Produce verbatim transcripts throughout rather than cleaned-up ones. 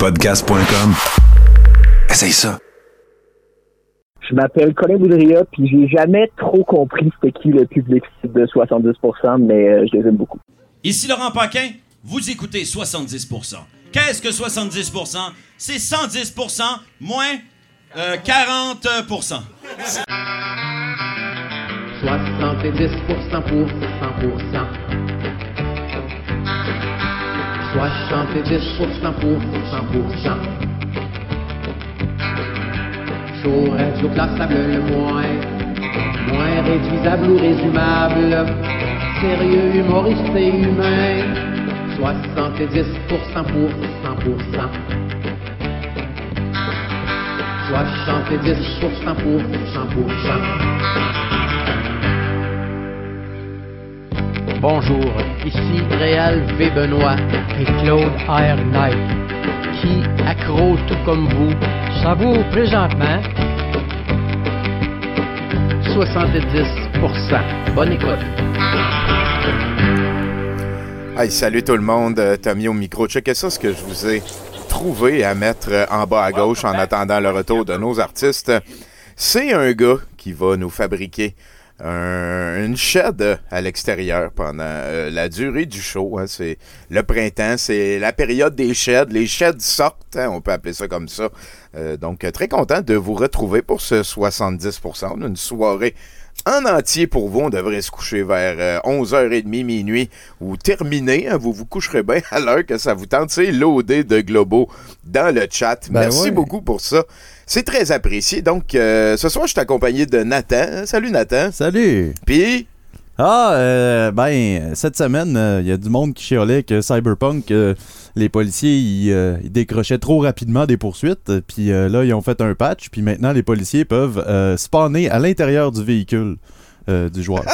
podcast point com. Essaye ça. Je m'appelle Colin Boudria, puis j'ai jamais trop compris c'était qui le public de soixante-dix pour cent, mais euh, je les aime beaucoup. Ici Laurent Paquin, vous écoutez soixante-dix pour cent. Qu'est-ce que soixante-dix pour cent? C'est cent dix pour cent moins euh, quarante pour cent. soixante-dix pour cent pour cent pour cent. soixante-dix pour cent pour cent pour cent. Chaud, radio, classable le moins, moins réduisable ou résumable, sérieux, humoriste et humain. soixante-dix pour cent pour cent pour cent. soixante-dix pour cent pour cent pour cent. Bonjour, ici Réal V. Benoît et Claude R. Knight, qui, accro tout comme vous, savoure présentement soixante-dix pour cent. Bonne écoute. Hey, salut tout le monde, Tommy au micro. Checkez ça, ce que je vous ai trouvé à mettre en bas à gauche en attendant le retour de nos artistes. C'est un gars qui va nous fabriquer un, une shed à l'extérieur pendant euh, la durée du show. Hein. C'est le printemps, c'est la période des sheds. Les sheds sortent, hein, on peut appeler ça comme ça. Euh, donc, très content de vous retrouver pour ce soixante-dix pour cent. On a une soirée en entier pour vous. On devrait se coucher vers euh, onze heures trente, minuit, ou terminer. Hein, vous vous coucherez bien à l'heure que ça vous tente. C'est loadé de globaux dans le chat. Ben Merci ouais. beaucoup pour ça. C'est très apprécié. Donc, euh, ce soir, je suis accompagné de Nathan. Salut, Nathan. Salut! Puis, Ah, euh, ben, cette semaine, il euh, y a du monde qui chialait que Cyberpunk, euh, les policiers, ils, euh, ils décrochaient trop rapidement des poursuites. Puis euh, là, ils ont fait un patch. Puis maintenant, les policiers peuvent euh, spawner à l'intérieur du véhicule euh, du joueur.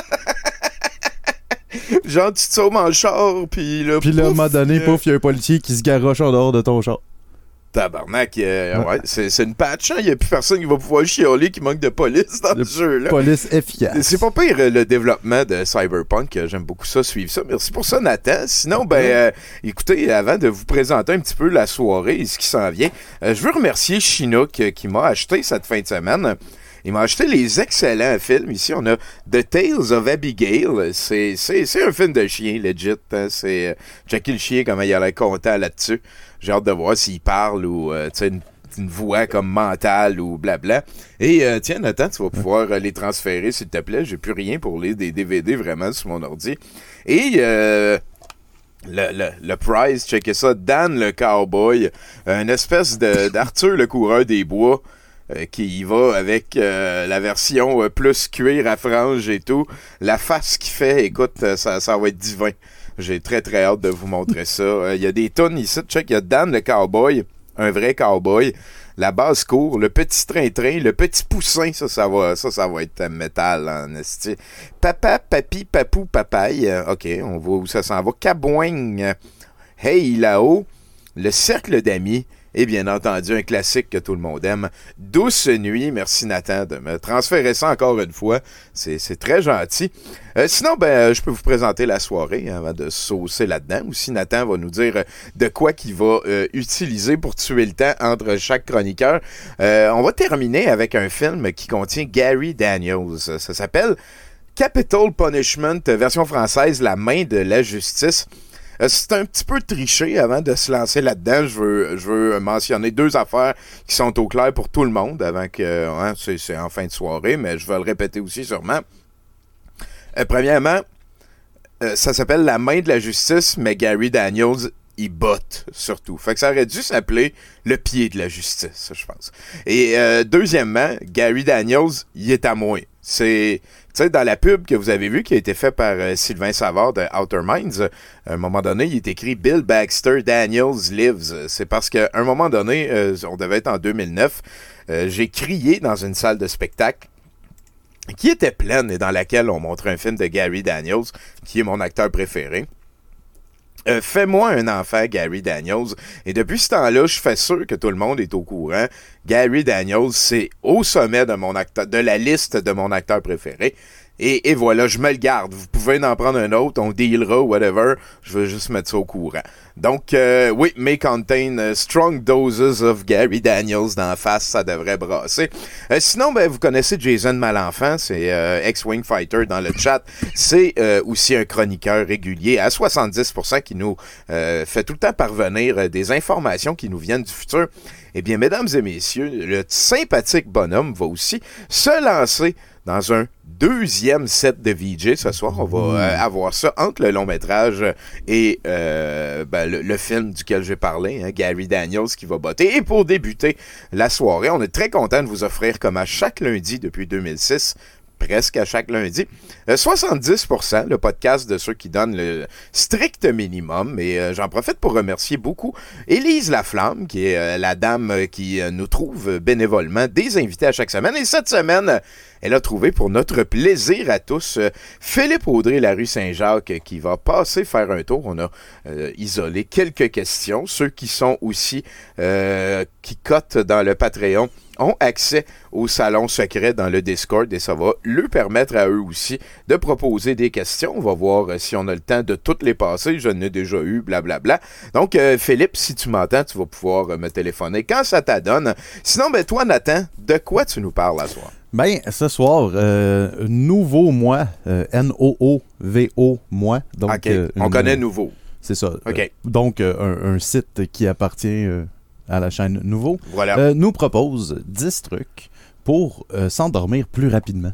genre, tu te sauves en char, puis là... Puis là, à un pouf, moment donné, euh, pouf, il y a un policier qui se garoche en dehors de ton char. Tabarnak, euh, Ouais. ouais, c'est, c'est une patch, il hein? n'y a plus personne qui va pouvoir chialer qui manque de police dans De le jeu, là. Police efficace. C'est pas pire euh, le développement de Cyberpunk, euh, j'aime beaucoup ça, suivre ça. Merci pour ça, Nathan. Sinon, ben, euh, écoutez, avant de vous présenter un petit peu la soirée et ce qui s'en vient, euh, je veux remercier Chinook euh, qui m'a acheté cette fin de semaine. Il m'a acheté les excellents films. Ici, on a The Tales of Abigail. C'est, c'est, c'est un film de chien, legit. Hein? C'est euh, Jackie le chien, comment il a l'air content là-dessus. J'ai hâte de voir s'il parle ou euh, tu sais, une, une voix comme mentale ou blabla. Et euh, tiens, Nathan, tu vas pouvoir euh, les transférer, s'il te plaît. J'ai plus rien pour lire des D V D vraiment sur mon ordi. Et euh, le, le, le prize, checkez ça, Dan le Cowboy, une espèce de, d'Arthur le coureur des bois. Euh, qui y va avec euh, la version euh, plus cuir à franges et tout. La face qu'il fait, écoute, euh, ça, ça va être divin. J'ai très très hâte de vous montrer ça. Il euh, y a des tonnes ici, check, il y a Dan le cowboy, un vrai cowboy. La base court, le petit train-train, le petit poussin, ça, ça va, ça, ça va être métal en esti. Papa, papi, papou, papaye. Euh, OK, on voit où ça s'en va. Cabouigne. Hey là-haut. Le cercle d'amis. Et bien entendu, un classique que tout le monde aime. Douce nuit. Merci Nathan de me transférer ça encore une fois. C'est, c'est très gentil. Euh, sinon, ben, je peux vous présenter la soirée hein, avant de saucer là-dedans. Aussi, Nathan va nous dire de quoi qu'il va euh, utiliser pour tuer le temps entre chaque chroniqueur. Euh, on va terminer avec un film qui contient Gary Daniels. Ça s'appelle Capital Punishment, version française, La main de la justice. Euh, c'est un petit peu triché avant de se lancer là-dedans. Je veux, je veux mentionner deux affaires qui sont au clair pour tout le monde avant que... Hein, c'est, c'est en fin de soirée, mais je vais le répéter aussi sûrement. Euh, premièrement, euh, ça s'appelle La main de la justice, mais Gary Daniels, il botte surtout. Fait que ça aurait dû s'appeler Le pied de la justice, je pense. Et euh, deuxièmement, Gary Daniels, il est à moi. C'est... Tu sais, dans la pub que vous avez vue, qui a été faite par euh, Sylvain Savard de Outer Minds, euh, à un moment donné, il est écrit « Bill Baxter Daniels lives ». C'est parce qu'à un moment donné, euh, on devait être en deux mille neuf, euh, j'ai crié dans une salle de spectacle qui était pleine et dans laquelle on montrait un film de Gary Daniels, qui est mon acteur préféré. Euh, Fais-moi un enfant, Gary Daniels. Et depuis ce temps-là, je fais sûr que tout le monde est au courant. Gary Daniels, c'est au sommet de mon acteur, de la liste de mon acteur préféré. Et, et voilà, je me le garde. Vous pouvez en prendre un autre, on dealera, whatever. Je veux juste mettre ça au courant. Donc, euh, oui, may contain uh, strong doses of Gary Daniels dans la face, ça devrait brasser. Euh, sinon, ben, vous connaissez Jason Malenfant, c'est euh, X-Wing Fighter dans le chat. C'est euh, aussi un chroniqueur régulier à soixante-dix pour cent qui nous euh, fait tout le temps parvenir euh, des informations qui nous viennent du futur. Eh bien, mesdames et messieurs, le sympathique bonhomme va aussi se lancer dans un deuxième set de V J ce soir. On va euh, avoir ça entre le long métrage et euh, ben, le, le film duquel j'ai parlé, hein, Gary Daniels qui va botter. Et pour débuter la soirée, on est très content de vous offrir, comme à chaque lundi depuis deux mille six, presque à chaque lundi, euh, soixante-dix pour cent, le podcast de ceux qui donnent le strict minimum. Et euh, j'en profite pour remercier beaucoup Élise Laflamme, qui est euh, la dame euh, qui euh, nous trouve bénévolement des invités à chaque semaine. Et cette semaine, elle a trouvé pour notre plaisir à tous euh, Philippe Audrey, la rue Saint-Jacques, qui va passer faire un tour. On a euh, isolé quelques questions. Ceux qui sont aussi, euh, qui cotent dans le Patreon, ont accès au salon secret dans le Discord et ça va leur permettre à eux aussi de proposer des questions. On va voir euh, si on a le temps de toutes les passer. Je n'ai déjà eu, blablabla. Donc, euh, Philippe, si tu m'entends, tu vas pouvoir euh, me téléphoner quand ça t'adonne. Sinon, ben toi, Nathan, de quoi tu nous parles ce soir? Ben, ce soir, euh, nouveau moi, euh, N O O V O moi. Donc, OK, euh, on une, connaît nouveau. C'est ça. OK. Euh, donc, euh, un, un site qui appartient euh, à la chaîne Nouveau, Voilà. euh, nous propose dix trucs pour euh, s'endormir plus rapidement.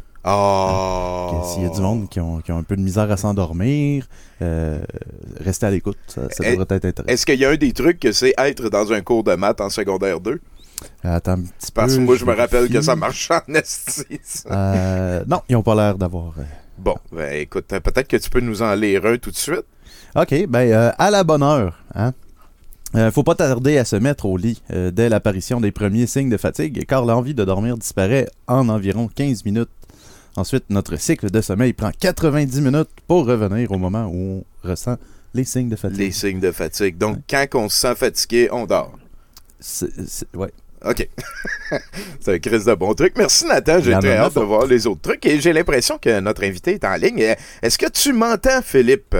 Oh! Donc, s'il y a du monde qui ont, qui ont un peu de misère à s'endormir, euh, restez à l'écoute, ça, ça Eh, devrait être intéressant. Est-ce qu'il y a un des trucs que c'est être dans un cours de maths en secondaire deux? Attends un petit peu. Parce que moi, je me rappelle vérifie. que ça marche en esti. ça. Euh, non, ils n'ont pas l'air d'avoir... euh, Bon, ben écoute, peut-être que tu peux nous en lire un tout de suite. OK, ben euh, à la bonne heure, hein? Euh, faut pas tarder à se mettre au lit euh, dès l'apparition des premiers signes de fatigue, car l'envie de dormir disparaît en environ quinze minutes. Ensuite, notre cycle de sommeil prend quatre-vingt-dix minutes pour revenir au moment où on ressent les signes de fatigue. Les signes de fatigue. Donc, quand on se sent fatigué, on dort. C'est, c'est- ouais. OK. C'est un crise de bon truc. Merci, Nathan. J'ai Il y en très a hâte de d'autres. voir les autres trucs. Et j'ai l'impression que notre invité est en ligne. Est-ce que tu m'entends, Philippe?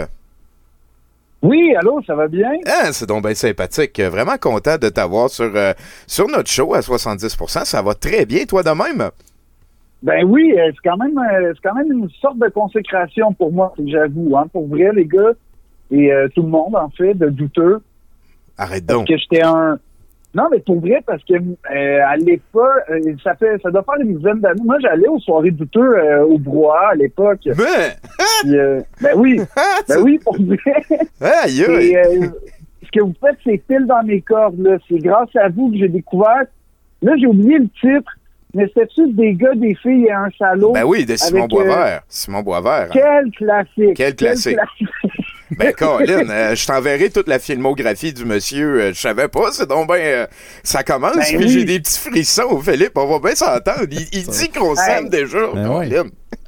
Oui, allô, ça va bien? Ah, c'est donc bien sympathique. Vraiment content de t'avoir sur, euh, sur notre show à soixante-dix pour cent. Ça va très bien, toi de même? Ben oui, euh, c'est quand même euh, c'est quand même une sorte de consécration pour moi, j'avoue. Hein, pour vrai, les gars, et euh, tout le monde, en fait, de douteux. Arrête Parce donc. que j'étais un... Non, mais pour vrai, parce que euh, à l'époque, euh, ça fait ça doit faire une dizaine d'années. Moi, j'allais aux soirées douteux euh, au brouhaha à l'époque. Mais! Puis, euh, ben oui, ben oui, pour vrai. Aïe, aïe. Et, euh, ce que vous faites, c'est pile dans mes cordes. Là. C'est grâce à vous que j'ai découvert. Là, j'ai oublié le titre, mais c'était-tu des gars, des filles et un salaud? Ben oui, de Simon avec, Boisvert. Simon Boisvert. Quel classique! Quel classique. Ben, Colin, euh, je t'enverrai toute la filmographie du monsieur. Euh, je savais pas, c'est donc ben... euh, ça commence, Ben puis oui. j'ai des petits frissons, Philippe. On va bien s'entendre. Il, il dit qu'on s'aime Hey. déjà, Ben Colin.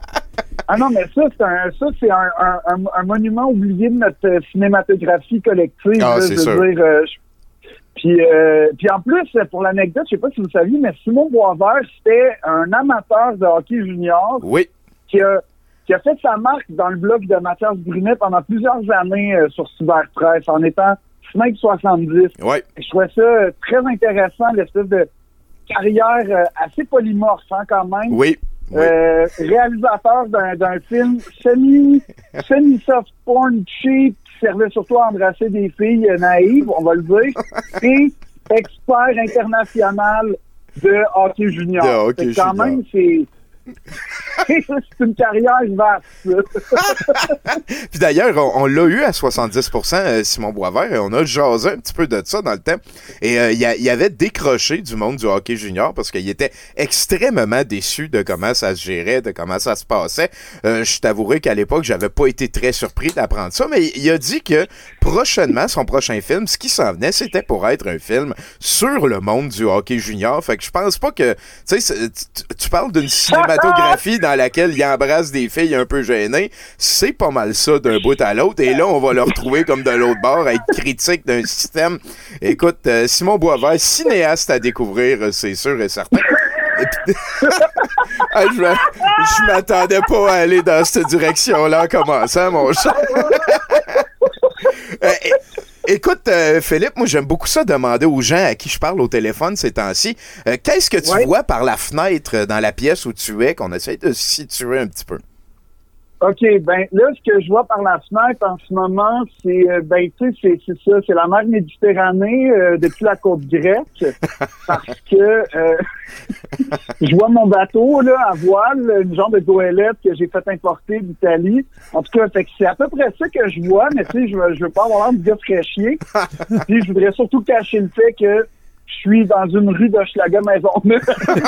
Ah non, mais ça, c'est un, ça, c'est un, un, un, un monument oublié de notre euh, cinématographie collective. Ah, là, c'est je veux sûr. dire, euh, je- Puis, euh, puis en plus, pour l'anecdote, je sais pas si vous saviez, mais Simon Boisvert, c'était un amateur de hockey junior Oui. qui a, qui a fait sa marque dans le blog de Mathias Brunet pendant plusieurs années euh, sur Cyberpresse en étant Snake soixante-dix. Oui. Je trouvais ça euh, très intéressant, l'espèce de carrière euh, assez polymorphe hein, quand même. Oui. Oui. Euh, réalisateur d'un, d'un film semi, semi-soft porn cheap qui servait surtout à embrasser des filles euh, naïves, on va le dire, et expert international de hockey junior. De hockey Fait que quand junior. même, c'est... c'est une carrière vaste. ça. Puis d'ailleurs, on, on l'a eu à soixante-dix pour cent, euh, Simon Boisvert, et on a jasé un petit peu de ça dans le temps. Et euh, il, a, il avait décroché du monde du hockey junior parce qu'il était extrêmement déçu de comment ça se gérait, de comment ça se passait. Euh, je t'avouerai qu'à l'époque, j'avais pas été très surpris d'apprendre ça, mais il a dit que prochainement, son prochain film, ce qui s'en venait, c'était pour être un film sur le monde du hockey junior. Fait que je pense pas que... Tu sais, c'est- tu, tu parles d'une cinématographie dans laquelle il embrasse des filles un peu gênées. C'est pas mal ça d'un bout à l'autre. Et là, on va le retrouver comme de l'autre bord, à être critique d'un système. Écoute, euh, Simon Boisvert, cinéaste à découvrir, euh, c'est sûr et certain. Et puis, Ah, je m'a- je m'attendais pas à aller dans cette direction-là en commençant, mon chat. Euh, é- écoute, euh, Philippe, moi, j'aime beaucoup ça demander aux gens à qui je parle au téléphone ces temps-ci. Euh, qu'est-ce que tu Ouais. vois par la fenêtre euh, dans la pièce où tu es, qu'on essaie de situer un petit peu? OK, ben là, ce que je vois par la fenêtre en ce moment, c'est, euh, ben tu sais, c'est, c'est ça, c'est la mer Méditerranée euh, depuis la côte grecque, parce que euh, je vois mon bateau là à voile, une genre de goélette que j'ai fait importer d'Italie. En tout cas, fait que c'est à peu près ça que je vois, mais tu sais, je veux, je veux pas avoir l'air de gars fraîchier. Puis je voudrais surtout cacher le fait que je suis dans une rue d'Hochelaga Maisonneuve.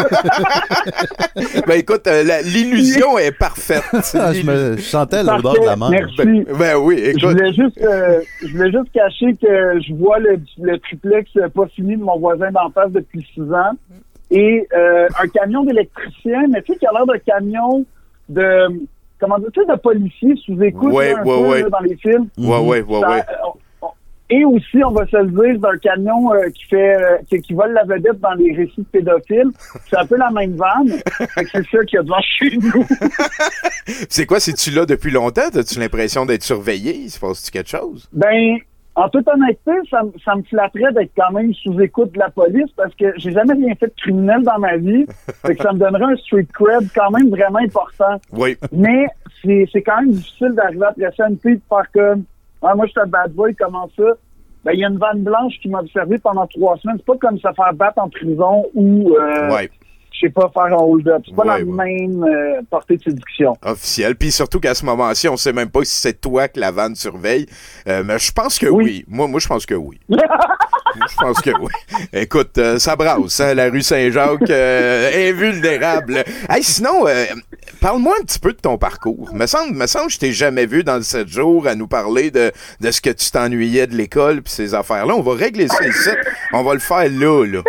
Ben écoute, euh, la- l'illusion est parfaite. Ah, je, me, je sentais l'odeur Parfait, de la mer. merci. Ben, ben oui, Je écoute. voulais juste, euh, je voulais juste cacher que je vois le, le triplex euh, pas fini de mon voisin d'en face depuis six ans et euh, un camion d'électricien, mais tu sais, qui a l'air d'un camion de, comment dire, tu sais, de policier sous écoute Ouais, là, un ouais, peu, ouais. là, dans les films. Ouais, ouais, ouais, Ça, ouais. euh, on- on- et aussi, on va se le dire, d'un camion euh, qui fait, euh, qui, qui vole la vedette dans les récits de pédophiles. C'est un peu la même vanne. Fait que c'est ça qu'il y a devant chez nous. C'est quoi, c'est-tu là depuis longtemps? As-tu l'impression d'être surveillé? Il se passe-tu quelque chose? Ben, en toute honnêteté, ça, me- ça me flatterait d'être quand même sous écoute de la police parce que j'ai jamais rien fait de criminel dans ma vie. Fait que ça me donnerait un street cred quand même vraiment important. Oui. Mais c'est, c'est quand même difficile d'arriver après ça, une fille de faire comme ah, moi je suis un bad boy, comment ça? Ben, il y a une vanne blanche qui m'a observé pendant trois semaines. C'est pas comme se faire battre en prison ou euh, Ouais. je sais pas, faire un hold-up. C'est pas Ouais, la ouais. même euh, portée de séduction. Officiel. Puis surtout qu'à ce moment-ci, on sait même pas si c'est toi que la vanne surveille. Euh, mais je pense que oui. Oui. Moi, moi, je pense que oui. Moi, je pense que oui. Écoute, euh, ça brasse, hein, la rue Saint-Jacques, euh, invulnérable. Hey, sinon, euh, parle-moi un petit peu de ton parcours. Me semble, me semble que je t'ai jamais vu dans le sept jours à nous parler de, de ce que tu t'ennuyais de l'école puis ces affaires-là. On va régler ça ici. On va le faire là, là.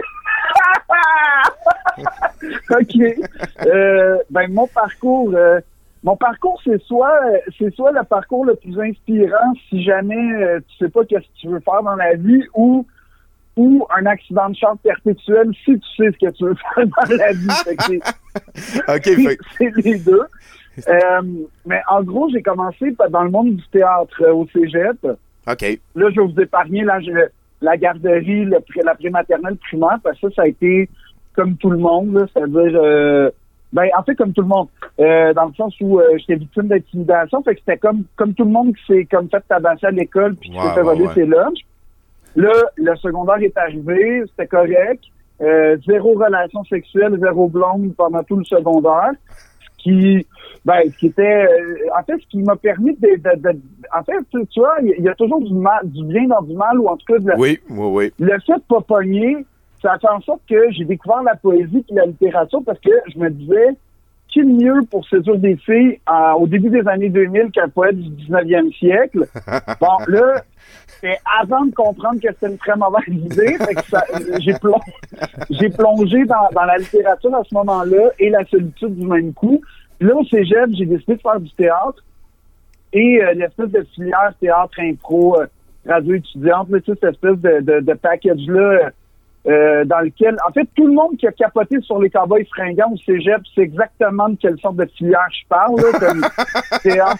OK. Euh, ben, mon parcours, euh, mon parcours, c'est soit, c'est soit le parcours le plus inspirant si jamais euh, tu sais pas qu'est-ce que tu veux faire dans la vie ou, ou un accident de char perpétuel si tu sais ce que tu veux faire dans la vie. Fait que c'est, OK, fait, c'est les deux. Euh, mais en gros, j'ai commencé dans le monde du théâtre euh, au cégep. OK. Là, je vais vous épargner là, je- la garderie, le, pré- la prématernelle primaire, parce que ça, ça a été comme tout le monde, là, c'est-à-dire, euh, ben, en fait, comme tout le monde, euh, dans le sens où euh, j'étais victime d'intimidation, fait que c'était comme comme tout le monde qui s'est comme fait tabasser à l'école puis qui Ouais, s'est fait ouais, voler ouais. ses lunchs. Là, le secondaire est arrivé, c'était correct, euh, zéro relation sexuelle, zéro blonde pendant tout le secondaire, ce qui, ben, ce qui était, euh, en fait, ce qui m'a permis de, de, de en fait, tu, tu vois, il y a toujours du mal, du bien dans du mal, ou en tout cas, de la- Oui, oui, oui. le fait de pas pogner, ça a fait en sorte que j'ai découvert la poésie et la littérature parce que je me disais, qui de mieux pour séduire des filles euh, au début des années deux mille qu'un poète du dix-neuvième siècle? Bon, là, c'est avant de comprendre que c'était une très mauvaise idée. Fait que ça, j'ai, plong, j'ai plongé dans, dans la littérature à ce moment-là et la solitude du même coup. Puis là, au cégep, j'ai décidé de faire du théâtre et euh, l'espèce de filière théâtre, impro, euh, radio étudiante, là, tu sais, cette espèce de, de, de package-là euh, dans lequel, en fait, tout le monde qui a capoté sur les cowboys fringants au cégep, c'est exactement de quelle sorte de filière je parle, là, comme théâtre.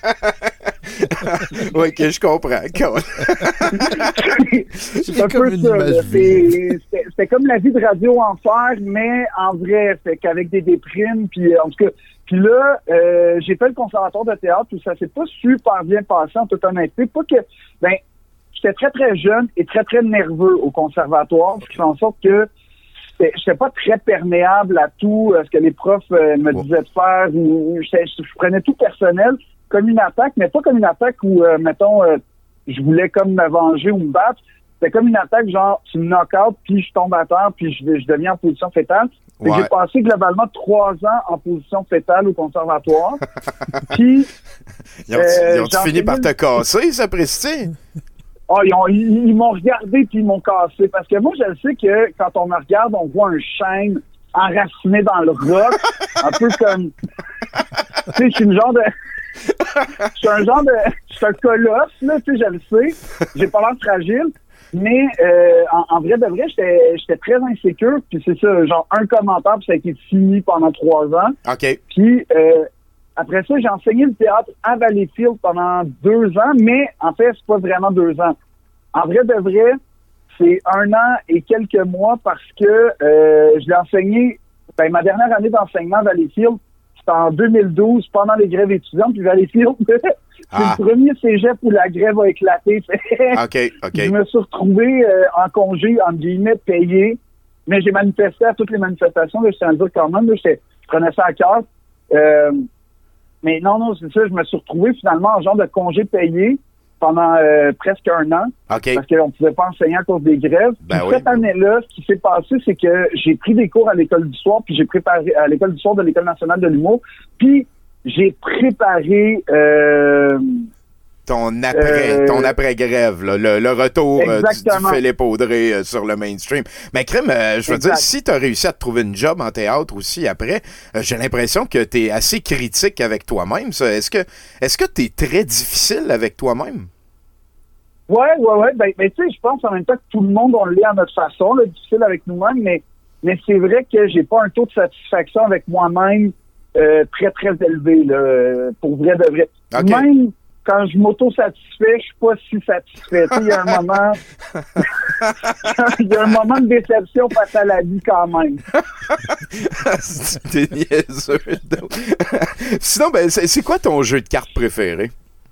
Oui, OK, je comprends. C'est un comme peu une ça, image là. vive. C'est- C'était c'était comme la vie de Radio Enfer, mais en vrai, fait qu'avec des déprimes, puis euh, en tout cas, puis là, euh, j'ai fait le conservatoire de théâtre, où ça s'est pas super bien passé, en toute honnêteté. Pas que, ben, j'étais très, très jeune et très, très nerveux au conservatoire, ce qui fait en sorte que j'étais j'étais pas très perméable à tout euh, ce que les profs euh, me Wow. disaient de faire, ou ou j'étais- je, je prenais tout personnel comme une attaque, mais pas comme une attaque où, euh, mettons, euh, je voulais comme me venger ou me battre. C'était comme une attaque genre, tu me knock-out, puis je tombe à terre, puis je, je deviens en position fétale. Fait que Ouais. J'ai passé globalement trois ans en position fétale au conservatoire. Puis, Ils ont-tu Euh, ils ont-tu j'en fini sais par une- te casser, ça, Presti? oh, ils, ont- ils, ils m'ont regardé puis ils m'ont cassé. Parce que moi, je sais que quand on me regarde, on voit un chêne enraciné dans le roc. Un peu comme... Tu sais, je suis une genre de... Je suis un genre de... Je suis un colosse, là, tu sais, je le sais. J'ai pas l'air fragile. Mais euh, en, en vrai de vrai, j'étais, j'étais très insécure. Puis c'est ça, genre un commentaire, puis ça a été fini pendant trois ans. OK. Puis euh, après ça, j'ai enseigné le théâtre à Valleyfield pendant deux ans, mais en fait, c'est pas vraiment deux ans. En vrai de vrai, c'est un an et quelques mois parce que euh, je l'ai enseigné, ben, ma dernière année d'enseignement à Valleyfield, c'était en deux mille douze, pendant les grèves étudiantes, puis Valleyfield, c'est Ah. le premier cégep où la grève a éclaté. OK, OK. Je me suis retrouvé euh, en congé, en guillemets, payé, mais j'ai manifesté à toutes les manifestations, là, je tiens à le dire quand même, là, je prenais ça à cœur. Euh, mais non, non, c'est ça, je me suis retrouvé finalement en genre de congé payé pendant euh, presque un an, OK. parce qu'on ne pouvait pas enseigner à cause des grèves. Ben Puis oui. cette année-là, ce qui s'est passé, c'est que j'ai pris des cours à l'école du soir, puis j'ai préparé à l'école du soir de l'École nationale de l'humour, puis j'ai préparé euh, Ton après, Euh, ton après-grève, là, le, le retour euh, du, du Exactement. Philippe Audrey euh, sur le mainstream. Mais Crème, euh, je veux Exact. dire, si tu as réussi à te trouver une job en théâtre aussi après, euh, j'ai l'impression que tu es assez critique avec toi-même. Ça. Est-ce que est-ce que tu es très difficile avec toi-même? Ouais, ouais, ouais. Ben, ben tu sais, je pense en même temps que tout le monde, on l'est à notre façon, là, difficile avec nous-mêmes, mais, mais c'est vrai que j'ai pas un taux de satisfaction avec moi-même euh, très, très élevé, là, euh, pour vrai de vrai. OK. Même quand je m'auto-satisfais, je suis pas si satisfait. Tu sais, il y a un moment... Il y a un moment de déception face à la vie quand même. T'es niaiseux. donc. Sinon, ben, c'est, c'est quoi ton jeu de cartes préféré?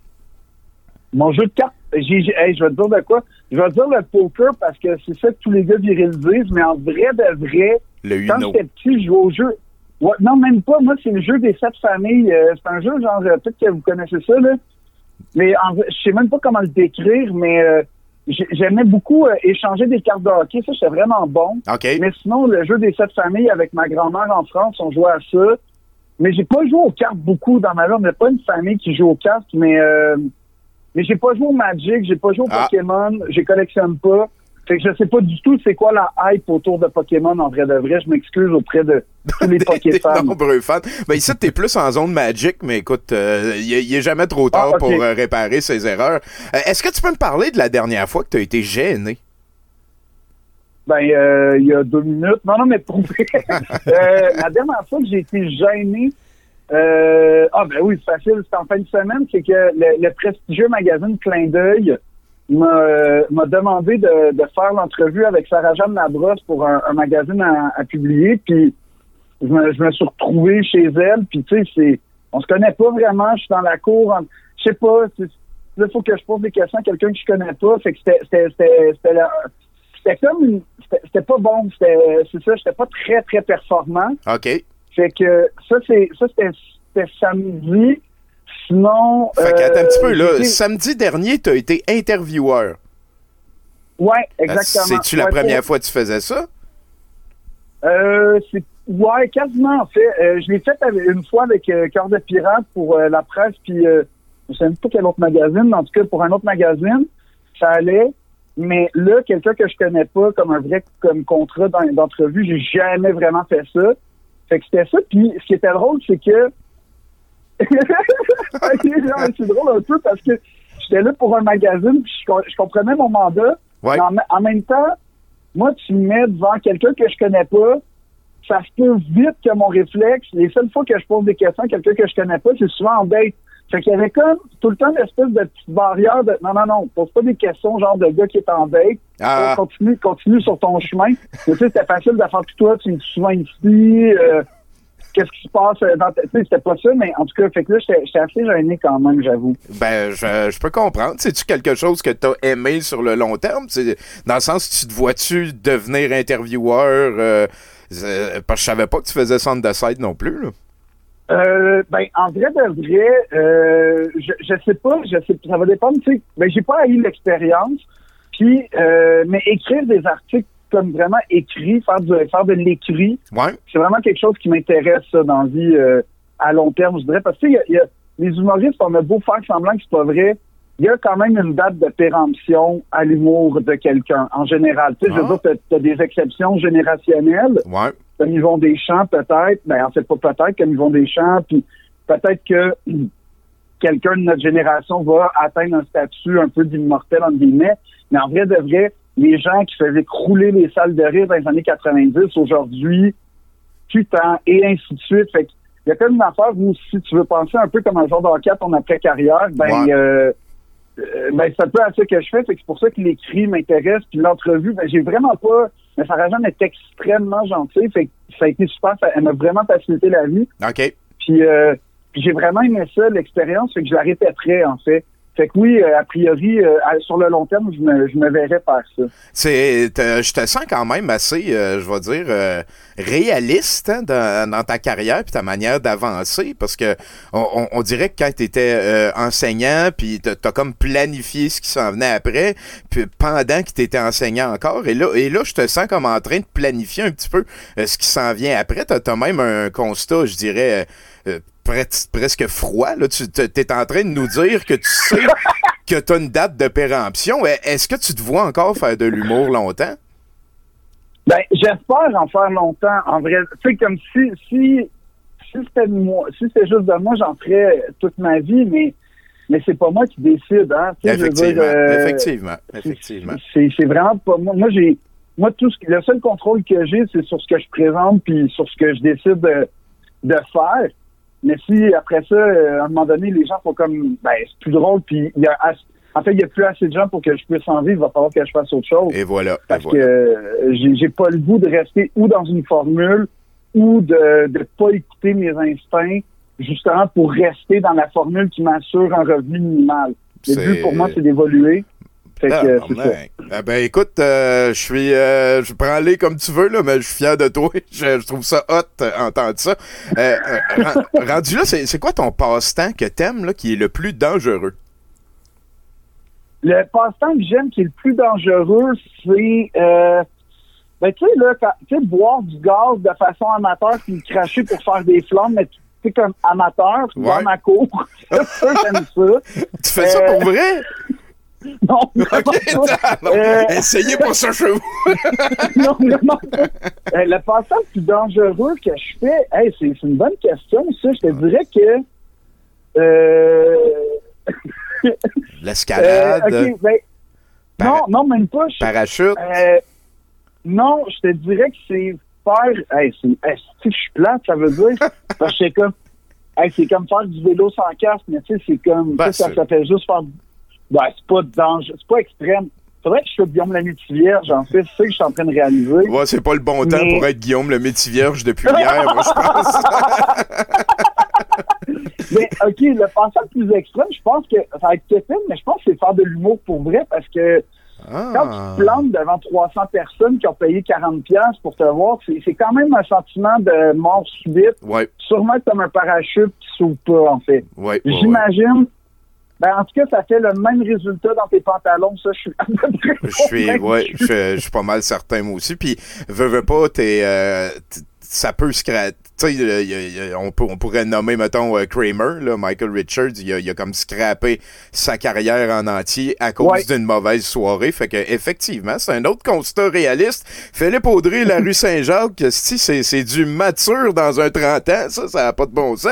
Mon jeu de cartes, j'ai, j'ai- hey, je vais te dire de quoi. Je vais te dire le poker parce que c'est ça que tous les gars virils disent, mais en vrai de vrai, Le quand Uno. j'étais petit, je jouais au jeu. Ouais, non, même pas. Moi, c'est le jeu des sept familles. Euh, c'est un jeu, genre, euh, peut-être que vous connaissez ça, là. Mais en vrai, je sais même pas comment le décrire, mais euh, j'ai- j'aimais beaucoup euh, échanger des cartes de hockey. Ça, j'étais vraiment bon. OK. Mais sinon, le jeu des sept familles avec ma grand-mère en France, on jouait à ça. Mais j'ai pas joué aux cartes beaucoup dans ma vie. On n'a pas une famille qui joue aux cartes, mais euh, mais j'ai pas joué au Magic, j'ai pas joué au Ah. Pokémon, je collectionne pas. Fait que je sais pas du tout c'est quoi la hype autour de Pokémon en vrai de vrai. Je m'excuse auprès de tous les Des Pokéfans. nombreux fans. Ben ici, t'es plus en zone Magic, mais écoute, euh, il est jamais trop tard Ah, ok. pour euh, réparer ses erreurs. Euh, est-ce que tu peux me parler de la dernière fois que tu as été gêné? Ben, euh, il y a deux minutes. Non, non, mais pour vrai, euh, la dernière fois que j'ai été gêné, euh, ah ben oui, c'est facile, c'était en fin de semaine, c'est que le, le prestigieux magazine Clin d'œil m'a, euh, m'a demandé de, de faire l'entrevue avec Sarah-Jeanne Labrosse pour un, un magazine à, à publier, puis je me, je me suis retrouvé chez elle, puis tu sais, c'est, on se connaît pas vraiment, je suis dans la cour, en- je sais pas, c'est, là, il faut que je pose des questions à quelqu'un que je connais pas, fait que c'était, c'était, c'était, c'était, la- c'était comme, une- c'était, c'était pas bon, c'était, c'est ça, j'étais pas très, très performant. OK. Fait que ça, c'est ça c'était, c'était samedi. Sinon. Fait que, attends un petit peu, là. j'ai- Samedi dernier, tu as été intervieweur. Ouais, exactement. C'est-tu la Ouais, première pour- fois que tu faisais ça? Euh, c'est ouais, quasiment en fait. Euh, je l'ai fait avec- une fois avec euh, Cœur de Pirate pour euh, la presse, puis euh, je sais même pas quel autre magazine, mais en tout cas pour un autre magazine, ça allait. Mais là, quelqu'un que je connais pas comme un vrai comme contrat dans- d'entrevue, j'ai jamais vraiment fait ça. Fait que c'était ça. Puis ce qui était drôle, c'est que Ok, genre, c'est drôle un peu parce que j'étais là pour un magazine, puis je, com- je comprenais mon mandat. Ouais. Mais en, me- en même temps, moi, tu me mets devant quelqu'un que je connais pas, ça se peut vite que mon réflexe, les seules fois que je pose des questions à quelqu'un que je connais pas, c'est souvent en date. Fait qu'il y avait comme tout le temps une espèce de petite barrière de non, non, non, pose pas des questions genre de gars qui est en date. Ah. Continue, continue sur ton chemin. Mais tu sais, c'était facile de faire tout toi, tu es souvent ici, euh, qu'est-ce qui se passe dans ta... Tu sais, c'était pas ça, mais en tout cas, fait que là, j'étais j'étais assez gêné quand même, j'avoue. Ben, je, je peux comprendre. C'est-tu quelque chose que tu as aimé sur le long terme? C'est, dans le sens, tu te vois-tu devenir intervieweur? Euh, euh, parce que je savais pas que tu faisais centre de side non plus, là. Euh, ben, en vrai de vrai, euh, je, je sais pas, je sais, ça va dépendre, tu sais, ben, j'ai pas eu l'expérience, puis, euh, mais écrire des articles comme vraiment écrit, faire du, faire de l'écrit, Ouais. c'est vraiment quelque chose qui m'intéresse, ça, dans la vie, euh, à long terme, je dirais, parce que, tu sais, il y a, il y a, les humoristes, on a beau faire semblant que c'est pas vrai, il y a quand même une date de péremption à l'humour de quelqu'un, en général. Tu sais, je veux Ah. dire, t'as, t'as des exceptions générationnelles, Ouais. comme Yvon Deschamps, peut-être, ben en fait pas peut-être, comme Yvon Deschamps, puis peut-être que quelqu'un de notre génération va atteindre un statut un peu d'immortel, entre guillemets, mais en vrai de vrai, les gens qui faisaient crouler les salles de rire dans les années quatre-vingt-dix, aujourd'hui, putain, et ainsi de suite. Fait qu'il y a comme une affaire où, si tu veux penser un peu comme un genre d'enquête en après-carrière, ben, ouais. euh, euh, ben, c'est un peu à ça que je fais. Fait que c'est pour ça que l'écrit m'intéresse. Puis l'entrevue, ben, j'ai vraiment pas... Mais Sarah Jeanne est extrêmement gentille. Fait que ça a été super. Ça, elle m'a vraiment facilité la vie. OK. Puis, euh, puis j'ai vraiment aimé ça, l'expérience. Fait que je la répéterais, en fait. Fait que oui, euh, a priori, euh, sur le long terme, je me, je me verrais faire ça. C'est, je te sens quand même assez, euh, je vais dire, euh, réaliste hein, dans, dans ta carrière puis ta manière d'avancer, parce que on, on, on dirait que quand tu étais euh, enseignant, puis t'as, t'as comme planifié ce qui s'en venait après, puis pendant que tu étais enseignant encore, et là, et là, je te sens comme en train de planifier un petit peu euh, ce qui s'en vient après. T'as, t'as même un constat, je dirais, euh, presque froid. Là. Tu es en train de nous dire que tu sais que tu as une date de péremption. Est-ce que tu te vois encore faire de l'humour longtemps? Ben, j'espère en faire longtemps. En vrai, tu sais, comme si si si c'était de moi, si c'était juste de moi, j'en ferais toute ma vie, mais mais c'est pas moi qui décide, hein. Tu sais, effectivement, je veux dire, euh, effectivement, effectivement. C'est, c'est vraiment pas moi. Moi, j'ai moi tout ce le seul contrôle que j'ai, c'est sur ce que je présente puis sur ce que je décide de, de faire. Mais si, après ça, euh, à un moment donné, les gens font comme, ben, c'est plus drôle, puis il y a, assez, en fait, il y a plus assez de gens pour que je puisse en vivre, il va falloir que je fasse autre chose. Et voilà. Parce et voilà. que euh, j'ai, j'ai pas le goût de rester ou dans une formule, ou de, de pas écouter mes instincts, justement pour rester dans la formule qui m'assure un revenu minimal. Le C'est... but, pour moi, c'est d'évoluer. Fait que, ah, euh, c'est ça. Ah ben écoute, euh, je suis, euh, je prends-les comme tu veux là, mais je suis fier de toi. Je, je trouve ça hot euh, entendre ça. Euh, euh, rendu là, c'est, c'est quoi ton passe-temps que t'aimes là, qui est le plus dangereux? Le passe-temps que j'aime qui est le plus dangereux, c'est, euh, ben tu sais là, tu sais boire du gaz de façon amateur puis le cracher pour faire des flammes, mais tu sais comme amateur ouais. dans ma cour. Ça, j'aime ça. Tu fais euh, ça pour vrai? Non, okay, non. Euh... Essayez pas ça chez vous. Non, vraiment pas. Euh, le passe-temps le plus dangereux que je fais, hey, c'est, c'est une bonne question, ça. Je te dirais que... Euh... L'escalade. Euh, okay, ben, Para... Non, non, même pas. Je... Parachute. Euh, non, je te dirais que c'est faire... Hey, c'est... Hey, si je suis plate, ça veut dire... Parce que c'est comme... Hey, c'est comme faire du vélo sans casque, mais tu sais, c'est comme... Ben, ça, ça fait juste faire... Ben, c'est pas danger, c'est pas extrême. Faudrait que je sois Guillaume la Métivierge, en fait, c'est ça que je suis en train de réaliser. Ouais, c'est pas le bon mais... temps pour être Guillaume le Métivierge depuis hier, moi, je pense. Mais, OK, le passage le plus extrême, je pense que ça va être Kevin, mais je pense que c'est faire de l'humour pour vrai, parce que ah. quand tu te plantes devant trois cents personnes qui ont payé quarante dollars pour te voir, c'est, c'est quand même un sentiment de mort subite. Ouais. Sûrement comme un parachute qui s'ouvre pas, en fait. Ouais, J'imagine... Ouais. Ben, en tout cas, ça fait le même résultat dans tes pantalons, ça, je suis à peu près Je suis, ouais, je, je suis pas mal certain, moi aussi. Puis, veux, veux pas, t'es, euh, t'es, ça peut se créer. Tu sais, on, peut, on pourrait nommer, mettons, uh, Kramer, là, Michael Richards, il a, il a comme scrappé sa carrière en entier à cause ouais. d'une mauvaise soirée. Fait que, effectivement, c'est un autre constat réaliste. Philippe Audrey, la rue Saint-Jacques, c'est, c'est du mature dans un trente ans, ça, ça n'a pas de bon sens.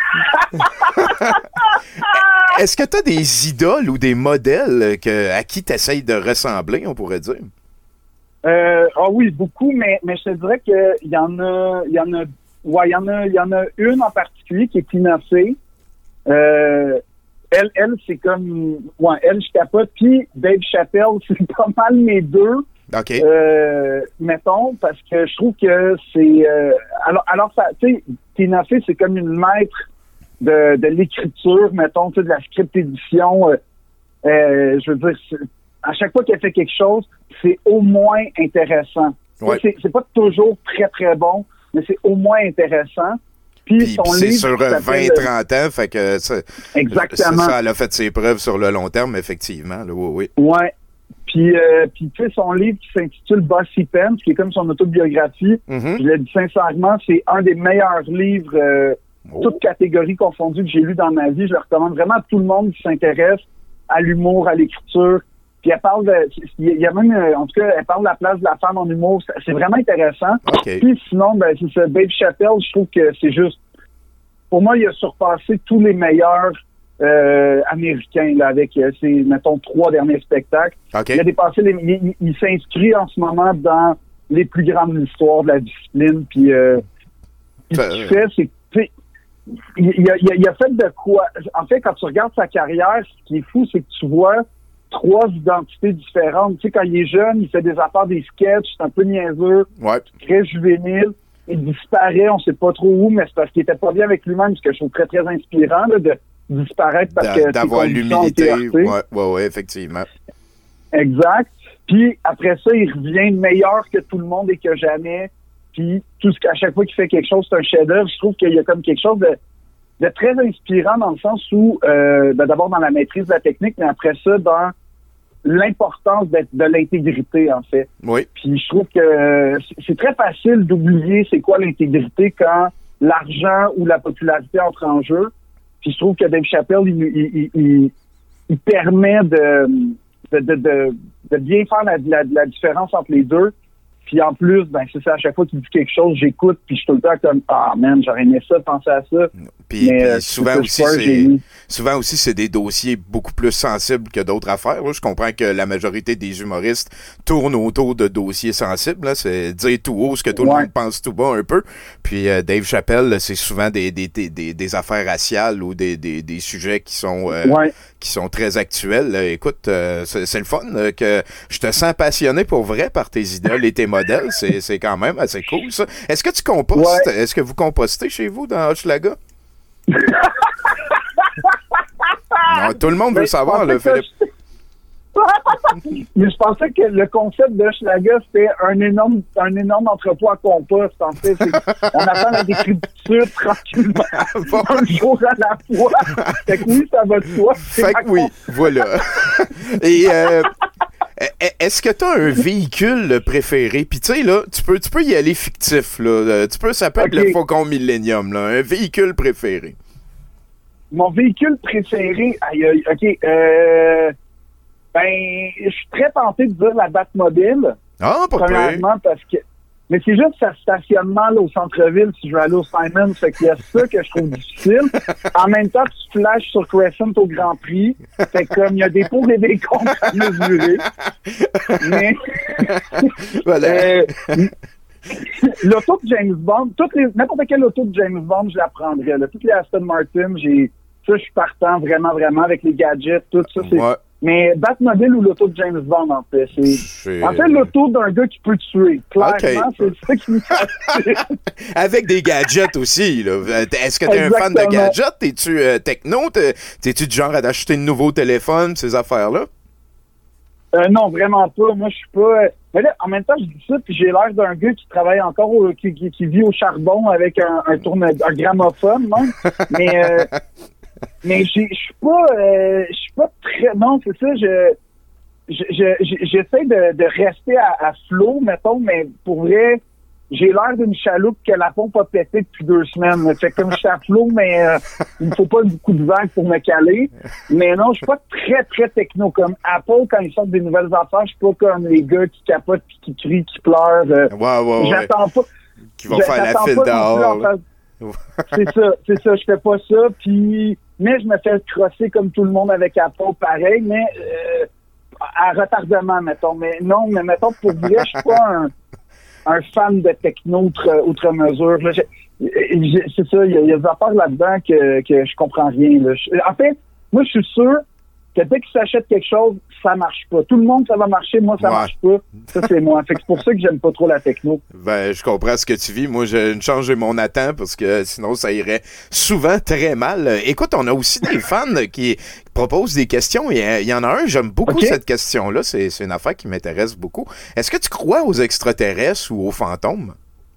Est-ce que tu as des idoles ou des modèles que, à qui tu essayes de ressembler, on pourrait dire? Euh, ah oui, beaucoup, mais, mais je te dirais qu'il y en a, il y en a, ouais, il y en a, il y en a une en particulier qui est Tina Fey. Euh, elle, elle, c'est comme, ouais, elle, je capote. Puis Dave Chappelle, c'est pas mal mes deux. OK. Euh, mettons, parce que je trouve que c'est, euh, alors, alors, ça, tu sais, Tina Fey, c'est comme une maître de, de l'écriture, mettons, tu sais, de la script édition. Euh, euh, je veux dire, c'est, à chaque fois qu'elle fait quelque chose, c'est au moins intéressant. Ouais. C'est, c'est pas toujours très, très bon, mais c'est au moins intéressant. Puis, Puis son c'est livre, sur vingt trente ans, fait que ça, exactement. Ça, ça, elle a fait ses preuves sur le long terme, effectivement. Là, oui, oui. Ouais. Puis, euh, puis tu sais, son livre qui s'intitule Bossy Pants, qui est comme son autobiographie, mm-hmm. je le dis sincèrement, c'est un des meilleurs livres, euh, oh. toutes catégories confondues, que j'ai lu dans ma vie. Je le recommande vraiment à tout le monde qui s'intéresse à l'humour, à l'écriture. Puis elle parle de, il y a même, en tout cas, elle parle de la place de la femme en humour. C'est vraiment intéressant. Okay. Puis sinon, ben, c'est ça, Dave Chappelle, je trouve que c'est juste, pour moi, il a surpassé tous les meilleurs euh, américain, là, avec euh, ses, mettons, trois derniers spectacles. Okay. Il a dépassé les, il, il, il s'inscrit en ce moment dans les plus grandes histoires de la discipline. Puis, euh, puis ce qu'il fait, c'est que, il, il, a, il a fait de quoi? En fait, quand tu regardes sa carrière, ce qui est fou, c'est que tu vois trois identités différentes. Tu sais, quand il est jeune, il fait des affaires, des sketchs, c'est un peu niaiseux, ouais. très juvénile. Il disparaît, on sait pas trop où, mais c'est parce qu'il était pas bien avec lui-même, ce que je trouve très, très inspirant, là, de disparaître parce D'a, que d'avoir l'humilité. Ouais, ouais, ouais, effectivement. Exact. Puis après ça, il revient meilleur que tout le monde et que jamais. Puis tout ce qu'à chaque fois qu'il fait quelque chose, c'est un chef-d'œuvre. Je trouve qu'il y a comme quelque chose de, de très inspirant dans le sens où, euh, ben d'abord dans la maîtrise de la technique, mais après ça, dans l'importance de, de l'intégrité, en fait. Oui. Puis je trouve que euh, c'est très facile d'oublier c'est quoi l'intégrité quand l'argent ou la popularité entre en jeu. Puis je trouve que Dave Chappelle, il, il, il, il permet de, de, de, de, de bien faire la, la, la différence entre les deux. Puis en plus, ben c'est ça, à chaque fois qu'il dit quelque chose, j'écoute, puis je suis tout le temps comme « Ah, man, j'aurais aimé ça, penser à ça. » Puis, puis euh, souvent, aussi, c'est, souvent aussi, c'est des dossiers beaucoup plus sensibles que d'autres affaires. Là. Je comprends que la majorité des humoristes tournent autour de dossiers sensibles. Là. C'est dire tout haut ce que tout ouais. le monde pense tout bas un peu. Puis euh, Dave Chappelle, c'est souvent des, des, des, des, des affaires raciales ou des, des, des sujets qui sont, euh, ouais. qui sont très actuels. Là. Écoute, euh, c'est, c'est le fun là, que je te sens passionné pour vrai par tes idoles et tes modèles. C'est, c'est quand même assez cool, ça. Est-ce que tu compostes? Ouais. Est-ce que vous compostez chez vous dans Hochelaga? Non, tout le monde veut mais savoir, là, Philippe. Je... Mais je pensais que le concept de Hochelaga, c'était un énorme, un énorme entrepôt à compost. En fait, on attend la décrypture tranquillement, bon. un jour à la fois. Fait que oui, ça va de soi. Fait que oui, voilà. Et euh, est-ce que tu as un véhicule préféré? Puis tu sais, là, tu peux, tu peux y aller fictif, là. Tu peux, ça peut être okay. le Faucon Millenium, là. Un véhicule préféré. Mon véhicule préféré, aïe, aïe, OK, euh, ben, je suis très tenté de dire la Batmobile. Ah, pas Premièrement, parce que, mais c'est juste sa stationnement, là, au centre-ville, si je veux aller au Simon, fait qu'il y a ça que je trouve difficile. En même temps, tu flashes sur Crescent au Grand Prix, fait que comme il y a des pour et des contre à mesurer. Mais, voilà. euh, l'auto de James Bond, toutes les, n'importe quelle auto de James Bond, je la prendrais. Là. Toutes les Aston Martin, j'ai, ça, je suis partant vraiment, vraiment avec les gadgets, tout ça. C'est, ouais. Mais Batmobile ou l'auto de James Bond, en fait, c'est, c'est... en fait l'auto d'un gars qui peut tuer. Clairement, okay. c'est ça qui me fascine. Avec des gadgets aussi, là. Est-ce que t'es Exactement. un fan de gadgets? T'es-tu euh, techno? T'es, t'es-tu du genre à acheter de nouveaux téléphones, ces affaires-là? Euh, non, vraiment pas. Moi, je suis pas... Mais là, en même temps, je dis ça, puis j'ai l'air d'un gars qui travaille encore, au, qui, qui, qui vit au charbon avec un, un tourne, un gramophone, même. Mais, euh, mais je suis pas, euh, je suis pas très, non, c'est ça, je, je, je j'essaie de, de rester à, à flot, mettons, mais pour vrai, j'ai l'air d'une chaloupe que la pompe a pété depuis deux semaines. Fait comme je suis à flot, mais euh, il me faut pas beaucoup de vagues pour me caler. Mais non, je suis pas très, très techno. Comme Apple, quand ils sortent des nouvelles affaires, je suis pas comme les gars qui capotent, puis qui crient, qui pleurent. Euh, ouais, ouais, j'attends ouais. pas. Qui vont faire la file dehors. C'est ça, c'est ça. Je fais pas ça. Puis, mais je me fais crosser comme tout le monde avec Apple, pareil, mais euh, à retardement, mettons. Mais non, mais mettons, pour vrai, je suis pas un... un fan de techno outre, outre mesure. Là, je, je, c'est ça, il y, y a des affaires là-dedans que, que je comprends rien. Là. Je, en fait, moi, je suis sûr que dès qu'ils s'achètent quelque chose, ça marche pas. Tout le monde, ça va marcher. Moi, ça ouais. marche pas. Ça, c'est moi. Fait que c'est pour ça que j'aime pas trop la techno. Ben, je comprends ce que tu vis. Moi, j'ai une chance, j'ai mon attend parce que sinon, ça irait souvent très mal. Écoute, on a aussi des fans qui proposent des questions. Il y, y en a un, j'aime beaucoup okay. cette question-là. C'est, c'est une affaire qui m'intéresse beaucoup. Est-ce que tu crois aux extraterrestres ou aux fantômes?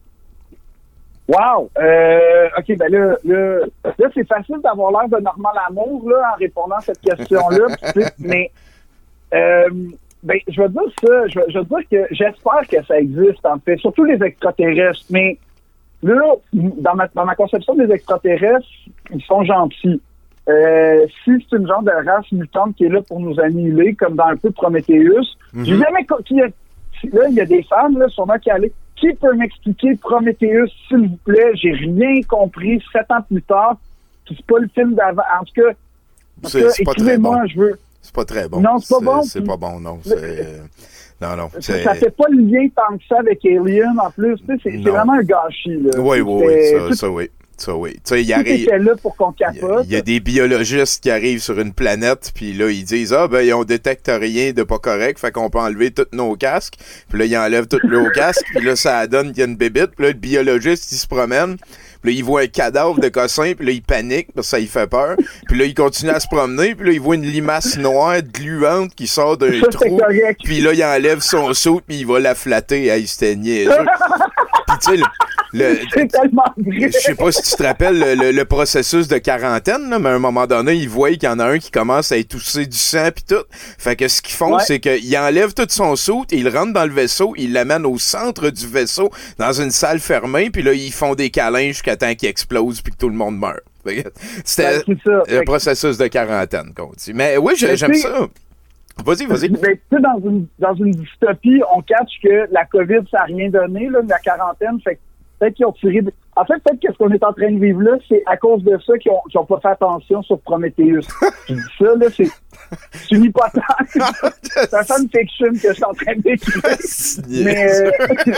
Wow! Euh, OK, ben là, là, là, c'est facile d'avoir l'air de Normand Lamour, là, en répondant à cette question-là. Mais, euh, ben, je vais dire ça, je vais, je vais dire que j'espère que ça existe, en fait, surtout les extraterrestres. Mais, là, dans ma, dans ma conception des extraterrestres, ils sont gentils. Euh, si c'est une genre de race mutante qui est là pour nous annihiler, comme dans un peu Prometheus, mm-hmm. j'ai jamais... Qui, là, il y a des femmes, là, sûrement qui allaient... Qui peut m'expliquer Prometheus, s'il vous plaît? J'ai rien compris sept ans plus tard. Puis c'est pas le film d'avant. En tout cas, C'est, c'est pas très bon. Je veux... C'est pas très bon. Non, c'est pas c'est, bon. C'est pas bon, non. C'est... euh, Non, non. C'est... Ça fait pas le lien tant que ça avec Alien, en plus. Tu sais, c'est, c'est vraiment un gâchis, là. Oui, oui, oui, ça, ça, oui. Ça, oui. Tu sais, il arrive. Là pour qu'on capote. Il y, y a des biologistes qui arrivent sur une planète, puis là, ils disent, ah, ben, on détecte rien de pas correct, fait qu'on peut enlever tous nos casques. Puis là, ils enlèvent tous leurs casques, puis là, ça donne qu'il y a une bébite, puis là, le biologiste, il se promène. Puis là, il voit un cadavre de cossin, puis là, il panique, parce que ça lui fait peur. Puis là, il continue à se promener, puis là, il voit une limace noire gluante qui sort d'un ça, trou. Puis là, il enlève son seau, puis il va la flatter. À se niaiseux. Puis tu sais, le, le, c'est tellement vrai. Je sais pas si tu te rappelles le, le, le processus de quarantaine, là, mais à un moment donné, ils voient qu'il y en a un qui commence à étousser du sang puis tout. Fait que ce qu'ils font, ouais. c'est qu'ils enlèvent tout son seau, ils rentrent dans le vaisseau, ils l'amènent au centre du vaisseau, dans une salle fermée, puis là, ils font des câlins jusqu'à temps qu'il explose puis que tout le monde meurt. C'était ben, le processus de quarantaine qu'on dit. Mais oui, je, j'aime ça. Vas-y, vas-y. Ben, tu sais, dans une, dans une dystopie, on catch que la COVID, ça n'a rien donné, là, la quarantaine. Fait que peut-être qu'ils ont tiré... De... En fait, peut-être que ce qu'on est en train de vivre là, c'est à cause de ça qu'ils ont, qu'ils ont pas fait attention sur Prometheus. Je dis ça, là, c'est... C'est une hypothèse. C'est un fan fiction que je suis en train d'écrire. Mais... Euh...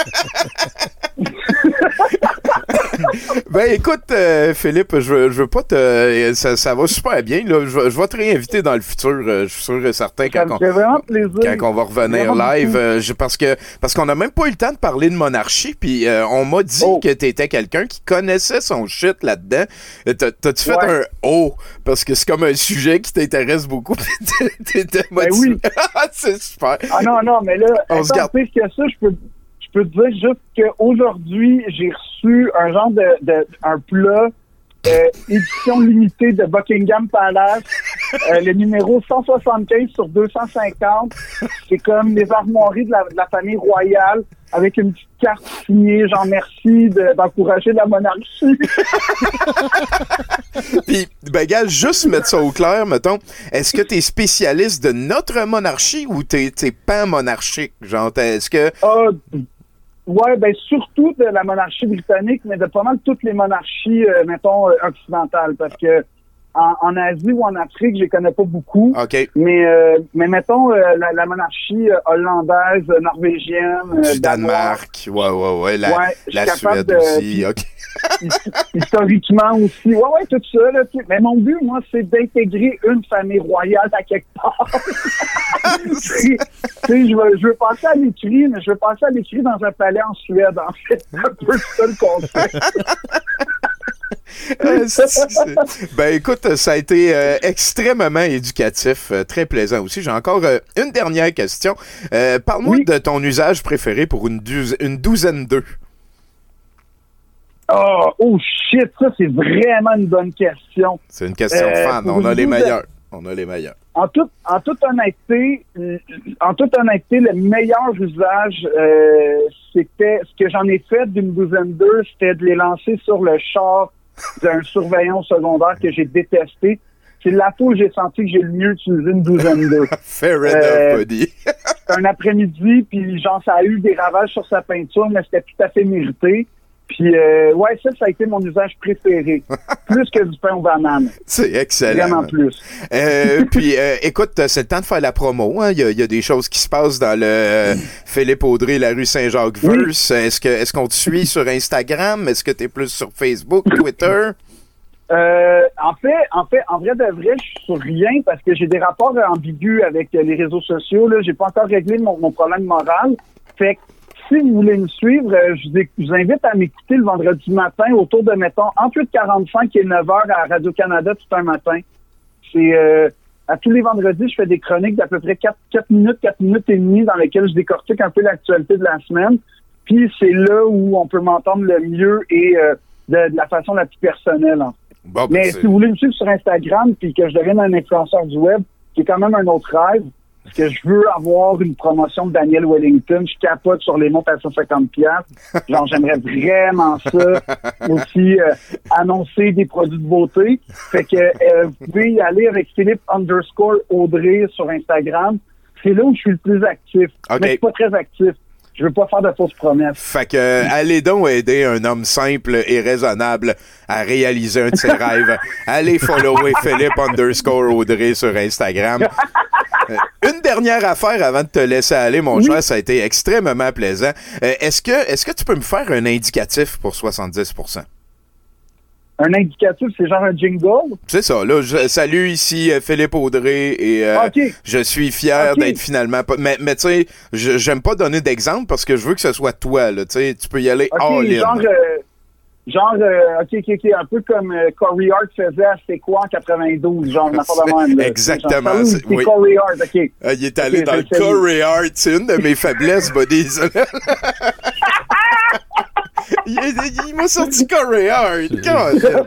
ben écoute, euh, Philippe, je veux, je veux pas te... Ça, ça va super bien, là. Je, je vais te réinviter dans le futur, euh, je suis sûr et certain, quand, on, quand on va revenir live. Euh, je, parce que parce qu'on a même pas eu le temps de parler de monarchie, puis euh, on m'a dit oh. que t'étais quelqu'un qui connaissait son shit là-dedans. T'as, t'as-tu fait ouais. un « oh » parce que c'est comme un sujet qui t'intéresse beaucoup, t'étais motivé. Ben oui. C'est super. Ah non, non, mais là, on se garde. Plus que ça, je peux... Je peux te dire juste qu'aujourd'hui, j'ai reçu un genre de, de un plat euh, édition limitée de Buckingham Palace, euh, le numéro cent soixante-quinze sur deux cent cinquante. C'est comme les armoiries de la, de la famille royale avec une petite carte signée, genre merci de, d'encourager la monarchie. Puis, ben, gars, juste mettre ça au clair, mettons, est-ce que t'es spécialiste de notre monarchie ou t'es, t'es pan-monarchique? Genre, est-ce que... Euh, Ouais, ben surtout de la monarchie britannique, mais de pas mal toutes les monarchies, euh, mettons, euh, occidentales, parce que en, en Asie ou en Afrique, je les connais pas beaucoup. OK. Mais euh, mais mettons euh, la, la monarchie euh, hollandaise, norvégienne, euh, du Danemark, ouais, ouais, ouais, la, ouais, la Suède de, aussi, OK. Historiquement aussi. Ouais, ouais, tout ça, là. Mais mon but, moi, c'est d'intégrer une famille royale à quelque part. Tu sais, je veux, je veux passer à l'écrit, mais je veux passer à l'écrit dans un palais en Suède, en fait. C'est un peu ça le concept. euh, c'est, c'est... Ben écoute, ça a été euh, extrêmement éducatif, euh, très plaisant aussi. J'ai encore euh, une dernière question. Euh, parle-moi oui. de ton usage préféré pour une, douze... une douzaine d'œufs. Oh, oh shit, ça c'est vraiment une bonne question. C'est une question euh, fan, on a les meilleurs. On a les meilleurs. En toute, en toute honnêteté, en toute honnêteté, le meilleur usage, euh, c'était ce que j'en ai fait d'une douzaine d'œufs, c'était de les lancer sur le char d'un surveillant secondaire que j'ai détesté. C'est la fois où j'ai senti que j'ai le mieux utilisé une douzaine d'œufs. Fair enough, euh, buddy. C'était un après-midi, puis genre ça a eu des ravages sur sa peinture, mais c'était tout à fait mérité. Puis, euh, ouais, ça, ça a été mon usage préféré. Plus que du pain aux bananes. C'est excellent. Vraiment plus. Euh, puis, euh, écoute, c'est le temps de faire la promo. Hein. Il y a, il y a des choses qui se passent dans le euh, Philippe Audrey, la rue Saint-Jacques-Verse. Oui. Est-ce que, est-ce qu'on te suit sur Instagram? Est-ce que tu es plus sur Facebook, Twitter? Euh, en fait, en fait, en vrai de vrai, je suis sur rien parce que j'ai des rapports ambigus avec les réseaux sociaux. Là, j'ai pas encore réglé mon, mon problème moral. Fait que, si vous voulez me suivre, euh, je, vous, je vous invite à m'écouter le vendredi matin autour de, mettons, entre huit quarante-cinq et neuf heures à Radio-Canada tout un matin. C'est euh, à tous les vendredis, je fais des chroniques d'à peu près quatre minutes, quatre minutes et demie dans lesquelles je décortique un peu l'actualité de la semaine. Puis c'est là où on peut m'entendre le mieux et euh, de, de la façon la plus personnelle. Hein. Bon, ben Mais c'est... si vous voulez me suivre sur Instagram puis que je devienne un influenceur du web, qui est quand même un autre rêve, parce que je veux avoir une promotion de Daniel Wellington. Je capote sur les montres à cent cinquante dollars. Genre, j'aimerais vraiment ça. Aussi, euh, annoncer des produits de beauté. Fait que euh, vous pouvez y aller avec Philippe underscore Audrey sur Instagram. C'est là où je suis le plus actif. Okay. Mais je suis pas très actif. Je veux pas faire de fausses promesses. Fait que, euh, allez donc aider un homme simple et raisonnable à réaliser un de ses rêves. Allez follower Philippe underscore Audrey sur Instagram. Euh, une dernière affaire avant de te laisser aller, mon Oui. cher, ça a été extrêmement plaisant. Euh, est-ce que, est-ce que tu peux me faire un indicatif pour soixante-dix pour cent? Un indicatif, c'est genre un jingle? C'est ça, là, je salue ici euh, Philippe Audrey et euh, OK. je suis fier OK. d'être finalement pas... Mais, mais tu sais, je- j'aime pas donner d'exemple parce que je veux que ce soit toi, là, tu sais, tu peux y aller OK, all in. genre, euh, genre euh, OK, OK, OK, un peu comme euh, Corey Hart faisait à C'est quoi en quatre-vingt-douze, genre, une affaire de même. là. Exactement, Genre, c'est- c'est oui. Corey Hart, OK. Ah, il est allé Ok, dans je le le salue. Corey Hart, c'est une de mes faiblesses, buddy. il il- il m'a sorti Corey Hart. God.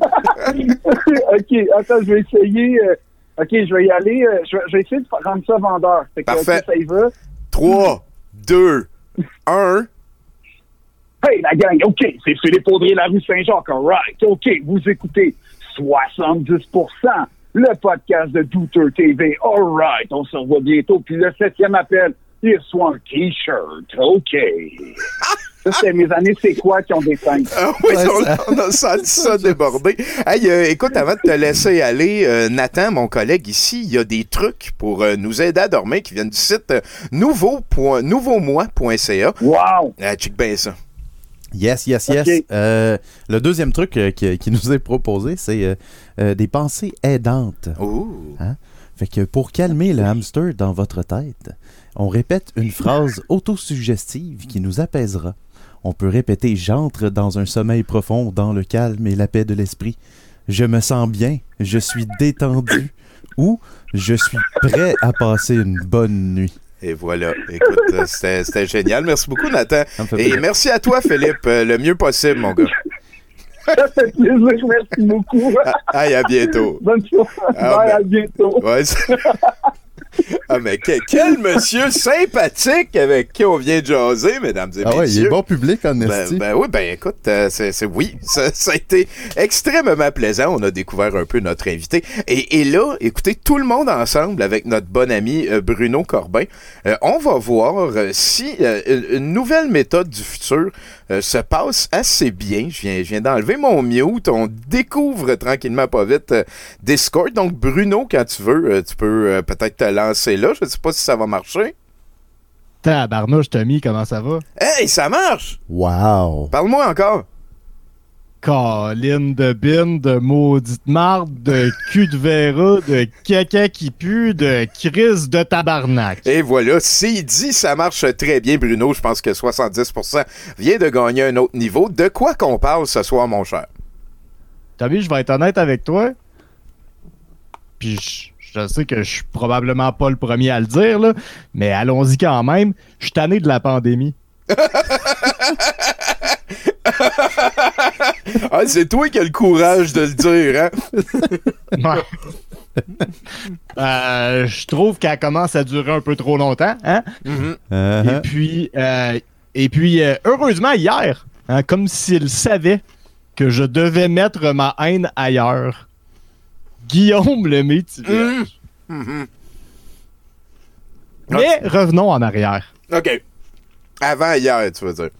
OK, attends, je vais essayer. euh, OK, je vais y aller. euh, je, vais, je vais essayer de rendre ça vendeur. Fait que, Parfait. OK, ça y va. trois, deux, un. Hey, la gang, OK, c'est Philippe Audrey, la rue Saint-Jacques, all right. OK, vous écoutez soixante-dix pour cent, le podcast de Douteux T V, all right. On se revoit bientôt. Puis le septième appel, il reçoit un T-shirt, OK. Ça, c'est mes années, c'est quoi qui ont des teintes? Ah oui, Ouais, on, ça- on a senti ça déborder. Hey, euh, écoute, avant de te laisser aller, euh, Nathan, mon collègue ici, il y a des trucs pour euh, nous aider à dormir qui viennent du site euh, nouveau point- nouveaumois point c a. Wow! Ah, check bien ça. Yes, yes, yes. Ok. Euh, le deuxième truc euh, qui, qui nous est proposé, c'est euh, euh, des pensées aidantes. Ouh. Fait que pour calmer le hamster dans votre tête, on répète une phrase autosuggestive qui nous apaisera. On peut répéter « J'entre dans un sommeil profond, dans le calme et la paix de l'esprit. Je me sens bien, je suis détendu. » ou « Je suis prêt à passer une bonne nuit. » Et voilà. Écoute, euh, c'était c'était génial. Merci beaucoup, Nathan. Ça me fait Et plaisir. merci à toi, Philippe. euh, le mieux possible, mon gars. Ça fait plaisir, merci beaucoup. Ah, Aïe, à bientôt. Bonne soirée, Ah, bye, ben- à bientôt. Ouais, c'est- ah, mais que- quel monsieur sympathique avec qui on vient de jaser, mesdames et Ah ouais, il messieurs. est bon public en Ben, esti. ben oui, ben écoute, euh, c'est, c'est- oui, ça, ça a été extrêmement plaisant. On a découvert un peu notre invité. Et, et là, écoutez, tout le monde ensemble avec notre bon ami euh, Bruno Corbin, euh, on va voir euh, si euh, une- une nouvelle méthode du futur euh, se passe assez bien. Je viens, je viens d'enlever mon mute. On découvre tranquillement pas vite euh, Discord. Donc, Bruno, quand tu veux, euh, tu peux euh, peut-être te lancer là. Je ne sais pas si ça va marcher. Tabarnouche, Tommy, comment ça va? Hey, ça marche! Wow! Parle-moi encore. Colline de bine, de maudite marde, de cul de verra, de caca qui pue, de crise de tabarnak. Et voilà, s'il dit ça marche très bien, Bruno, je pense que soixante-dix pour cent vient de gagner un autre niveau. De quoi qu'on parle ce soir, mon cher? Tommy, je vais être honnête avec toi. Puis je, je sais que je suis probablement pas le premier à le dire, là, mais allons-y quand même. Je suis tanné de la pandémie. Ah, c'est toi qui as le courage de le dire, hein? Ouais. Euh, je trouve qu'elle commence à durer un peu trop longtemps, hein? Mhm. Uh-huh. Et puis, euh, et puis euh, heureusement, hier, hein, comme s'il savait que je devais mettre ma haine ailleurs, Guillaume le Métivier. Mhm. Mhm. Mais revenons en arrière. OK. Avant hier, tu veux dire.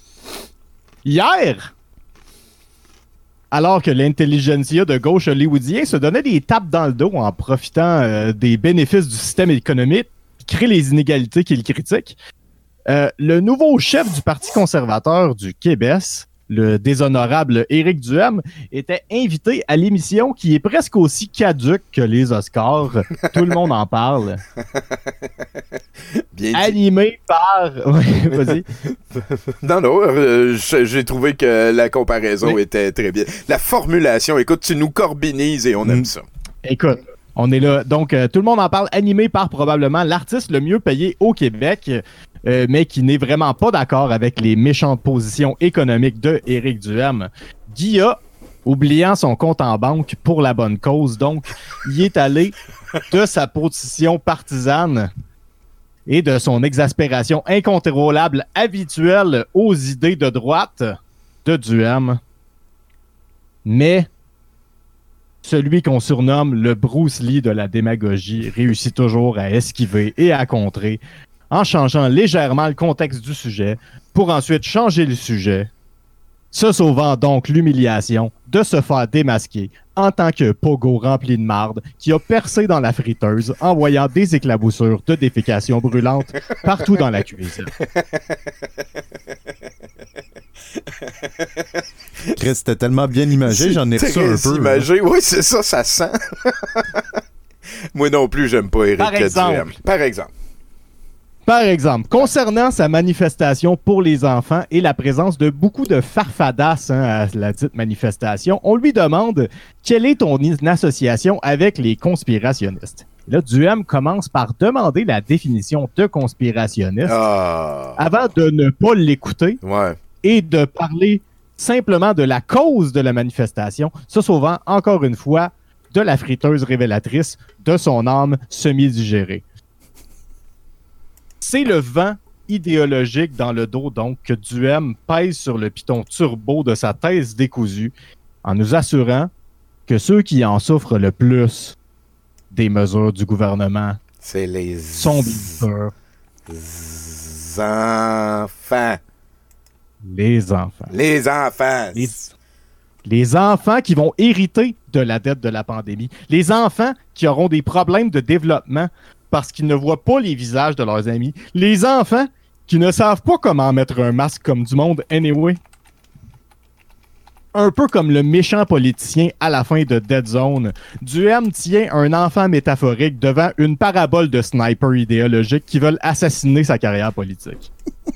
Hier, alors que l'intelligentsia de gauche hollywoodien se donnait des tapes dans le dos en profitant euh, des bénéfices du système économique qui crée les inégalités qu'il critique, euh, le nouveau chef du Parti conservateur du Québec, le déshonorable Éric Duhem, était invité à l'émission qui est presque aussi caduque que les Oscars. Tout le monde en parle. Bien dit. Animé par... Ouais, vas-y. Non, non, euh, j'ai j'ai trouvé que la comparaison Oui. était très bien. La formulation, écoute, tu nous corbinises et on aime Mm. ça. Écoute, on est là. Donc, euh, tout le monde en parle, animé par probablement l'artiste le mieux payé au Québec, euh, mais qui n'est vraiment pas d'accord avec les méchantes positions économiques de Éric Duhem. Guilla, oubliant son compte en banque pour la bonne cause, donc, il est allé de sa position partisane et de son exaspération incontrôlable habituelle aux idées de droite de Duhem. Mais celui qu'on surnomme le Bruce Lee de la démagogie réussit toujours à esquiver et à contrer en changeant légèrement le contexte du sujet pour ensuite changer le sujet, se sauvant donc l'humiliation de se faire démasquer en tant que pogo rempli de marde qui a percé dans la friteuse en voyant des éclaboussures de défécation brûlante partout dans la cuisine. Chris, c'était tellement bien imagé, j'en ai reçu un peu. Imagé, oui, c'est ça, ça sent. Moi non plus, j'aime pas Éric Par exemple. Duhem. Par exemple. Par exemple, concernant sa manifestation pour les enfants et la présence de beaucoup de farfadasses hein, à la dite manifestation, on lui demande quelle est ton association avec les conspirationnistes. Et là, Duhem commence par demander la définition de conspirationniste Ah. avant de ne pas l'écouter Ouais. et de parler simplement de la cause de la manifestation, se sauvant encore une fois de la friteuse révélatrice de son âme semi-digérée. C'est le vent idéologique dans le dos, donc, que Duhem pèse sur le piton turbo de sa thèse décousue, en nous assurant que ceux qui en souffrent le plus des mesures du gouvernement C'est les sont bien sûr enfants. les enfants. Les enfants. Les, les enfants qui vont hériter de la dette de la pandémie. Les enfants qui auront des problèmes de développement parce qu'ils ne voient pas les visages de leurs amis. Les enfants qui ne savent pas comment mettre un masque comme du monde anyway. Un peu comme le méchant politicien à la fin de Dead Zone, Duhem tient un enfant métaphorique devant une parabole de snipers idéologiques qui veulent assassiner sa carrière politique.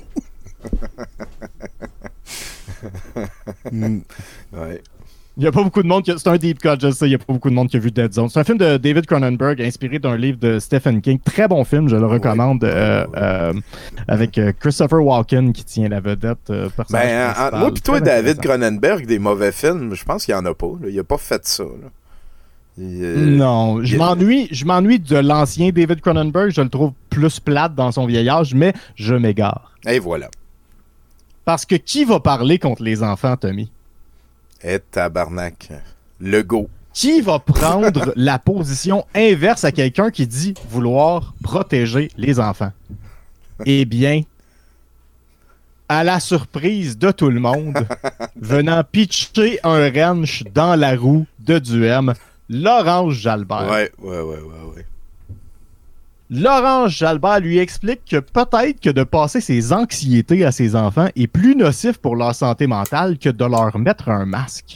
Mm. Ouais. Il n'y a pas beaucoup de monde qui a... C'est un deep cut, je sais, il n'y a pas beaucoup de monde qui a vu Dead Zone. C'est un film de David Cronenberg inspiré d'un livre de Stephen King. Très bon film, je le recommande, oui. euh, euh, avec euh, Christopher Walken qui tient la vedette. Euh, personnage Ben, principal. entre moi et toi, Très David intéressant. Cronenberg, des mauvais films, je pense qu'il n'y en a pas. Là. Il n'a pas fait ça. Là. Il, euh, Non, je il- m'ennuie, je m'ennuie de l'ancien David Cronenberg. Je le trouve plus plate dans son vieil âge, mais je m'égare. Et voilà. Parce que qui va parler contre les enfants, Tommy? Et tabarnak. Le go. Qui va prendre la position inverse à quelqu'un qui dit vouloir protéger les enfants? Eh bien, à la surprise de tout le monde, venant pitcher un wrench dans la roue de Duhem, Laurence Jalbert. Ouais, ouais, ouais, ouais, ouais. Laurence Jalbert lui explique que peut-être que de passer ses anxiétés à ses enfants est plus nocif pour leur santé mentale que de leur mettre un masque.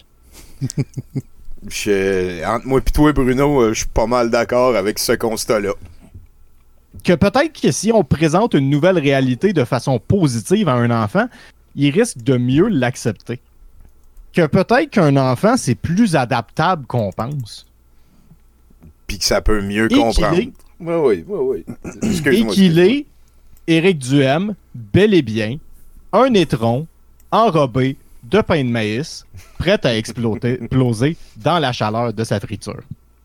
Je- entre moi et toi, Bruno, euh, je suis pas mal d'accord avec ce constat-là. Que peut-être que si on présente une nouvelle réalité de façon positive à un enfant, il risque de mieux l'accepter. Que peut-être qu'un enfant, c'est plus adaptable qu'on pense. Puis que ça peut mieux Et comprendre. qu'il est- Oui, oui, oui, oui. Et Excuse-moi. qu'il excuse-moi. est, Éric Duhem, bel et bien, un étron enrobé de pain de maïs, prêt à exploser, exploser dans la chaleur de sa friture.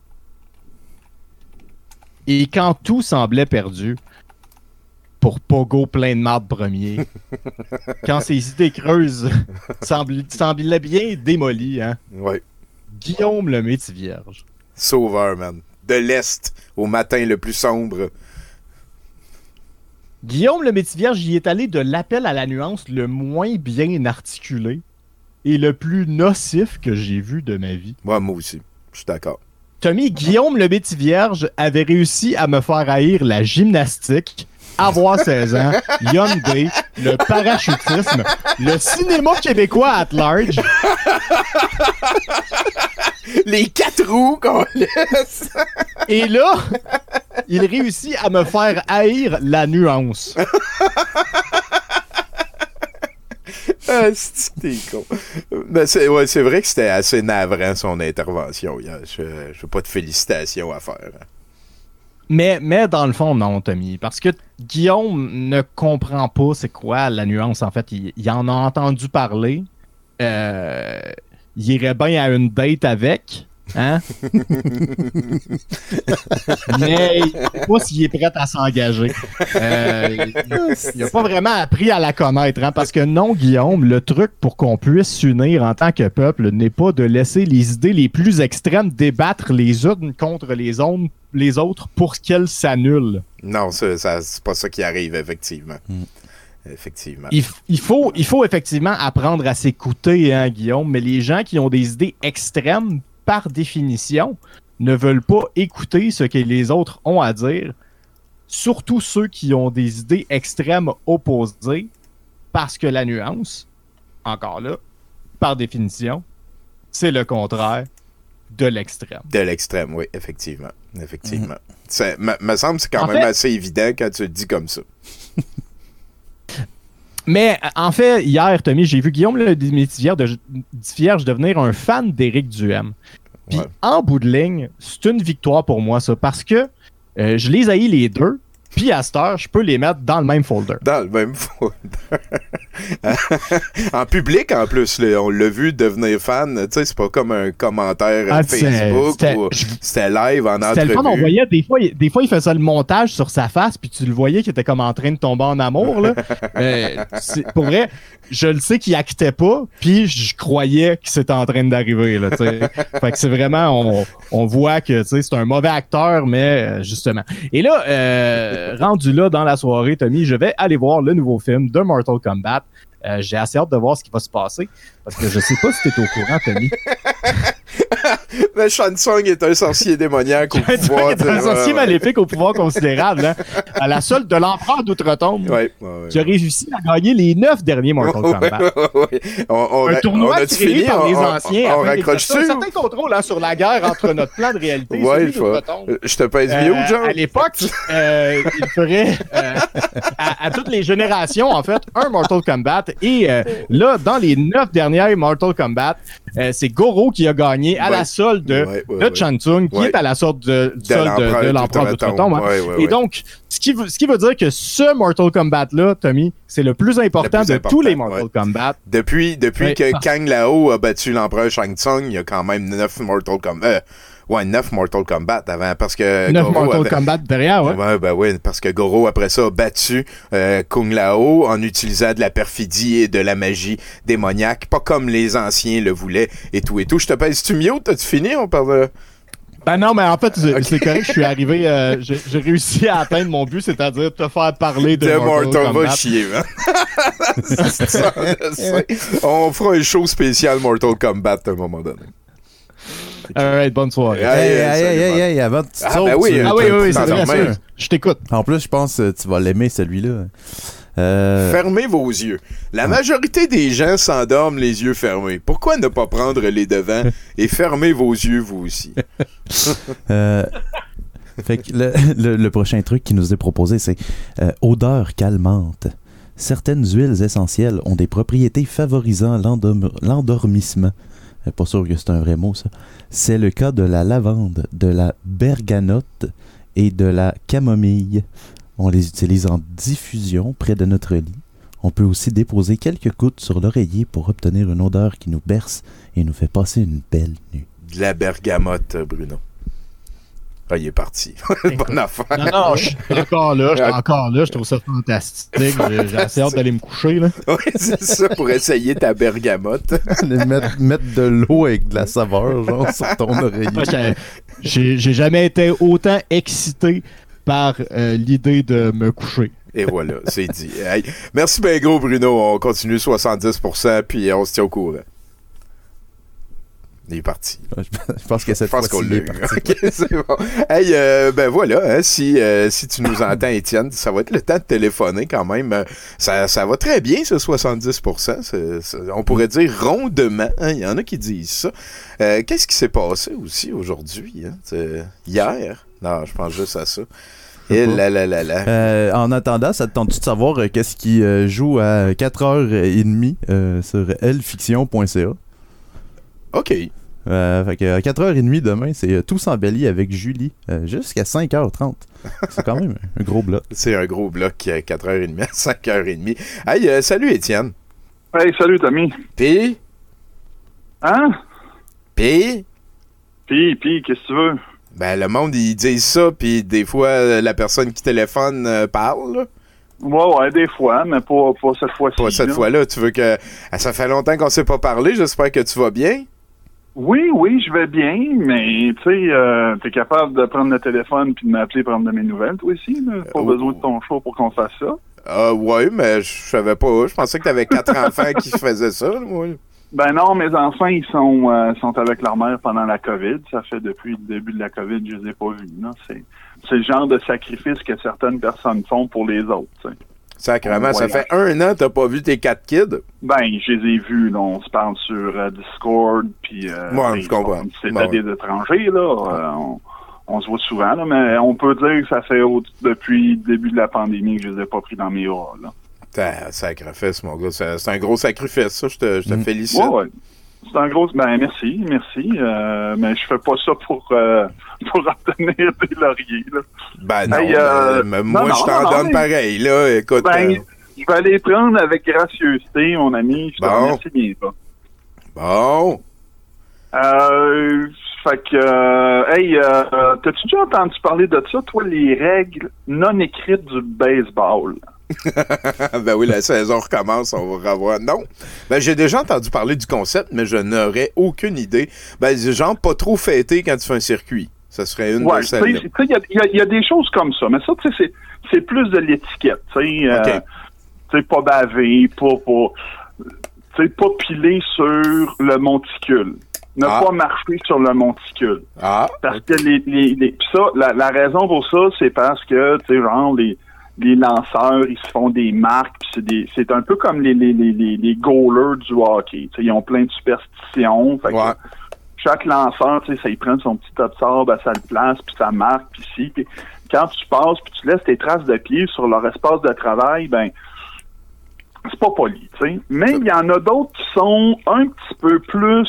Et quand tout semblait perdu, pour Pogo plein de marde premier, quand ses idées creuses sembl- semblaient bien démolies, hein, Ouais. Guillaume le Métis-Vierge. Sauveur, man. De l'Est, au matin le plus sombre. Guillaume le Métis-Vierge y est allé de l'appel à la nuance le moins bien articulé et le plus nocif que j'ai vu de ma vie. Ouais, moi aussi. Je suis d'accord. Tommy, Guillaume le Métis-Vierge avait réussi à me faire haïr la gymnastique, avoir seize ans, Hyundai, le parachutisme, le cinéma québécois at large. Les quatre roues qu'on laisse. Et là, il réussit à me faire haïr la nuance. Ah, c'est t'es con. Ben, c'est, ouais, c'est vrai que c'était assez navrant son intervention hier. Je n'ai pas de félicitations à faire. Mais, mais dans le fond, non, Tommy. Parce que Guillaume ne comprend pas c'est quoi la nuance. En fait, il, il en a entendu parler. Euh, il irait bien à une date avec, Hein? Mais il ne sait pas s'il est prêt à s'engager. Euh, il n'a pas vraiment appris à la connaître. Hein, parce que non, Guillaume, le truc pour qu'on puisse s'unir en tant que peuple n'est pas de laisser les idées les plus extrêmes débattre les unes contre les autres, les autres pour qu'elles s'annulent. Non, ça, ça, c'est pas ça qui arrive, effectivement. Mm. Effectivement. Il, il, faut, il faut effectivement apprendre à s'écouter, hein, Guillaume, mais les gens qui ont des idées extrêmes, par définition, ne veulent pas écouter ce que les autres ont à dire, surtout ceux qui ont des idées extrêmes opposées, parce que la nuance, encore là, par définition, c'est le contraire de l'extrême. De l'extrême, oui, effectivement. Effectivement. Mm-hmm. Ça me, me semble que c'est quand en même fait, assez évident quand tu le dis comme ça. Mais en fait, hier, Tommy, j'ai vu Guillaume le Métivierge de, de devenir un fan d'Éric Duhem. Puis ouais. En bout de ligne, c'est une victoire pour moi, ça, parce que euh, je les haïs les deux, puis à cette heure, je peux les mettre dans le même folder. Dans le même folder. En public, en plus, là, on l'a vu devenir fan. Tu sais, c'est pas comme un commentaire ah, Facebook c'était, ou c'était live en entrevue. C'était le fun, on voyait, des fois, des fois, il faisait le montage sur sa face, puis tu le voyais qu'il était comme en train de tomber en amour. Là. euh, pour vrai, je le sais qu'il actait pas, puis je croyais que c'était en train d'arriver. Là, fait que c'est vraiment, on, on voit que c'est un mauvais acteur, mais justement. Et là, euh, rendu là dans la soirée, Tommy, je vais aller voir le nouveau film de Mortal Kombat. Euh, j'ai assez hâte de voir ce qui va se passer, parce que je sais pas si t'es au courant, Tommy. Mais Shang Tsung est un sorcier démoniaque au pouvoir. Est un sorcier maléfique au pouvoir considérable. Hein? À la seule de l'empereur d'Outre-Tombe, ouais, ouais, ouais, qui a réussi à gagner les neuf derniers Mortal Kombat. Ouais, ouais, ouais. On, on, un tournoi on créé fini, par on, les on, anciens. On, on raccroche dessus. Un certain contrôle hein, sur la guerre entre notre plan de réalité ouais, et celui d'Outre-Tombe. Je te pèse mieux, euh, John. À l'époque, euh, il ferait euh, à, à toutes les générations, en fait, un Mortal Kombat. Et euh, là, dans les neuf dernières Mortal Kombat, euh, c'est Goro qui a gagné à ouais. la solde de, ouais, ouais, de Shang Tsung, qui ouais. est à la sorte de, de solde de, de l'empereur d'Outre-Tombe. Hein. Ouais, ouais, et donc, ce qui, ce qui veut dire que ce Mortal Kombat-là, Tommy, c'est le plus important le plus de important, tous les Mortal ouais. Kombat. Depuis, depuis ouais. que Kang Lao a battu l'empereur Shang Tsung, il y a quand même neuf Mortal Kombat. Euh, Ouais, neuf Mortal Kombat avant, parce que... neuf Goro Mortal avait... Kombat derrière, ouais. Ouais, ben oui, parce que Goro, après ça, a battu euh, Kung Lao en utilisant de la perfidie et de la magie démoniaque, pas comme les anciens le voulaient, et tout et tout. Je te pèse, tu mute? T'as-tu fini? On parle... Ben non, mais en fait, c'est, okay. c'est correct, je suis arrivé, euh, j'ai, j'ai réussi à atteindre mon but, c'est-à-dire te faire parler de, de Mortal, Mortal Kombat. Va chier, man. C'est ça, c'est... On fera un show spécial Mortal Kombat à un moment donné. Alright, bonne soirée. Hey, hey, hey, hey, hey, avant que tu ah, ben oui, ah oui, oui, oui, c'est vrai, sûr. Je t'écoute. En plus, je pense que tu vas l'aimer, celui-là. Euh... Fermez vos yeux. La majorité des gens s'endorment les yeux fermés. Pourquoi ne pas prendre les devants et fermer vos yeux, vous aussi? euh... Fait que le, le, le prochain truc qui nous est proposé, c'est euh, odeur calmante. Certaines huiles essentielles ont des propriétés favorisant l'endorm- l'endormissement. Pas sûr que c'est un vrai mot, ça. C'est le cas de la lavande, de la bergamote et de la camomille. On les utilise en diffusion près de notre lit. On peut aussi déposer quelques gouttes sur l'oreiller pour obtenir une odeur qui nous berce et nous fait passer une belle nuit. De la bergamote, Bruno. Ah, il est parti. Bonne affaire. Non, non, je suis encore là, je suis encore là, je trouve ça fantastique. J'ai, j'ai assez hâte d'aller me coucher, là. Oui, c'est ça, pour essayer ta bergamote. mettre, mettre de l'eau avec de la saveur, genre, sur ton oreiller. J'ai, j'ai, j'ai jamais été autant excité par euh, l'idée de me coucher. Et voilà, c'est dit. Hey, merci bien gros, Bruno. On continue soixante-dix pour cent, puis on se tient au courant. Il est parti. Je pense que cette fois-ci, il est parti. Okay, c'est bon. Hey, euh, ben voilà, hein, si, euh, si tu nous entends, Étienne, ça va être le temps de téléphoner quand même. Ça, ça va très bien, ce soixante-dix pour cent. C'est, c'est, on pourrait dire rondement. Hein, il y en a qui disent ça. Euh, qu'est-ce qui s'est passé aussi aujourd'hui? Hein? C'est hier? Non, je pense juste à ça. Et là, là, là, là. Euh, en attendant, ça te tente-tu de savoir euh, qu'est-ce qui euh, joue à quatre heures trente euh, sur elfiction point c a? OK. Euh, fait que à quatre heures trente demain, c'est euh, Tous embellis avec Julie euh, jusqu'à cinq heures trente. C'est quand même un gros bloc. C'est un gros bloc, euh, quatre heures trente à cinq heures trente. Hey, euh, salut Étienne. Hey, salut Tommy. Pis? Hein? Pis? Puis, puis, qu'est-ce que tu veux? Ben, le monde, ils disent ça, puis des fois, euh, la personne qui téléphone euh, parle, là. Ouais, ouais, des fois, mais pas, pas cette fois-ci. Pas cette là. fois-là. Tu veux que... Ah, ça fait longtemps qu'on s'est pas parlé. J'espère que tu vas bien. Oui, oui, je vais bien, mais tu sais, euh, t'es capable de prendre le téléphone puis de m'appeler prendre de mes nouvelles, toi aussi, là. Pas Euh, besoin de ton show pour qu'on fasse ça. Ah, ouais, mais je savais pas. Je pensais que t'avais quatre enfants qui faisaient ça, là, ouais. Ben non, mes enfants, ils sont euh, sont avec leur mère pendant la COVID. Ça fait depuis le début de la COVID, je les ai pas vus, là. C'est, c'est le genre de sacrifice que certaines personnes font pour les autres, tu sais. Sacrément, Ouais. ça fait un an que t'as pas vu tes quatre kids. Ben, je les ai vus, là, on se parle sur euh, Discord, puis euh, Ouais, ben, je comprends. c'est Bon, des étrangers, là, euh, on, on se voit souvent, là, mais on peut dire que ça fait au- depuis le début de la pandémie que je les ai pas pris dans mes bras, là. T'as sacrifice, mon gars. C'est, c'est un gros sacrifice, ça. Je te, je te Mm. félicite. Ouais, ouais. C'est un gros... Ben, merci, merci, euh, mais je fais pas ça pour euh, pour obtenir des lauriers, là. Ben non, Hey, euh, mais, mais moi, non, non, je t'en non, donne mais- pareil, là. Écoute, Ben, euh, je vais les prendre avec gracieuseté, mon ami, je te Bon. remercie bien pas. bon. Euh, fait que, euh, hey, euh, t'as-tu déjà entendu parler de ça, toi, les règles non écrites du baseball? Ben oui, la saison recommence, on va revoir. Non. Ben, j'ai déjà entendu parler du concept, mais je n'aurais aucune idée. Ben, genre, pas trop fêter quand tu fais un circuit. Ça serait une Ouais, de tu sais, celles-là. tu sais, il y a, il y a- il y a des choses comme ça, mais ça, tu sais, c'est, c'est plus de l'étiquette, tu sais, euh, OK. tu sais, pas baver, pas, pas, tu sais, pas piler sur le monticule. Ne Ah. pas marcher sur le monticule. Ah, Parce que les, les, les pis ça, la, la raison pour ça, c'est parce que, tu sais, genre, les, les lanceurs, ils se font des marques, pis c'est des, c'est un peu comme les, les, les, les, les goalers du hockey. Tu sais, ils ont plein de superstitions. Fait que ouais. chaque lanceur, tu sais, ça, il prend son petit tas de sable à sa place, puis ça marque, puis si. Puis quand tu passes, puis tu laisses tes traces de pied sur leur espace de travail, ben, c'est pas poli, tu sais. Mais il y en a d'autres qui sont un petit peu plus...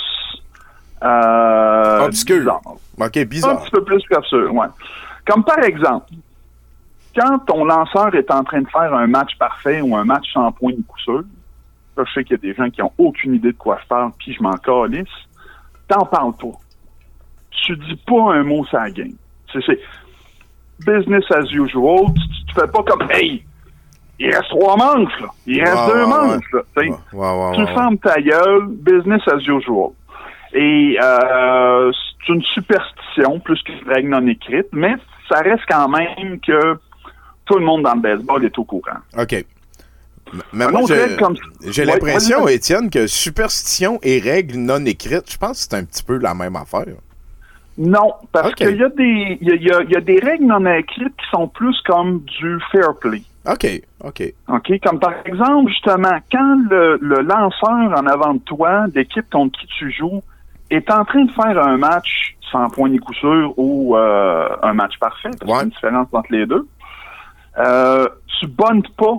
Euh, Obscur. bizarres. OK, Un bizarre. petit peu plus obscur, ouais. Comme par exemple, quand ton lanceur est en train de faire un match parfait ou un match sans point ni coup sûr, là, je sais qu'il y a des gens qui ont aucune idée de quoi je parle, puis je m'en calisse, t'en parles pas. Tu dis pas un mot sur la game. C'est, c'est business as usual. Tu, tu fais pas comme, hey, il reste trois manches, là. Il reste Ouais, deux ouais, manches, là. Tu sais, Ouais, ouais, ouais, tu ouais. fermes ta gueule, business as usual. Et euh, c'est une superstition plus qu'une règle non écrite, mais ça reste quand même que tout le monde dans le baseball est au courant. OK. M- Mais Un moi, autre j'ai, règle comme- j'ai Ouais, l'impression, vas-y. Étienne, que superstition et règles non écrites, je pense que c'est un petit peu la même affaire. Non, parce Ok. qu'il y a des il y a, il y a- il y a des règles non écrites qui sont plus comme du fair play. OK, OK. OK? Comme par exemple, justement, quand le, le lanceur en avant de toi, d'équipe contre qui tu joues, est en train de faire un match sans point ni coup sûr ou euh, un match parfait, parce qu'il y a Ouais. une différence entre les deux, euh, tu bonnes pas.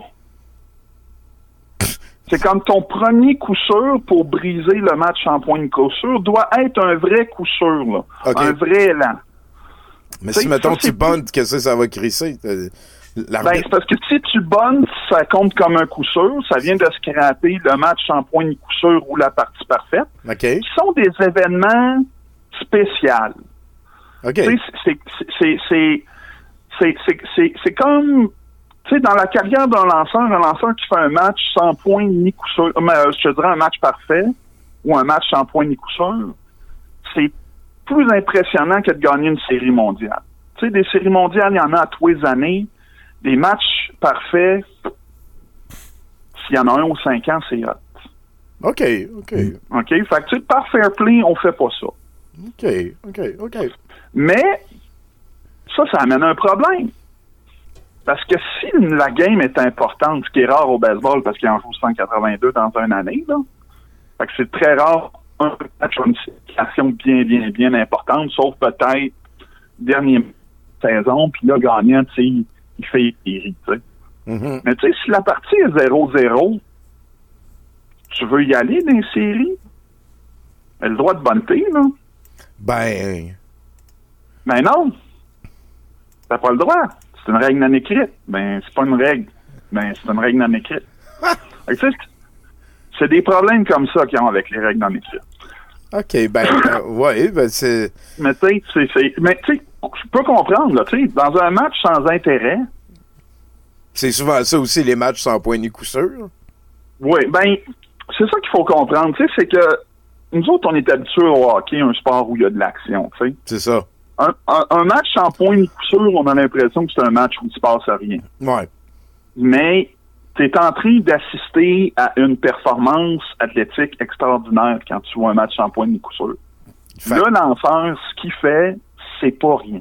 C'est comme ton premier coup sûr pour briser le match sans point ni coup sûr doit être un vrai coup sûr, là. OK. Un vrai élan. Mais T'sais, si, mettons, ça, tu c'est- bondes, qu'est-ce que ça va crisser? Euh, Ben, l'arbitre- c'est parce que si tu bonnes, ça compte comme un coup sûr. Ça vient de scraper le match sans point ni coup sûr ou la partie parfaite. OK, Qui sont des événements spéciaux. OK. Tu sais, c'est- c'est- c'est- c'est- c'est- c'est- c'est- c'est comme, tu sais, dans la carrière d'un lanceur, un lanceur qui fait un match sans point ni coup sûr, mais, euh, je te dirais un match parfait ou un match sans point ni coup sûr, c'est plus impressionnant que de gagner une série mondiale. Tu sais, des séries mondiales, il y en a à tous les années. Des matchs parfaits, s'il y en a un aux cinq ans, c'est hot. OK, OK, OK? Fait que, tu sais, par fair play, on fait pas ça. OK, OK, OK. Mais, ça, ça amène un problème. Parce que si la game est importante, ce qui est rare au baseball, parce qu'il en joue cent quatre-vingt-deux dans une année, là, fait que c'est très rare un match sur une situation bien, bien, bien importante, sauf peut-être dernière saison, puis là, gagnant, tu sais, il fait les séries, tu sais. Mhm. Mais tu sais, si la partie est zéro zéro, tu veux y aller dans les séries? Elle a le droit de bonneter, là. Ben, Ben non! T'as pas le droit. C'est une règle non écrite. Ben, c'est pas une règle. Ben, c'est une règle non écrite. Fait que, tu sais, c'est des problèmes comme ça qu'ils ont avec les règles non écrites. OK, ben, euh, ouais, ben, c'est... Mais tu sais, c'est, c'est, mais tu sais, je peux comprendre, là, tu sais, dans un match sans intérêt. C'est souvent ça aussi, les matchs sans point ni coup sûr. Oui, ben, c'est ça qu'il faut comprendre, tu sais, c'est que nous autres, on est habitués au hockey, un sport où il y a de l'action, tu sais. C'est ça. Un, un, un match sans point ni coup sûr, on a l'impression que c'est un match où il se passe rien. Ouais. Mais tu es en train d'assister à une performance athlétique extraordinaire quand tu vois un match sans point ni coup sûr. Fait... Le lanceur, ce qu'il fait, c'est pas rien.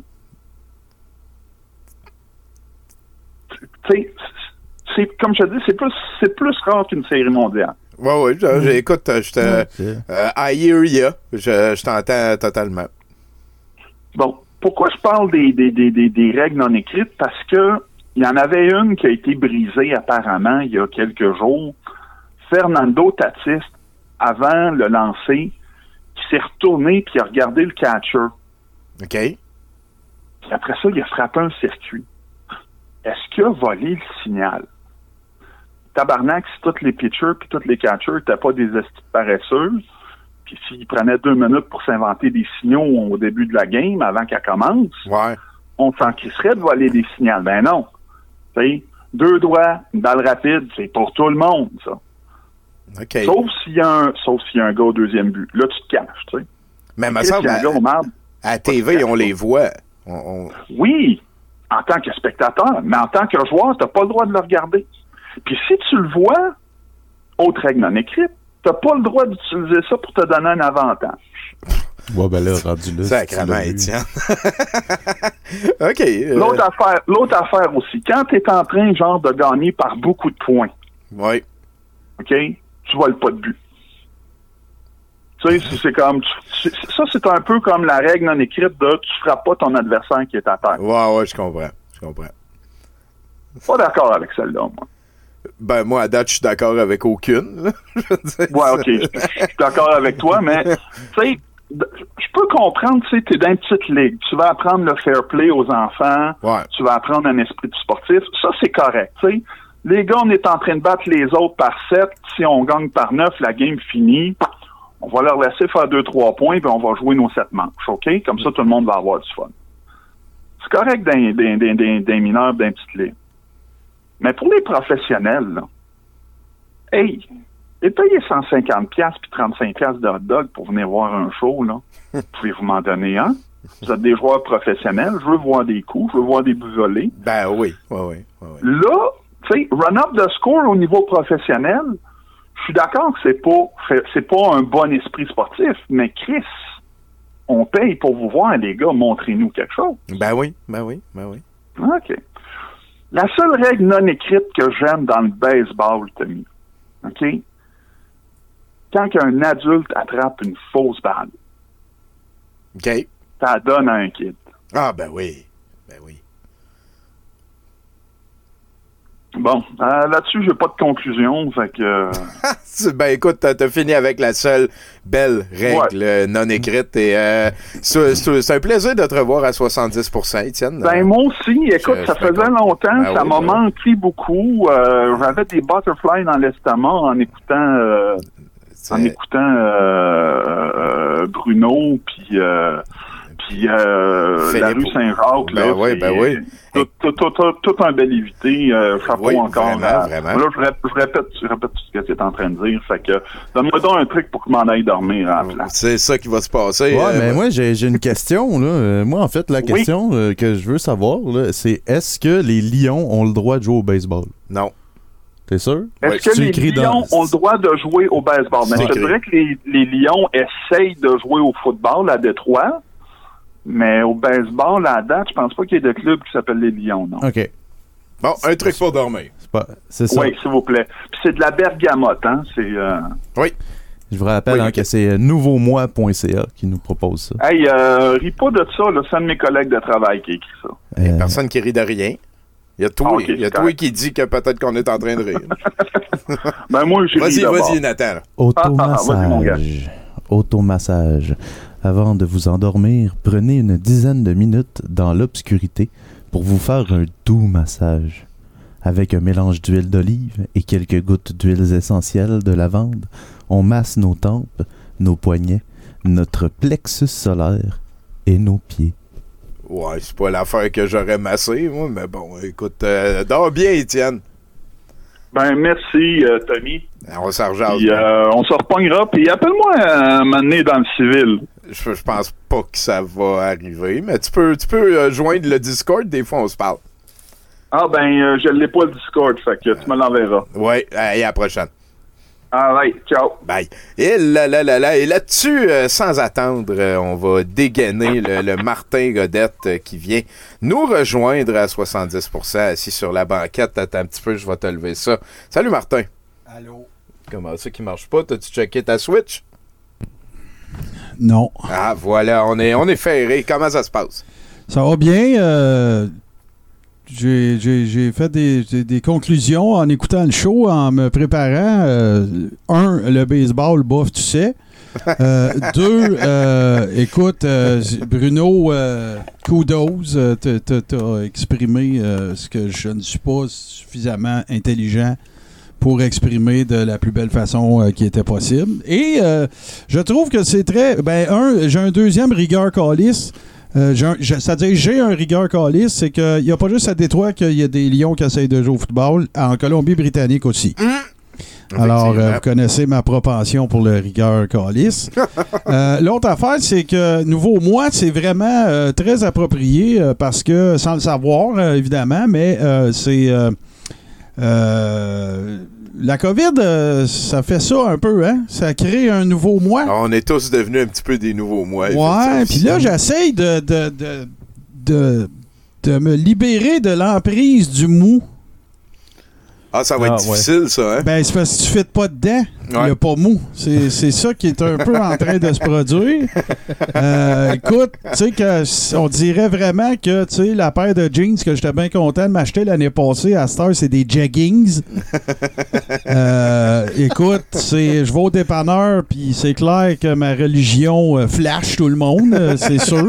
Tu sais, c'est, comme je te dis, c'est plus, c'est plus rare qu'une série mondiale. Ouais, ouais, je, je, écoute, je te... Okay. Euh, I hear ya. Je, je t'entends totalement. Bon, pourquoi je parle des, des, des, des, des règles non écrites? Parce que il y en avait une qui a été brisée apparemment il y a quelques jours. Fernando Tatis, avant le lancer, qui s'est retourné puis a regardé le catcher. OK. Puis après ça, il a frappé un circuit. Est-ce qu'il a volé le signal? Tabarnak, si tous les pitchers puis tous les catchers n'étaient pas des estis paresseux, puis s'ils prenaient deux minutes pour s'inventer des signaux au début de la game, avant qu'elle commence, ouais. on s'en crisserait de voler des signaux. Ben non. T'sais, deux doigts, une balle rapide, c'est pour tout le monde, ça. Okay. Sauf s'il y a un, sauf s'il y a un gars au deuxième but. Là, tu te caches, tu sais. Mais me semble, à, à la T V, on les voit. On, on... Oui, en tant que spectateur, mais en tant que joueur, t'as pas le droit de le regarder. Puis si tu le vois, autre règle non écrite, t'as pas le droit d'utiliser ça pour te donner un avantage. Ouais, ben là, rendu là. Sacrément, Étienne. OK. Euh... L'autre affaire, l'autre affaire aussi, quand t'es en train, genre, de gagner par beaucoup de points. Oui. OK? Tu voles pas de but. Tu sais, c'est comme... Tu, ça, c'est un peu comme la règle non écrite de tu frappes pas ton adversaire qui est à terre. Ouais, ouais, je comprends. Je comprends. Pas d'accord avec celle-là, moi. Ben, moi, à date, je suis d'accord avec aucune. Ouais, OK. Je suis d'accord avec toi, mais, tu sais, je peux comprendre, tu sais, t'es dans une petite ligue. Tu vas apprendre le fair play aux enfants. Ouais. Tu vas apprendre un esprit de sportif. Ça, c'est correct, tu sais. Les gars, on est en train de battre les autres par sept. Si on gagne par neuf, la game finit. On va leur laisser faire deux, trois points, puis on va jouer nos sept manches, OK? Comme ça, tout le monde va avoir du fun. C'est correct d'un, d'un, d'un, d'un, d'un mineur, d'un petit ligue. Mais pour les professionnels, là, hey, et payer cent cinquante dollars puis trente-cinq dollars de hot dog pour venir voir un show, là, pouvez-vous m'en donner un? Vous êtes des joueurs professionnels, je veux voir des coups, je veux voir des buts volés. Ben oui, oui, oui. oui, oui. Là, tu sais, run-up de score au niveau professionnel, je suis d'accord que c'est pas, c'est pas un bon esprit sportif, mais Chris, on paye pour vous voir, les gars, montrez-nous quelque chose. Ben oui, ben oui, ben oui. OK. La seule règle non écrite que j'aime dans le baseball, Tommy, OK? Quand un adulte attrape une fausse balle, OK. ça donne à un kid. Ah, ben oui, ben oui. Bon, euh, là-dessus, j'ai pas de conclusion, fait que... Euh... ben écoute, t'as, t'as fini avec la seule belle règle ouais. non écrite et euh, c'est, c'est, c'est un plaisir de te revoir à soixante-dix pour cent, Étienne. Ben moi aussi, écoute, je, ça je faisait longtemps, ben ça oui, m'a ben manqué oui. beaucoup. Euh, j'avais des butterflies dans l'estomac en écoutant euh, en écoutant euh, euh, Bruno, puis... Euh, Puis euh, la rue Saint-Jacques, ben là, oui, ben oui. Tout, tout, tout, tout, tout un bel évité, euh, chapeau oui, encore. Vraiment, là, vraiment. Là, je répète, je répète, je répète tout ce que tu es en train de dire. Fait que, donne-moi donc un truc pour que je m'en aille dormir à la place. C'est ça qui va se passer. Ouais, euh, mais moi, j'ai, j'ai une question, là. Euh, moi, en fait, la question oui. euh, que je veux savoir, là, c'est est-ce que les Lions ont le droit de jouer au baseball? Non. T'es sûr? Est-ce ouais. que les Lions dans... ont le droit de jouer au baseball? Mais je dirais que les, les Lions essayent de jouer au football à Détroit. Mais au baseball, à la date, je pense pas qu'il y ait de club qui s'appelle les Lions, non. OK. Bon, un truc pour dormir. C'est, pas... c'est ça. Oui, s'il vous plaît. Puis c'est de la bergamote, hein. C'est, euh... Oui. Je vous rappelle oui. hein, que c'est nouveau moi point c a qui nous propose ça. Hey, euh, ris pas de ça, là. C'est un de mes collègues de travail qui a écrit ça. Il y a personne qui rit de rien. Il y a toi, ah, okay, il y a toi qui dit que peut-être qu'on est en train de rire. Ben moi, je Vas-y, d'abord. vas-y, Nathan. Automassage. Ah, ah, vas-y, mon gars. Automassage. Avant de vous endormir, prenez une dizaine de minutes dans l'obscurité pour vous faire un doux massage. Avec un mélange d'huile d'olive et quelques gouttes d'huiles essentielles de lavande, on masse nos tempes, nos poignets, notre plexus solaire et nos pieds. Ouais, c'est pas l'affaire que j'aurais massé, moi, mais bon, écoute, euh, dors bien, Étienne. Ben, merci, euh, Tommy. On s'en rejase. Puis, euh, on se repognera, puis appelle-moi à m'amener dans le civil. Je, je pense pas que ça va arriver, mais tu peux, tu peux euh, joindre le Discord, des fois on se parle. Ah ben, euh, je l'ai pas le Discord, fait que tu me l'enverras. Ouais, et à la prochaine. Ah ouais, ciao. Bye. Et là, là, là, là, et là-dessus, euh, sans attendre, euh, on va dégainer le, le Martin Godette euh, qui vient nous rejoindre à soixante-dix pour cent assis sur la banquette. Attends un petit peu, je vais te lever ça. Salut Martin. Allô. Comment ça qui marche pas? T'as-tu checké ta Switch? Non. Ah, voilà, on est, on est ferré. Comment ça se passe? Ça va bien. Euh, j'ai, j'ai, j'ai fait des, des, des conclusions en écoutant le show, en me préparant. Euh, un, le baseball, bof, tu sais. Euh, deux, euh, écoute, euh, Bruno, euh, kudos. Euh, t'as, t'as, t'as exprimé euh, ce que je ne suis pas suffisamment intelligent pour exprimer de la plus belle façon euh, qui était possible. Et euh, je trouve que c'est très... Ben, un, j'ai un deuxième rigueur calice. Euh, j'ai un- j'ai- c'est-à-dire, j'ai un rigueur calice, c'est qu'il n'y a pas juste à Détroit qu'il y a des Lions qui essayent de jouer au football, en Colombie-Britannique aussi. Alors, euh, Effectivement. vous connaissez ma propension pour le rigueur calice. Euh, L'autre affaire, c'est que nouveau mois, c'est vraiment euh, très approprié euh, parce que, sans le savoir, euh, évidemment, mais euh, c'est... euh, euh, la COVID, euh, ça fait ça un peu, hein? Ça crée un nouveau mois. On est tous devenus un petit peu des nouveaux mois. Ouais, puis là, effectivement. j'essaye de, de, de, de, de me libérer de l'emprise du mou. Ah, ça va être Ah, ouais. difficile, ça, hein? Ben, c'est parce que tu fais pas dedans, Ouais. le pas mou. C'est c'est ça qui est un peu en train de se produire. Euh, écoute, tu sais que on dirait vraiment que, tu sais, la paire de jeans que j'étais bien content de m'acheter l'année passée, à cette heure, c'est des jeggings. Euh, écoute, c'est, je vais au dépanneur, puis c'est clair que ma religion euh, flash tout le monde, euh, c'est sûr.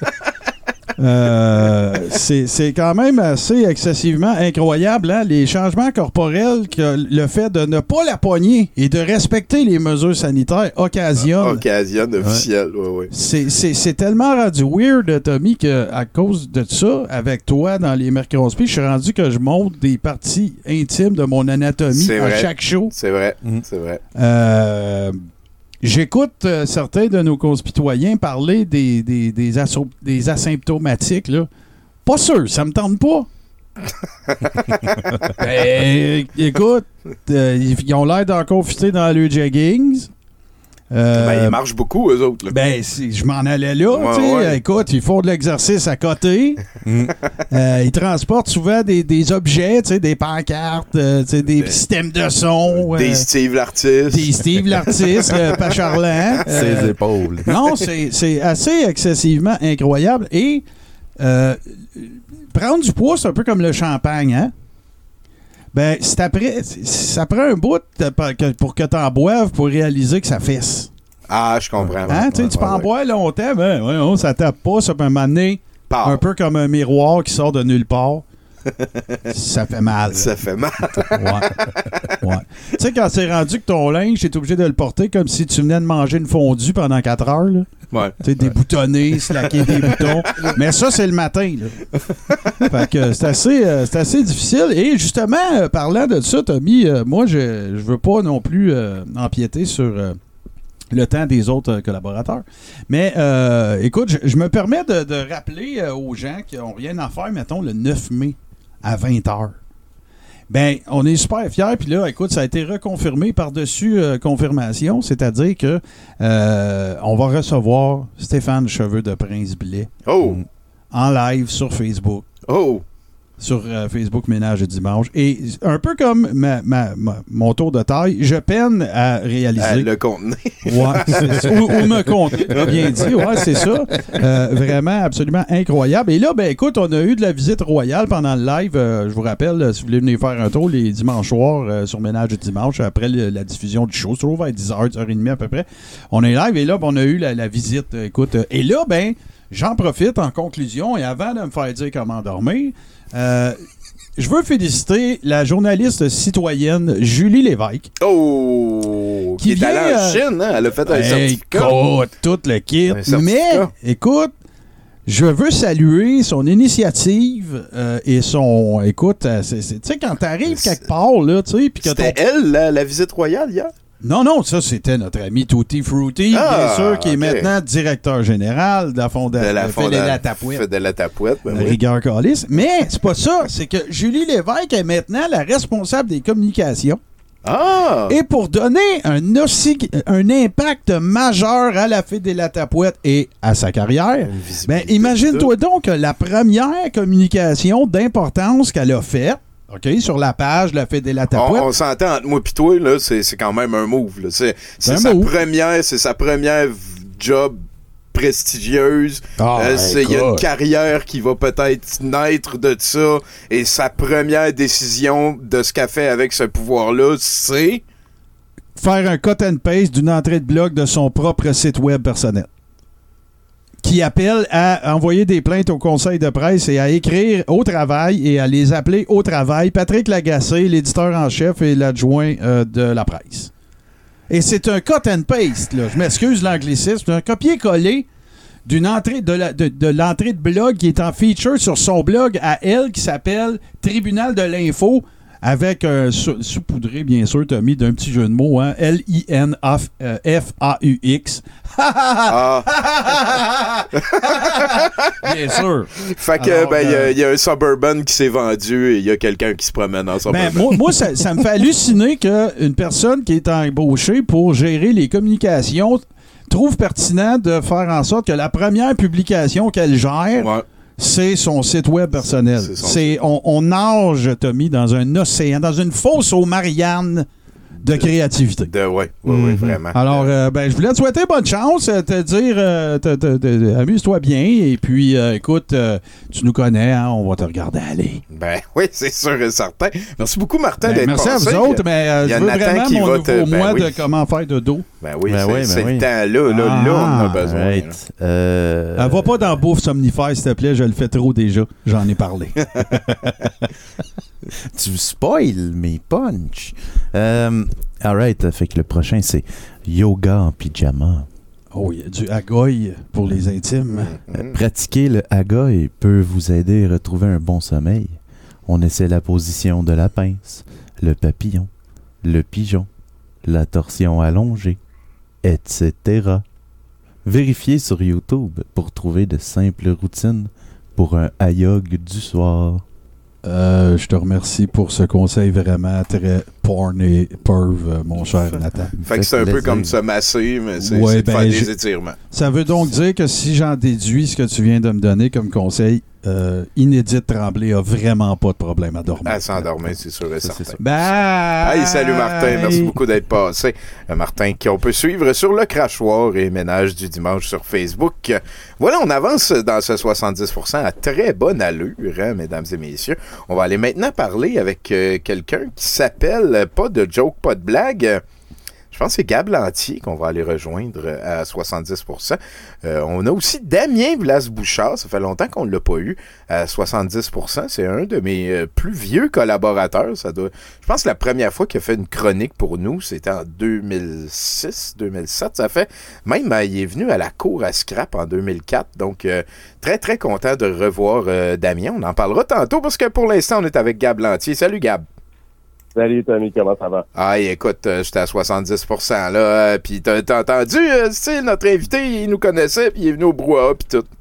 Euh, c'est c'est quand même assez excessivement incroyable, hein, les changements corporels que le fait de ne pas la pogner et de respecter les mesures sanitaires occasionnent. Occasion officielle, ouais, ouais. C'est- C'est c'est tellement rendu weird, Tommy, qu'à cause de ça, avec toi dans les Mercredi, je suis rendu que je montre des parties intimes de mon anatomie C'est à vrai. chaque show. C'est vrai, Mhm. c'est vrai. Euh, J'écoute euh, certains de nos concitoyens parler des, des, des, asso- des asymptomatiques. Là. Pas sûr, ça me tente pas. Ben, écoute, euh, ils ils ont l'air d'encore fitter dans le jeggings. Euh, Ben, ils marchent beaucoup, eux autres, là. ben, c'est- je m'en allais là. Ouais, tu sais. ouais. Écoute, ils font de l'exercice à côté. Mm. Euh, ils transportent souvent des, des objets, tu sais, des pancartes, euh, tu sais, des Des- systèmes de son. Des euh, Steve l'artiste. des Steve l'artiste, le Pacharlan. euh, Ses épaules. non, c'est c'est assez excessivement incroyable. Et euh, prendre du poids, c'est un peu comme le champagne, hein? Ben, c'est après, c'est- ça prend un bout de- que- pour que tu en boives pour réaliser que ça fesse. Ah, je comprends. Hein? Tu sais, tu peux en boire longtemps, ben, ouais, oh, ça tape pas, ça peut m'amener Pars. un peu comme un miroir qui sort de nulle part. Ça fait mal. Ça fait mal. Ouais. Ouais. Tu sais, quand c'est rendu que ton linge, t'es obligé de le porter comme si tu venais de manger une fondue pendant quatre heures. Là. Ouais. Tu sais, déboutonner, slacker des boutons. Mais ça, c'est le matin. Là. Fait que c'est assez, euh, c'est assez difficile. Et justement, euh, parlant de ça, Tommy, euh, moi, je, je veux pas non plus euh, empiéter sur euh, le temps des autres euh, collaborateurs. Mais euh, écoute, je, je me permets de, de rappeler euh, aux gens qui n'ont rien à faire, mettons, le neuf mai à vingt heures. Ben, on est super fiers. Puis là, écoute, ça a été reconfirmé par-dessus euh, confirmation. C'est-à-dire que euh, on va recevoir Stéphane Cheveux de Prince-Blais Oh! en live sur Facebook. Oh! Sur euh, Facebook Ménage du Dimanche. Et un peu comme ma, ma- ma- mon tour de taille, je peine à réaliser. À le contenir. Ouais, c'est- ou, ou me compter, t'as bien dit, ouais, c'est ça. Euh, vraiment, absolument incroyable. Et là, ben écoute, on a eu de la visite royale pendant le live. Euh, je vous rappelle, euh, si vous voulez venir faire un tour les dimanches soirs euh, sur Ménage du Dimanche, après le- la diffusion du show, ça trouve à dix heures, dix heures trente à peu près. On est live et là, ben, on a eu la, la visite. Euh, écoute, euh, et là, ben, j'en profite en conclusion et avant de me faire dire comment dormir. Euh, je veux féliciter la journaliste citoyenne Julie Lévesque. Oh! Qui, qui est allée en euh, Chine, hein? Elle a fait un certificat. Écoute, tout le kit. Mais, écoute, je veux saluer son initiative euh, et son... Écoute, tu sais, quand t'arrives quelque part, là, tu sais... C'était ton... elle, la, la visite royale, hier? Non, non, ça, c'était notre ami Tutti Frutti, ah, bien sûr, qui okay. est maintenant directeur général de la Fondation de la Fédéla Tapouette. Fédéla Tapouette, ben oui. Rigueur Calice. Mais c'est pas ça, c'est que Julie Lévesque est maintenant la responsable des communications. Ah! Et pour donner un, aussi, un impact majeur à la Fédéla Tapouette et à sa carrière, ben, imagine-toi donc que la première communication d'importance qu'elle a faite, OK, sur la page de la Fédéla Tapouette. On, on s'entend entre moi et toi, là, c'est, c'est quand même un move. Là. C'est, c'est, sa move. Première, c'est sa première job prestigieuse. Oh, euh, il y a une carrière qui va peut-être naître de ça. Et sa première décision de ce qu'elle fait avec ce pouvoir-là, c'est... faire un cut and paste d'une entrée de blog de son propre site web personnel. Qui appelle à envoyer des plaintes au conseil de presse et à écrire au travail et à les appeler au travail Patrick Lagacé, l'éditeur en chef et l'adjoint euh, de la presse. Et c'est un cut and paste, là. Je m'excuse l'anglicisme, c'est un copier-coller d'une entrée de, la, de, de l'entrée de blog qui est en feature sur son blog à elle qui s'appelle Tribunal de l'info avec un euh, saupoudré, bien sûr, t'as mis d'un petit jeu de mots, hein? L I N F A U X. Ah. Bien sûr. Fait que, Alors, ben, il euh, y, y a un Suburban qui s'est vendu et il y a quelqu'un qui se promène en Suburban. Ben, moi, moi ça, ça me fait halluciner qu'une personne qui est embauchée pour gérer les communications trouve pertinent de faire en sorte que la première publication qu'elle gère, ouais. c'est son site web personnel. C'est, c'est on, on nage, Tommy, dans un océan, dans une fosse aux Mariannes de créativité. De, ouais, ouais, mm-hmm. ouais, vraiment. Alors, euh, ben, je voulais te souhaiter bonne chance, te dire, euh, te, te, te, amuse-toi bien, et puis, euh, écoute, euh, tu nous connais, hein, on va te regarder aller. Ben oui, c'est sûr et certain. Merci beaucoup, Martin, ben, d'être merci passé. Merci à vous autres, mais euh, je veux Nathan vraiment mon nouveau te... ben, mois oui. de comment faire de dos. Ben oui, ben c'est, oui, ben c'est oui. le temps, là, là, ah, là, on a besoin. Right. Euh... Euh, va pas dans bouffe somnifère, s'il te plaît, je le fais trop déjà, j'en ai parlé. Tu spoil mes punch. Euh, alright, fait que le prochain, c'est yoga en pyjama. Oh, il y a du agoy pour les intimes. Euh, pratiquer le agoy peut vous aider à retrouver un bon sommeil. On essaie la position de la pince, le papillon, le pigeon, la torsion allongée, et cetera. Vérifiez sur YouTube pour trouver de simples routines pour un ayog du soir. Euh, je te remercie pour ce conseil vraiment très porn et perv, mon cher Nathan. Fait que c'est un plaisir. Peu comme se masser, mais c'est, ouais, c'est de ben, faire des étirements. Ça veut donc dire que si j'en déduis ce que tu viens de me donner comme conseil, euh, Inédite Tremblay a vraiment pas de problème à dormir. À s'endormir, c'est sûr et certain. Bye! Hey, salut Martin, merci beaucoup d'être passé. Euh, Martin, qu'on peut suivre sur le crachoir et ménage du dimanche sur Facebook. Voilà, on avance dans ce soixante-dix pour cent à très bonne allure, hein, mesdames et messieurs. On va aller maintenant parler avec euh, quelqu'un qui s'appelle, pas de joke, pas de blague, je pense que c'est Gab Lantier qu'on va aller rejoindre à soixante-dix pour cent. Euh, on a aussi Damien Blas-Bouchard, ça fait longtemps qu'on ne l'a pas eu à soixante-dix pour cent. C'est un de mes euh, plus vieux collaborateurs. Ça doit... Je pense que la première fois qu'il a fait une chronique pour nous, c'était en deux mille six, deux mille sept. Ça fait même, euh, il est venu à la cour à Scrap en deux mille quatre. Donc, euh, très, très content de revoir euh, Damien. On en parlera tantôt parce que pour l'instant, on est avec Gab Lantier. Salut Gab. Salut Tommy, comment ça va? Ah, écoute, euh, j'étais à soixante-dix pour cent là, euh, puis t'as, t'as entendu, euh, tu sais, notre invité, il nous connaissait, puis il est venu au brouhaha, puis tout.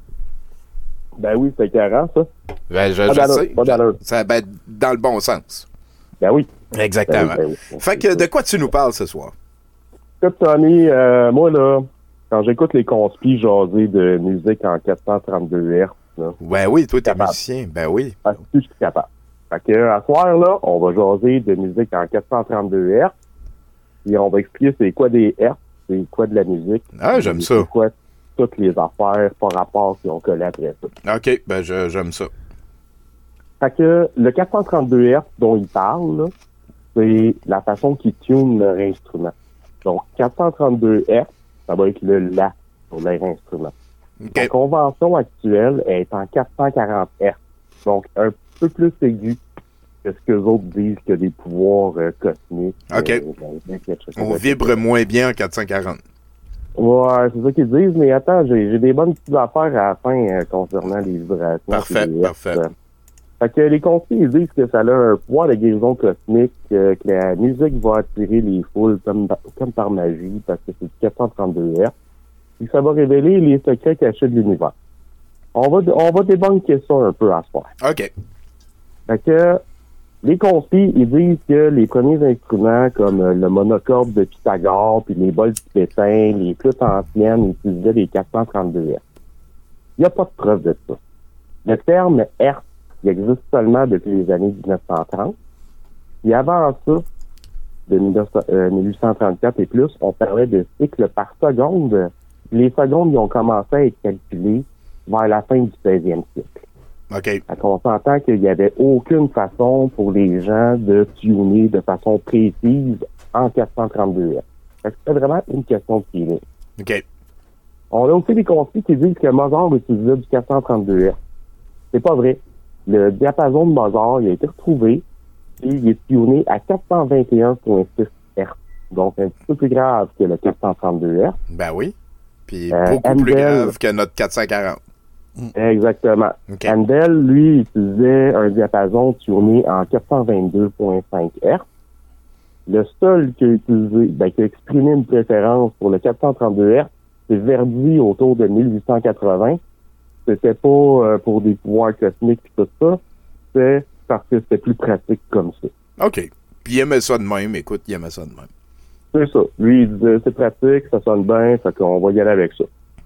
Ben oui, c'était écœurant, ça. Ben, je, je sais. Ça, ben, dans le bon sens. Ben oui. Exactement. Ben oui, ben oui. Fait que, de quoi tu nous parles ce soir? Écoute, Tommy, euh, moi, là, quand j'écoute les conspis jaser de musique en quatre cent trente-deux hertz, là... Ben oui, toi, t'es musicien, ben oui. Ah, je suis capable. Fait que, à soir, là, on va jaser de musique en quatre cent trente-deux hertz. Et on va expliquer c'est quoi des hertz, c'est quoi de la musique. Ah, j'aime ça. C'est quoi toutes les affaires par rapport qui ont collé après ça. OK, ben je, j'aime ça. Fait que le quatre cent trente-deux hertz dont ils parlent, là, c'est la façon qu'ils tunent leur instrument. Donc, quatre cent trente-deux hertz, ça va être le La pour leur instrument. Okay. La convention actuelle est en quatre cent quarante hertz. Donc, un peu plus aigu Qu'est-ce qu'eux autres disent que des pouvoirs euh, cosmiques. OK. Euh, ben, On vibre moins bien en quatre cent quarante. Ouais, c'est ça qu'ils disent, mais attends, j'ai, j'ai des bonnes petites affaires à la fin euh, concernant les vibrations. Parfait, les parfait. Euh. Fait que les conspires, ils disent que ça a un pouvoir de guérison cosmique, euh, que la musique va attirer les foules comme, comme par magie, parce que c'est du quatre cent trente-deux hertz, et ça va révéler les secrets cachés de l'univers. On va, on va débunker ça un peu à ce soir. OK. Fait que les conspires, ils disent que les premiers instruments comme euh, le monocorde de Pythagore, puis les bols tibétains, les flûtes anciennes utilisaient les quatre cent trente-deux hertz. Il n'y a pas de preuve de ça. Le terme hertz, il existe seulement depuis les années dix-neuf cent trente. Et avant ça, de dix-huit cent trente-quatre et plus, on parlait de cycles par seconde. Les secondes, ils ont commencé à être calculées vers la fin du seizième siècle. OK. Fait qu'on s'entend qu'il n'y avait aucune façon pour les gens de tuner de façon précise en quatre cent trente-deux hertz. Fait que c'est vraiment une question de feeling. OK. On a aussi des conspires qui disent que Mozart utilisait du quatre cent trente-deux hertz. C'est pas vrai. Le diapason de Mozart, il a été retrouvé et il est tuné à quatre cent vingt et un virgule six hertz. Donc, un petit peu plus grave que le quatre cent trente-deux hertz. Ben oui. Puis Euh, beaucoup Handel, plus grave que notre quatre cent quarante. Exactement. Okay. Handel, lui, utilisait un diapason tuné en quatre cent vingt-deux virgule cinq hertz. Le seul qui a utilisé, ben, qui a exprimé une préférence pour le quatre cent trente-deux hertz, c'est Verdi autour de mille huit cent quatre-vingts. C'était pas euh, pour des pouvoirs cosmiques et tout ça, c'est parce que c'était plus pratique comme ça. OK. Puis il aimait ça de même. Écoute, il aimait ça de même. C'est ça. Lui, il disait, c'est pratique, ça sonne bien, fait qu'on va y aller avec ça.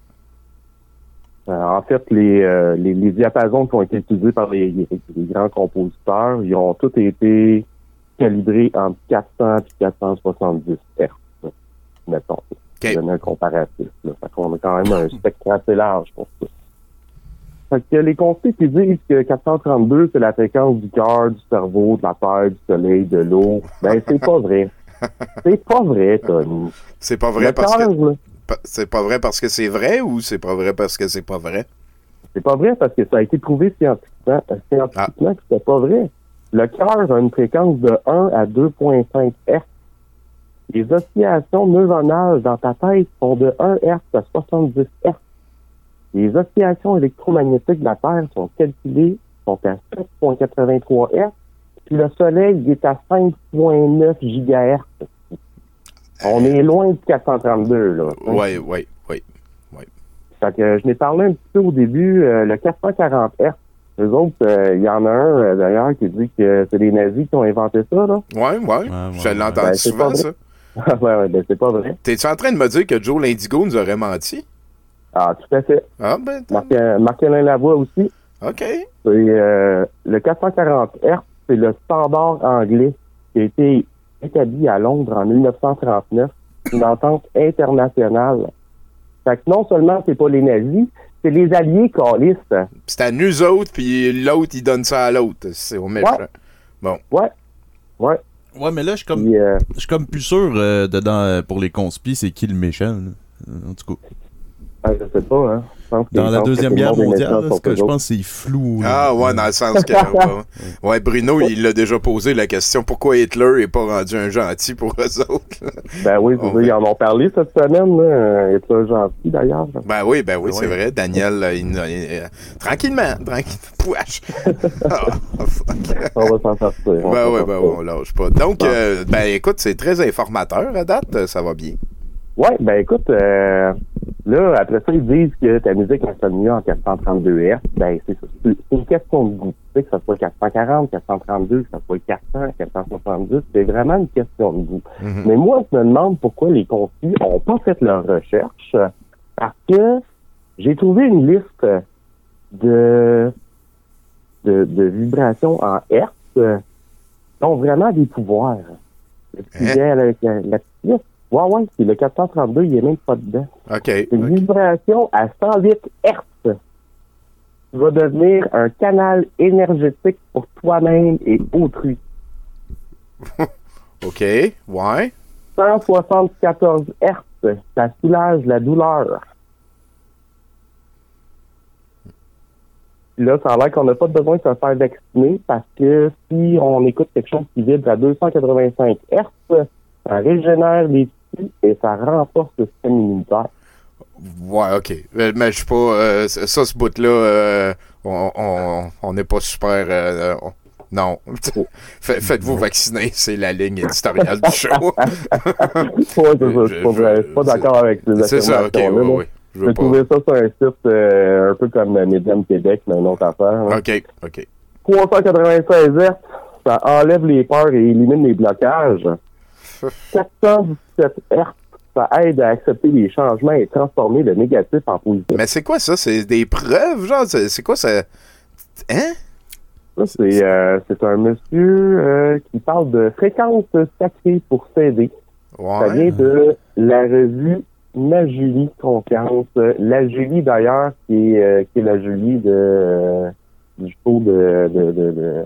Euh, en fait, les, euh, les, les diapasons qui ont été utilisés par les, les, les grands compositeurs, ils ont tous été calibrés entre quatre cents et quatre cent soixante-dix hertz, mettons. Okay. Pour donner un comparatif. Là. Fait qu'on a quand même un spectre assez large pour ça. Fait que les conspires qui disent que quatre cent trente-deux, c'est la fréquence du cœur, du cerveau, de la terre, du soleil, de l'eau, ben c'est pas vrai. C'est pas vrai, Tony. C'est pas vrai Le parce cœur, que... là, C'est pas vrai parce que c'est vrai ou c'est pas vrai parce que c'est pas vrai? C'est pas vrai parce que ça a été prouvé scientifiquement, euh, scientifiquement ah. que c'était pas vrai. Le cœur a une fréquence de un à deux virgule cinq hertz. Les oscillations neuronales dans ta tête sont de un hertz à soixante-dix hertz. Les oscillations électromagnétiques de la Terre sont calculées, sont à sept virgule quatre-vingt-trois hertz, puis le Soleil il est à cinq virgule neuf gigahertz. On est loin du quatre cent trente-deux, là. Oui, oui, oui. Fait que je n'ai parlé un petit peu au début, euh, le quatre cent quarante hertz. Eux autres, il euh, y en a un, euh, d'ailleurs, qui dit que c'est les nazis qui ont inventé ça, là. Oui, oui. Ouais, je l'ai entendu ben, souvent, ça. ouais, ouais, ben, c'est pas vrai. T'es-tu en train de me dire que Joe l'Indigo nous aurait menti? Ah, tout à fait. Ah, ben... Marc- Marc-Alain Lavoie aussi. OK. C'est, euh, le quatre cent quarante hertz, c'est le standard anglais qui a été établi à Londres en mille neuf cent trente-neuf, une entente internationale. Fait que non seulement c'est pas les nazis, c'est les alliés câlistes. C'est à nous autres, puis l'autre, il donne ça à l'autre. C'est au méchant. Ouais. Bon. Ouais. Ouais. Ouais, mais là, je suis comme, Puis, euh, je suis comme plus sûr euh, dedans, euh, pour les conspis, c'est qui le méchant, là. En tout cas. ah, je sais pas, hein. Je pense que- Dans je la pense que Deuxième tout le Guerre monde est mondiale, méchant là, pour ce que eux je autres. pense que c'est flou. là. Ah, ouais, dans le sens que... ouais, ouais, Bruno, il l'a déjà posé la question, pourquoi Hitler est pas rendu un gentil pour eux autres? Ben oui, c'est On ça, ils en ont parlé cette semaine, là. Il est gentil, d'ailleurs. Ben oui, ben oui, Ouais. c'est vrai. Daniel, euh, il, il- euh, tranquillement, tranquillement, pouache. Ah, fuck. On va s'en sortir. on Ben s'en oui, sortir. ben oui, on lâche pas. Donc, euh, ben écoute, c'est très informateur à date, ça va bien. Ouais, ben écoute, euh, là, après ça, ils disent que ta musique sonne mieux en quatre cent trente-deux hertz. Ben, c'est ça. C'est c'est une question de goût. Tu sais, que ça soit quatre cent quarante, quatre cent trente-deux, que ça soit quatre cents, quatre cent soixante-dix, c'est vraiment une question de goût. Mhm. Mais moi, je me demande pourquoi les conspires ont pas fait leur recherche, parce que j'ai trouvé une liste de, de, de vibrations en hertz euh, qui ont vraiment des pouvoirs. Le petit Hein? la, la, la petite liste. Ouais, ouais, c'est le quatre cent trente-deux, il est même pas dedans. OK. C'est une OK. vibration à cent huit hertz. Tu vas devenir un canal énergétique pour toi-même et autrui. OK, ouais. cent soixante-quatorze hertz, ça soulage la douleur. là, ça a l'air qu'on n'a pas besoin de se faire vacciner parce que si on écoute quelque chose qui vibre à deux cent quatre-vingt-cinq hertz, ça régénère les tissus et ça renforce le système immunitaire. Ouais, OK. Euh, Mais je suis pas... euh, ça, ce bout-là, euh, on on on n'est pas super... euh, on- non. Fait- Faites-vous vacciner, c'est la ligne éditoriale du show. Ouais, c'est ça. Je suis pas, je suis pas d'accord avec ces C'est ça, OK, affirmations-là, oui, là. oui. Je J'ai veux pas... trouvé ça sur un site euh, un peu comme Medium Québec, mais une autre affaire. Là. OK, OK. trois cent quatre-vingt-seize hertz, ça enlève les peurs et élimine les blocages. quatre cent dix-sept hertz, ça aide à accepter les changements et transformer le négatif en positif. Mais c'est quoi ça? C'est des preuves, genre? C'est c'est quoi ça? Hein? Ça, c'est, euh, c'est un monsieur euh, qui parle de fréquence sacrée pour s'aider. Ça vient Ouais. de la revue La Julie Confiance. La Julie, d'ailleurs, qui est, euh, qui est la Julie de, euh, du show de, de, de, de-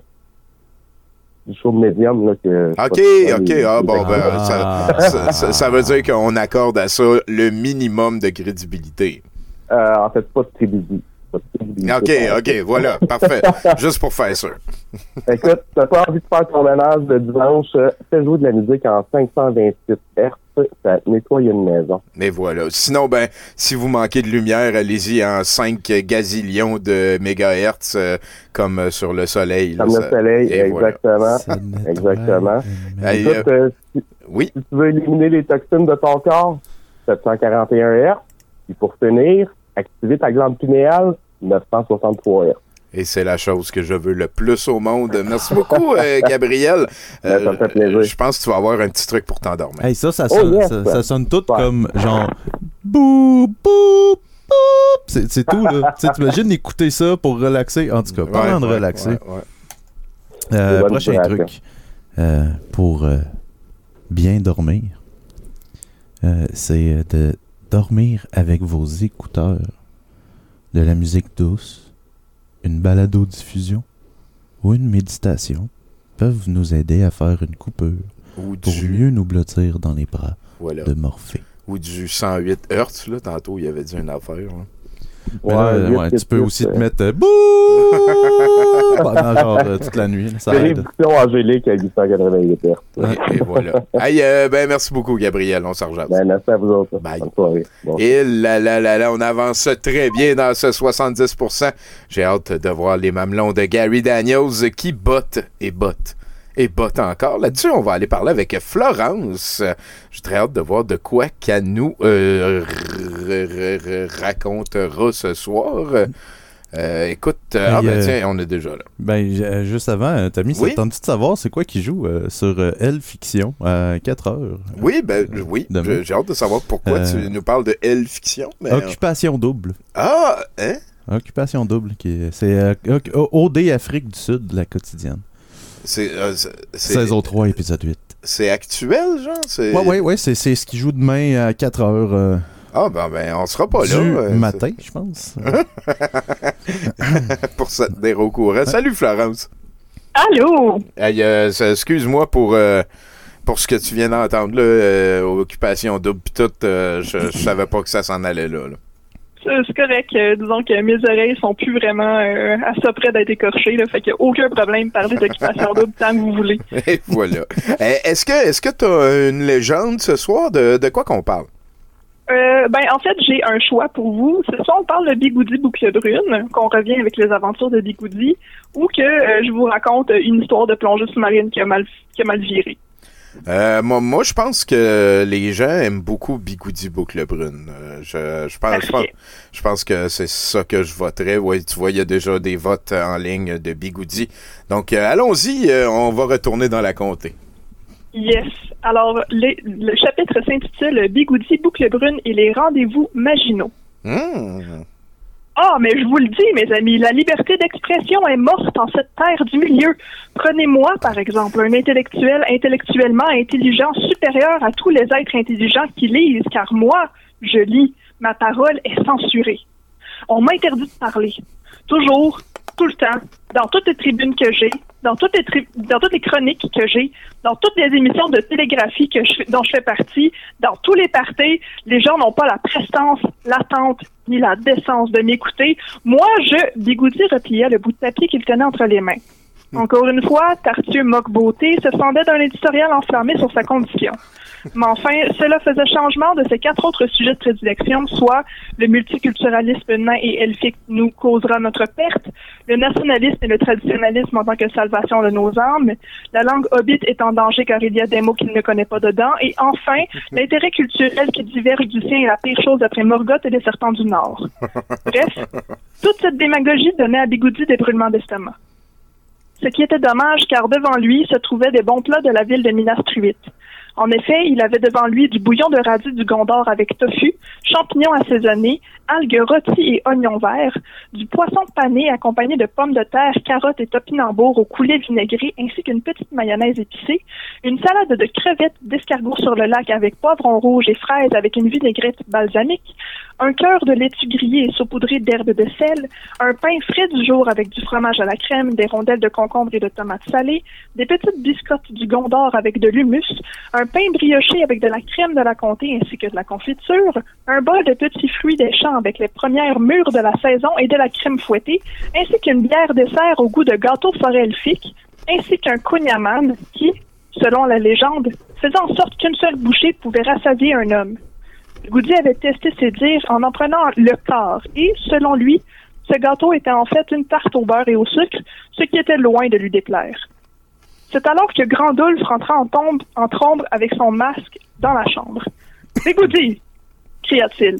du show de Medium. Là, que, OK, je sais pas OK. si- Ah, bon, ben, Ah. ça, ça, ça- ça veut dire qu'on accorde à ça le minimum de crédibilité. Euh, en fait, pas de crédibilité. Pas de crédibilité. OK, OK, voilà, parfait. Juste pour faire ça. Écoute, t'as pas envie de faire ton ménage de dimanche, euh, fais jouer de la musique en cinq cent vingt-huit hertz, ça nettoie une maison. Mais voilà. Sinon, ben, si vous manquez de lumière, allez-y en cinq gazillions de mégahertz, euh, comme euh, sur le soleil. là, Comme le ça- soleil, et voilà. exactement. Ça nettoie Exactement. une Hey, Écoute, euh, si, Oui. si tu veux éliminer les toxines de ton corps, sept cent quarante et un hertz. Puis pour finir, activer ta glande pinéale, neuf cent soixante-trois hertz. Et c'est la chose que je veux le plus au monde. Merci beaucoup, euh, Gabriel. Ben, ça me fait plaisir. Je pense que tu vas avoir un petit truc pour t'endormir. Hey, ça, ça Oh, sonne, yes. ça, ça sonne tout Ouais. comme genre boum, boum, boum. C'est c'est tout, là. Tu sais, t'imagines écouter ça pour relaxer. En tout cas, parlant de Ouais, ouais, relaxer. ouais, ouais. Euh, C'est bonne prochain inspiration. truc euh, pour euh, bien dormir, euh, c'est de dormir avec vos écouteurs, de la musique douce, une balado-diffusion ou une méditation peuvent nous aider à faire une coupure Ou pour du, mieux nous blottir dans les bras voilà. de Morphée. Ou du cent huit hertz, là. Tantôt, il y avait dit une affaire. Hein. Mais là, huit, ouais, huit, tu peux huit, aussi te euh, mettre euh, bouh pendant genre euh, toute la nuit. là, ça C'est aide. l'édition angélique à huit cent quatre-vingt-huit hertz. Et, et voilà. Hey, euh, ben, merci beaucoup, Gabriel. On s'en rejase. Ben, merci à vous autres. Bye. Bonne soirée. Bon. Et là, là, là, là, on avance très bien dans ce soixante-dix pour cent. J'ai hâte de voir les mamelons de Gary Daniels qui bottent et bottent et bottent encore. Là-dessus, on va aller parler avec Florence. J'ai très hâte de voir de quoi qu'elle nous euh, r- r- r- racontera ce soir. Euh, écoute, euh, Hey, ah ben euh, tiens, on est déjà là. Ben, j- euh, juste avant, euh, Tommy, Oui? ça te tente-tu de savoir c'est quoi qui joue euh, sur euh, Elle Fiction à quatre heures? Oui, ben oui, Demain. j'ai j'ai hâte de savoir pourquoi Euh, tu nous parles de Elle Fiction. Mais... Occupation double. Ah, hein? Occupation double. qui est- C'est euh, O- O D Afrique du Sud, la quotidienne. C'est, euh, c'est- c'est- Saison trois, épisode huit. c'est actuel, genre? C'est... Ouais, ouais, ouais, c'est c'est ce qui joue demain à quatre heures euh, Ah, ben, ben, on sera pas du là. euh, matin, je pense. c'est- Pour se tenir au courant. Salut, Florence. Allô? Hey, euh, ça- excuse-moi pour, euh, pour ce que tu viens d'entendre, là, euh, Occupation double pis tout. euh, je, je savais pas que ça s'en allait là. là. C'est c'est correct. euh, disons que mes oreilles sont plus vraiment euh, à ça près d'être écorchées. Là, fait qu'il n'y a aucun problème de parler d'occupation double tant que vous voulez. Et voilà. Eh, Est-ce que est-ce que tu as une légende ce soir? De, de quoi qu'on parle? Euh, ben, en fait, j'ai un choix pour vous. Ce soir, on parle de Bigoudi Boucle Brune, qu'on revient avec les aventures de Bigoudi, ou que euh, je vous raconte une histoire de plongée sous-marine qui a mal, qui a mal viré. Euh, moi, moi, je pense que les gens aiment beaucoup Bigoudi Boucle Brune. Euh, je, je, pense, je, pense, je pense que c'est ça que je voterais. Ouais, tu vois, il y a déjà des votes en ligne de Bigoudi. Donc, euh, allons-y, euh, on va retourner dans la comté. Yes. Alors, les- le chapitre s'intitule Bigoudi Boucle Brune et les rendez-vous maginaux. Mmh. Ah, mais je vous le dis, mes amis, la liberté d'expression est morte en cette terre du milieu. Prenez-moi, par exemple, un intellectuel intellectuellement intelligent supérieur à tous les êtres intelligents qui lisent, car moi, je lis. Ma parole est censurée. On m'interdit de parler. Toujours, tout le temps, dans toutes les tribunes que j'ai, dans toutes les tri- dans toutes les chroniques que j'ai, dans toutes les émissions de télégraphie que je, dont je fais partie, dans tous les parties, les gens n'ont pas la prestance, l'attente, ni la décence de m'écouter. Moi, je, Bigoudi repliait le bout de papier qu'il tenait entre les mains. Encore une fois, Tartieu moque-beauté se fendait d'un éditorial enflammé sur sa condition. Mais enfin, cela faisait changement de ses quatre autres sujets de prédilection, soit le multiculturalisme nain et elfique nous causera notre perte, le nationalisme et le traditionnalisme en tant que salvation de nos âmes, la langue hobbit est en danger car il y a des mots qu'il ne connaît pas dedans, et enfin, l'intérêt culturel qui diverge du sien est la pire chose après Morgoth et les serpents du Nord. Bref, toute cette démagogie donnait à Bigoudi des brûlements d'estomac. Ce qui était dommage car devant lui se trouvaient des bons plats de la ville de Minas Truith. En effet, il avait devant lui du bouillon de radis du Gondor avec tofu, champignons assaisonnés, algues rôties et oignons verts, du poisson pané accompagné de pommes de terre, carottes et topinambours au coulis vinaigré ainsi qu'une petite mayonnaise épicée, une salade de crevettes d'escargots sur le lac avec poivron rouge et fraises avec une vinaigrette balsamique, un cœur de laitue grillée et saupoudré d'herbes de sel, un pain frais du jour avec du fromage à la crème, des rondelles de concombre et de tomates salées, des petites biscottes du Gondor avec de l'humus, un pain brioché avec de la crème de la comté ainsi que de la confiture, un bol de petits fruits des champs avec les premières mûres de la saison et de la crème fouettée, ainsi qu'une bière dessert au goût de gâteau forêt elfique, ainsi qu'un kunyaman qui, selon la légende, faisait en sorte qu'une seule bouchée pouvait rassasier un homme. Goody avait testé ses dires en en prenant le quart et, selon lui, ce gâteau était en fait une tarte au beurre et au sucre, ce qui était loin de lui déplaire. C'est alors que Grandulf rentra en, tombe, en trombe avec son masque dans la chambre. « Bigoudi !» cria-t-il.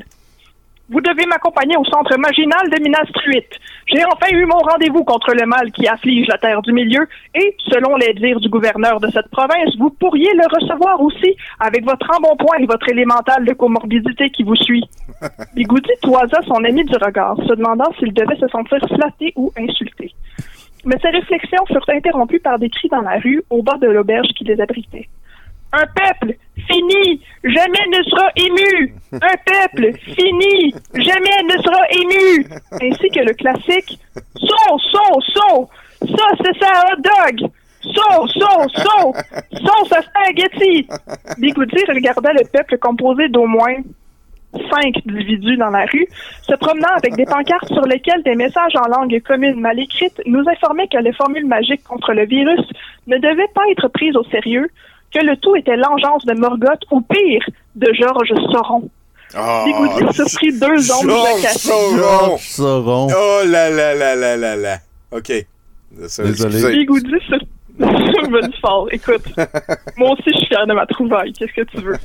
« Vous devez m'accompagner au centre marginal de Minas Truith. J'ai enfin eu mon rendez-vous contre le mal qui afflige la terre du milieu et, selon les dires du gouverneur de cette province, vous pourriez le recevoir aussi avec votre embonpoint et votre élémental de comorbidité qui vous suit. » Bigoudi toisa son ami du regard, se demandant s'il devait se sentir flatté ou insulté. Mais ses réflexions furent interrompues par des cris dans la rue, au bas de l'auberge qui les abritait. « Un peuple fini, jamais ne sera ému! Un peuple fini, jamais ne sera ému! » Ainsi que le classique « Saut, saut, saut! Ça, c'est ça, hot dog! Saut, saut, saut! Sauce à spaghetti! » Bigoudi regardait le peuple composé d'au moins cinq individus dans la rue, se promenant avec des pancartes sur lesquelles des messages en langue commune mal écrite nous informaient que les formules magiques contre le virus ne devaient pas être prises au sérieux, que le tout était l'engeance de Morgoth ou pire, de Georges Sauron. Oh, Bigoudi surprit deux hommes jacassés. Georges Sauron. Oh là là là là là là. OK. Ça, Désolé. Bigoudi sur... Bonne fort, écoute. Moi aussi, je suis fier de ma trouvaille. Qu'est-ce que tu veux?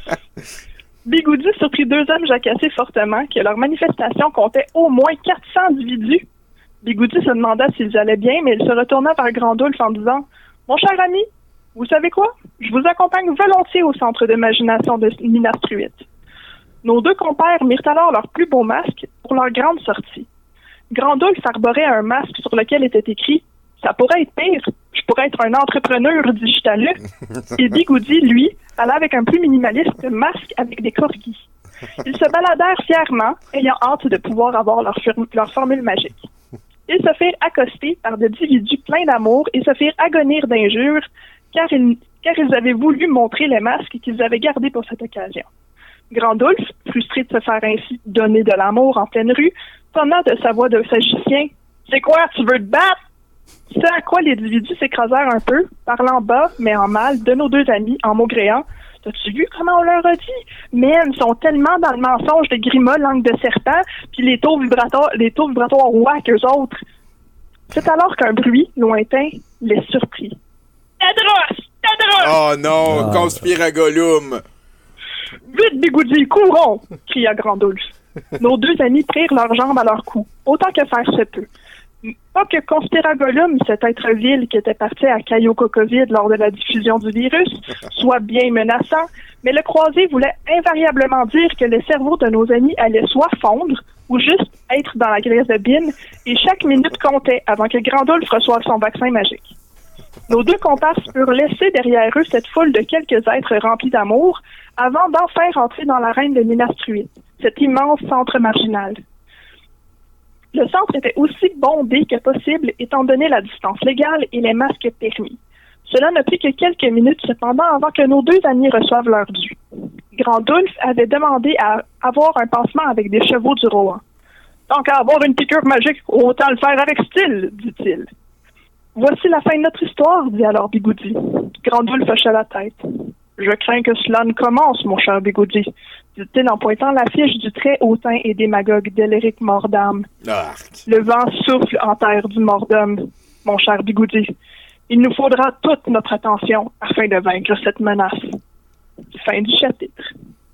Bigoudi surprit deux hommes jacassés fortement que leur manifestation comptait au moins quatre cents individus. Bigoudi se demanda s'ils allaient bien, mais il se retourna vers Grandulf en disant « Mon cher ami, vous savez quoi? Je vous accompagne volontiers au centre d'imagination de Minas Truith. » Nos deux compères mirent alors leur plus beau masque pour leur grande sortie. Grandulf arborait un masque sur lequel était écrit « Ça pourrait être pire, je pourrais être un entrepreneur digital. » Et Bigoudi, lui, alla avec un plus minimaliste masque avec des corgis. Ils se baladèrent fièrement, ayant hâte de pouvoir avoir leur, fir- leur formule magique. Ils se firent accoster par des individus pleins d'amour et se firent agonir d'injures, car ils, car ils avaient voulu montrer les masques qu'ils avaient gardés pour cette occasion. Grandulf, frustré de se faire ainsi donner de l'amour en pleine rue, tonna de sa voix de sagicien « C'est quoi, tu veux te battre? » C'est à quoi les individus s'écrasèrent un peu, parlant bas, mais en mal, de nos deux amis, en maugréant « T'as-tu vu comment on leur a dit? Men, ils sont tellement dans le mensonge de Grima, langue de serpent, puis les taux vibratoires, les taux vibratoires whack, eux autres. » C'est alors qu'un bruit, lointain, les surprit. « Tadros! Tadros! » Oh non, Ah. conspiragolum! Vite, Bigoudi, courons! Cria Grandulf. Nos deux amis prirent leurs jambes à leur cou, autant que faire se peut. Pas que Conspiragolum, cet être vil qui était parti à Caillou-Cocovid lors de la diffusion du virus, soit bien menaçant, mais le croisé voulait invariablement dire que les cerveaux de nos amis allaient soit fondre, ou juste être dans la graisse de bine, et chaque minute comptait avant que Grandulf reçoive son vaccin magique. Nos deux comparses furent laissés derrière eux cette foule de quelques êtres remplis d'amour, avant d'enfin rentrer dans l'arène de Minas Truith, cet immense centre marginal. Le centre était aussi bondé que possible étant donné la distance légale et les masques permis. Cela n'a pris que quelques minutes cependant avant que nos deux amis reçoivent leur dû. Grandulf avait demandé à avoir un pansement avec des chevaux du Rohan. « Tant qu'à avoir une piqûre magique, autant le faire avec style, dit-il. « Voici la fin de notre histoire, dit alors Bigoudi. Grandulf hocha la tête. « Je crains que cela ne commence, mon cher Bigoudi, dit-il en pointant l'affiche du très hautain et démagogue d'Elric Mordam. Ah. Le vent souffle en terre du Mordum, mon cher Bigoudi. Il nous faudra toute notre attention afin de vaincre cette menace. » Fin du chapitre.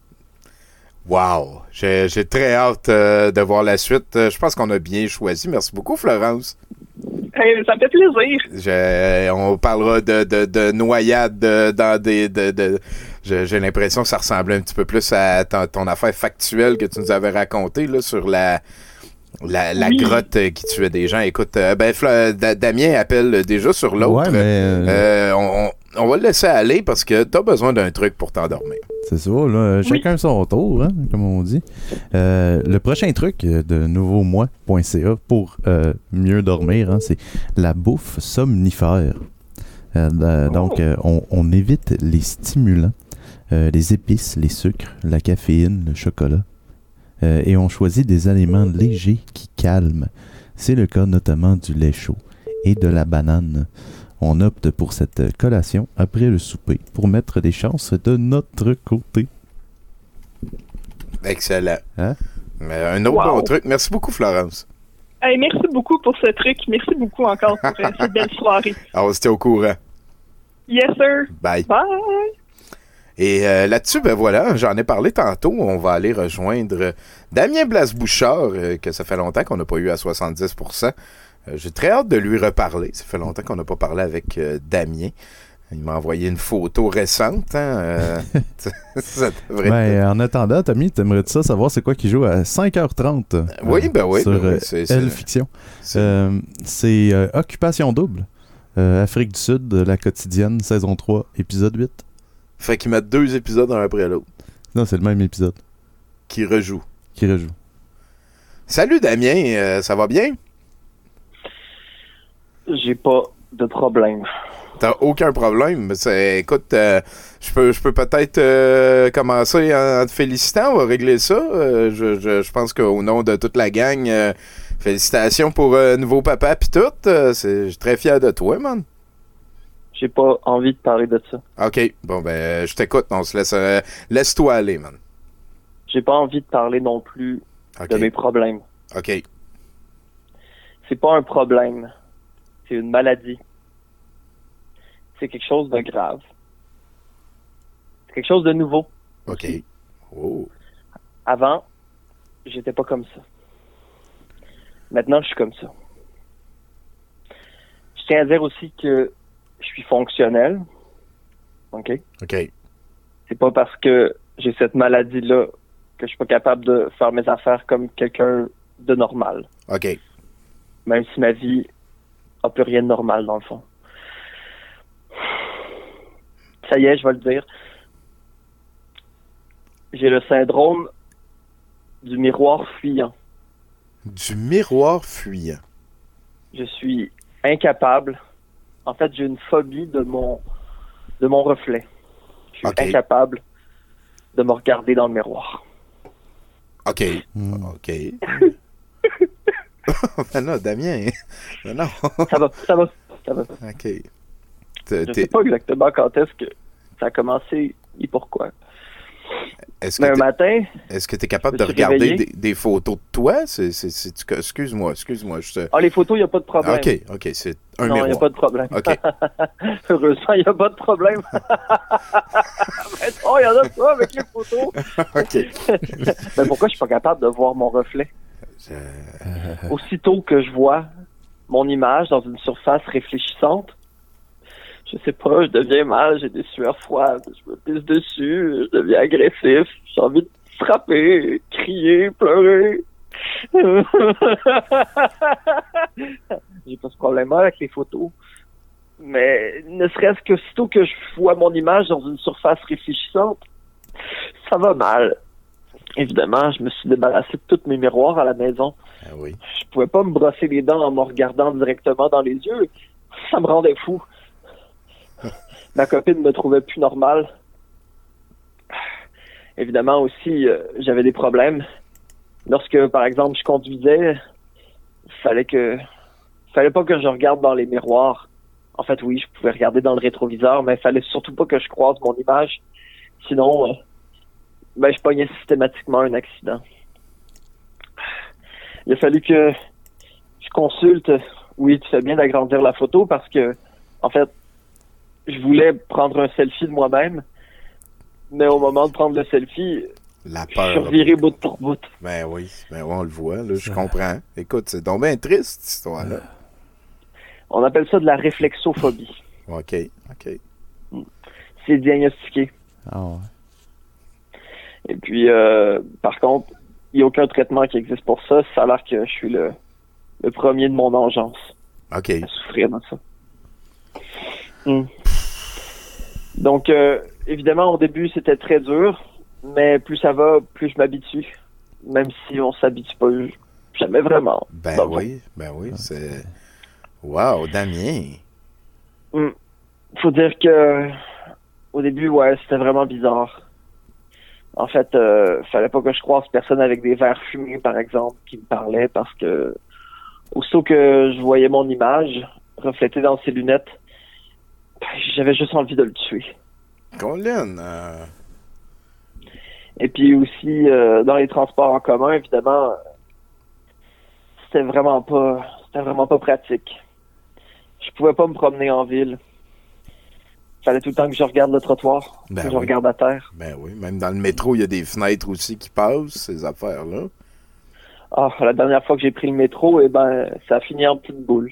Wow! J'ai, j'ai très hâte euh, de voir la suite. Euh, je pense qu'on a bien choisi. Merci beaucoup, Florence. Hey, ça me fait plaisir. Je, on parlera de, de, de noyade de, dans des... De, de, je, j'ai l'impression que ça ressemblait un petit peu plus à ton, ton affaire factuelle que tu nous avais racontée là, sur la... La, la oui. grotte euh, qui tuait des gens. Écoute, euh, ben, Fla- da- Damien appelle déjà sur l'autre. Ouais, mais... Euh... Euh, on, on, on va le laisser aller parce que t'as besoin d'un truc pour t'endormir. C'est ça, là. Chacun oui. son tour, hein, comme on dit. Euh, le prochain truc de nouveau moi point c a pour euh, mieux dormir, hein, c'est la bouffe somnifère. Euh, euh, oh. Donc, euh, on, on évite les stimulants, euh, les épices, les sucres, la caféine, le chocolat. Euh, et on choisit des aliments légers qui calment. C'est le cas notamment du lait chaud et de la banane. On opte pour cette collation après le souper pour mettre les chances de notre côté. Excellent. Hein? Euh, un autre wow. bon truc. Merci beaucoup, Florence. Hey, merci beaucoup pour ce truc. Merci beaucoup encore pour euh, cette belle soirée. Alors, on se tient au courant. Yes, sir. Bye. Bye. Et euh, là-dessus, ben voilà, j'en ai parlé tantôt. On va aller rejoindre Damien Blas-Bouchard, euh, que ça fait longtemps qu'on n'a pas eu à soixante-dix pour cent. Euh, j'ai très hâte de lui reparler. Ça fait longtemps qu'on n'a pas parlé avec euh, Damien. Il m'a envoyé une photo récente. Hein, euh, ça devrait ben, être... En attendant, Tommy, t'aimerais-tu ça savoir c'est quoi qui joue à cinq heures trente? Euh, oui, ben oui. Sur ben oui, euh, c'est, L-Fiction. C'est, euh, c'est euh, Occupation Double. Euh, Afrique du Sud, La Quotidienne, saison trois, épisode huit. Fait qu'ils mettent deux épisodes un après l'autre. Non, c'est le même épisode. Qui rejoue. Qui rejoue. Salut Damien, euh, ça va bien? J'ai pas de problème. T'as aucun problème. C'est, écoute, euh, je peux, je peux peut-être euh, commencer en, en te félicitant. On va régler ça. Euh, je, je, je pense qu'au nom de toute la gang, euh, félicitations pour euh, nouveau papa pis tout. Euh, c'est, je suis très fier de toi, man. J'ai pas envie de parler de ça. OK. Bon, ben, je t'écoute. On se laisse... Euh, laisse-toi aller, man. J'ai pas envie de parler non plus okay. de mes problèmes. OK. C'est pas un problème. C'est une maladie. C'est quelque chose de grave. C'est quelque chose de nouveau. OK. Oh. Avant, j'étais pas comme ça. Maintenant, je suis comme ça. Je tiens à dire aussi que je suis fonctionnel. OK? OK. C'est pas parce que j'ai cette maladie-là que je suis pas capable de faire mes affaires comme quelqu'un de normal. OK. Même si ma vie a plus rien de normal, dans le fond. Ça y est, je vais le dire. J'ai le syndrome du miroir fuyant. Du miroir fuyant. Je suis incapable. En fait, j'ai une phobie de mon de mon reflet. Je suis okay. incapable de me regarder dans le miroir. OK. Mm. OK. Ben non, Damien. Ben non. Ça va, ça va, ça va. OK. T'es, je sais pas exactement quand est-ce que ça a commencé et pourquoi. Est-ce Mais que un matin... Est-ce que tu es capable de regarder des, des photos de toi? C'est, c'est, c'est, tu, excuse-moi, excuse-moi. Je te... Ah, les photos, il n'y a pas de problème. OK, OK, c'est un non, miroir. Non, il n'y a pas de problème. OK. Heureusement, il n'y a pas de problème. Mais oh, il y en a pas avec les photos. OK. Mais pourquoi je suis pas capable de voir mon reflet? Je... Aussitôt que je vois mon image dans une surface réfléchissante, je sais pas, je deviens mal, j'ai des sueurs froides, je me pisse dessus, je deviens agressif, j'ai envie de frapper, crier, pleurer. J'ai pas ce problème-là avec les photos. Mais ne serait-ce que sitôt que je vois mon image dans une surface réfléchissante, ça va mal. évidemment, je me suis débarrassé de tous mes miroirs à la maison. Ah oui. Je pouvais pas me brosser les dents en me regardant directement dans les yeux. Ça me rendait fou. Ma copine me trouvait plus normal. Évidemment aussi, euh, j'avais des problèmes. Lorsque, par exemple, je conduisais, fallait que, fallait pas que je regarde dans les miroirs. En fait, oui, je pouvais regarder dans le rétroviseur, mais il fallait surtout pas que je croise mon image. Sinon, euh, ben, je pognais systématiquement un accident. Il a fallu que je consulte. Oui, tu fais bien d'agrandir la photo parce que, en fait, je voulais prendre un selfie de moi-même, mais au moment de prendre le selfie, la peur. Je suis reviré bout pour bout. Ben oui, ben oui, on le voit, là, je comprends. Écoute, c'est donc bien triste, cette histoire-là. On appelle ça de la réflexophobie. OK, OK. C'est diagnostiqué. Ah ouais. Et puis, euh, par contre, il n'y a aucun traitement qui existe pour ça. Ça a l'air que je suis le, le premier de mon engeance OK. à souffrir de ça. Mm. Donc, euh, évidemment, au début, c'était très dur, mais plus ça va, plus je m'habitue. Même si on s'habitue pas jamais vraiment. Ben Donc, oui, ben oui, c'est... Wow, Damien! Mm. Faut dire que au début, ouais, c'était vraiment bizarre. En fait, euh, fallait pas que je croise personne avec des verres fumés, par exemple, qui me parlait parce que aussitôt que je voyais mon image reflétée dans ses lunettes, j'avais juste envie de le tuer. Colin! Euh... Et puis aussi, euh, dans les transports en commun, évidemment, c'était vraiment pas, c'était vraiment pas pratique. Je pouvais pas me promener en ville. Fallait tout le temps que je regarde le trottoir, ben que oui. je regarde à terre. Ben oui, même dans le métro, il y a des fenêtres aussi qui passent, ces affaires-là. Ah, la dernière fois que j'ai pris le métro, eh ben, ça a fini en petite boule.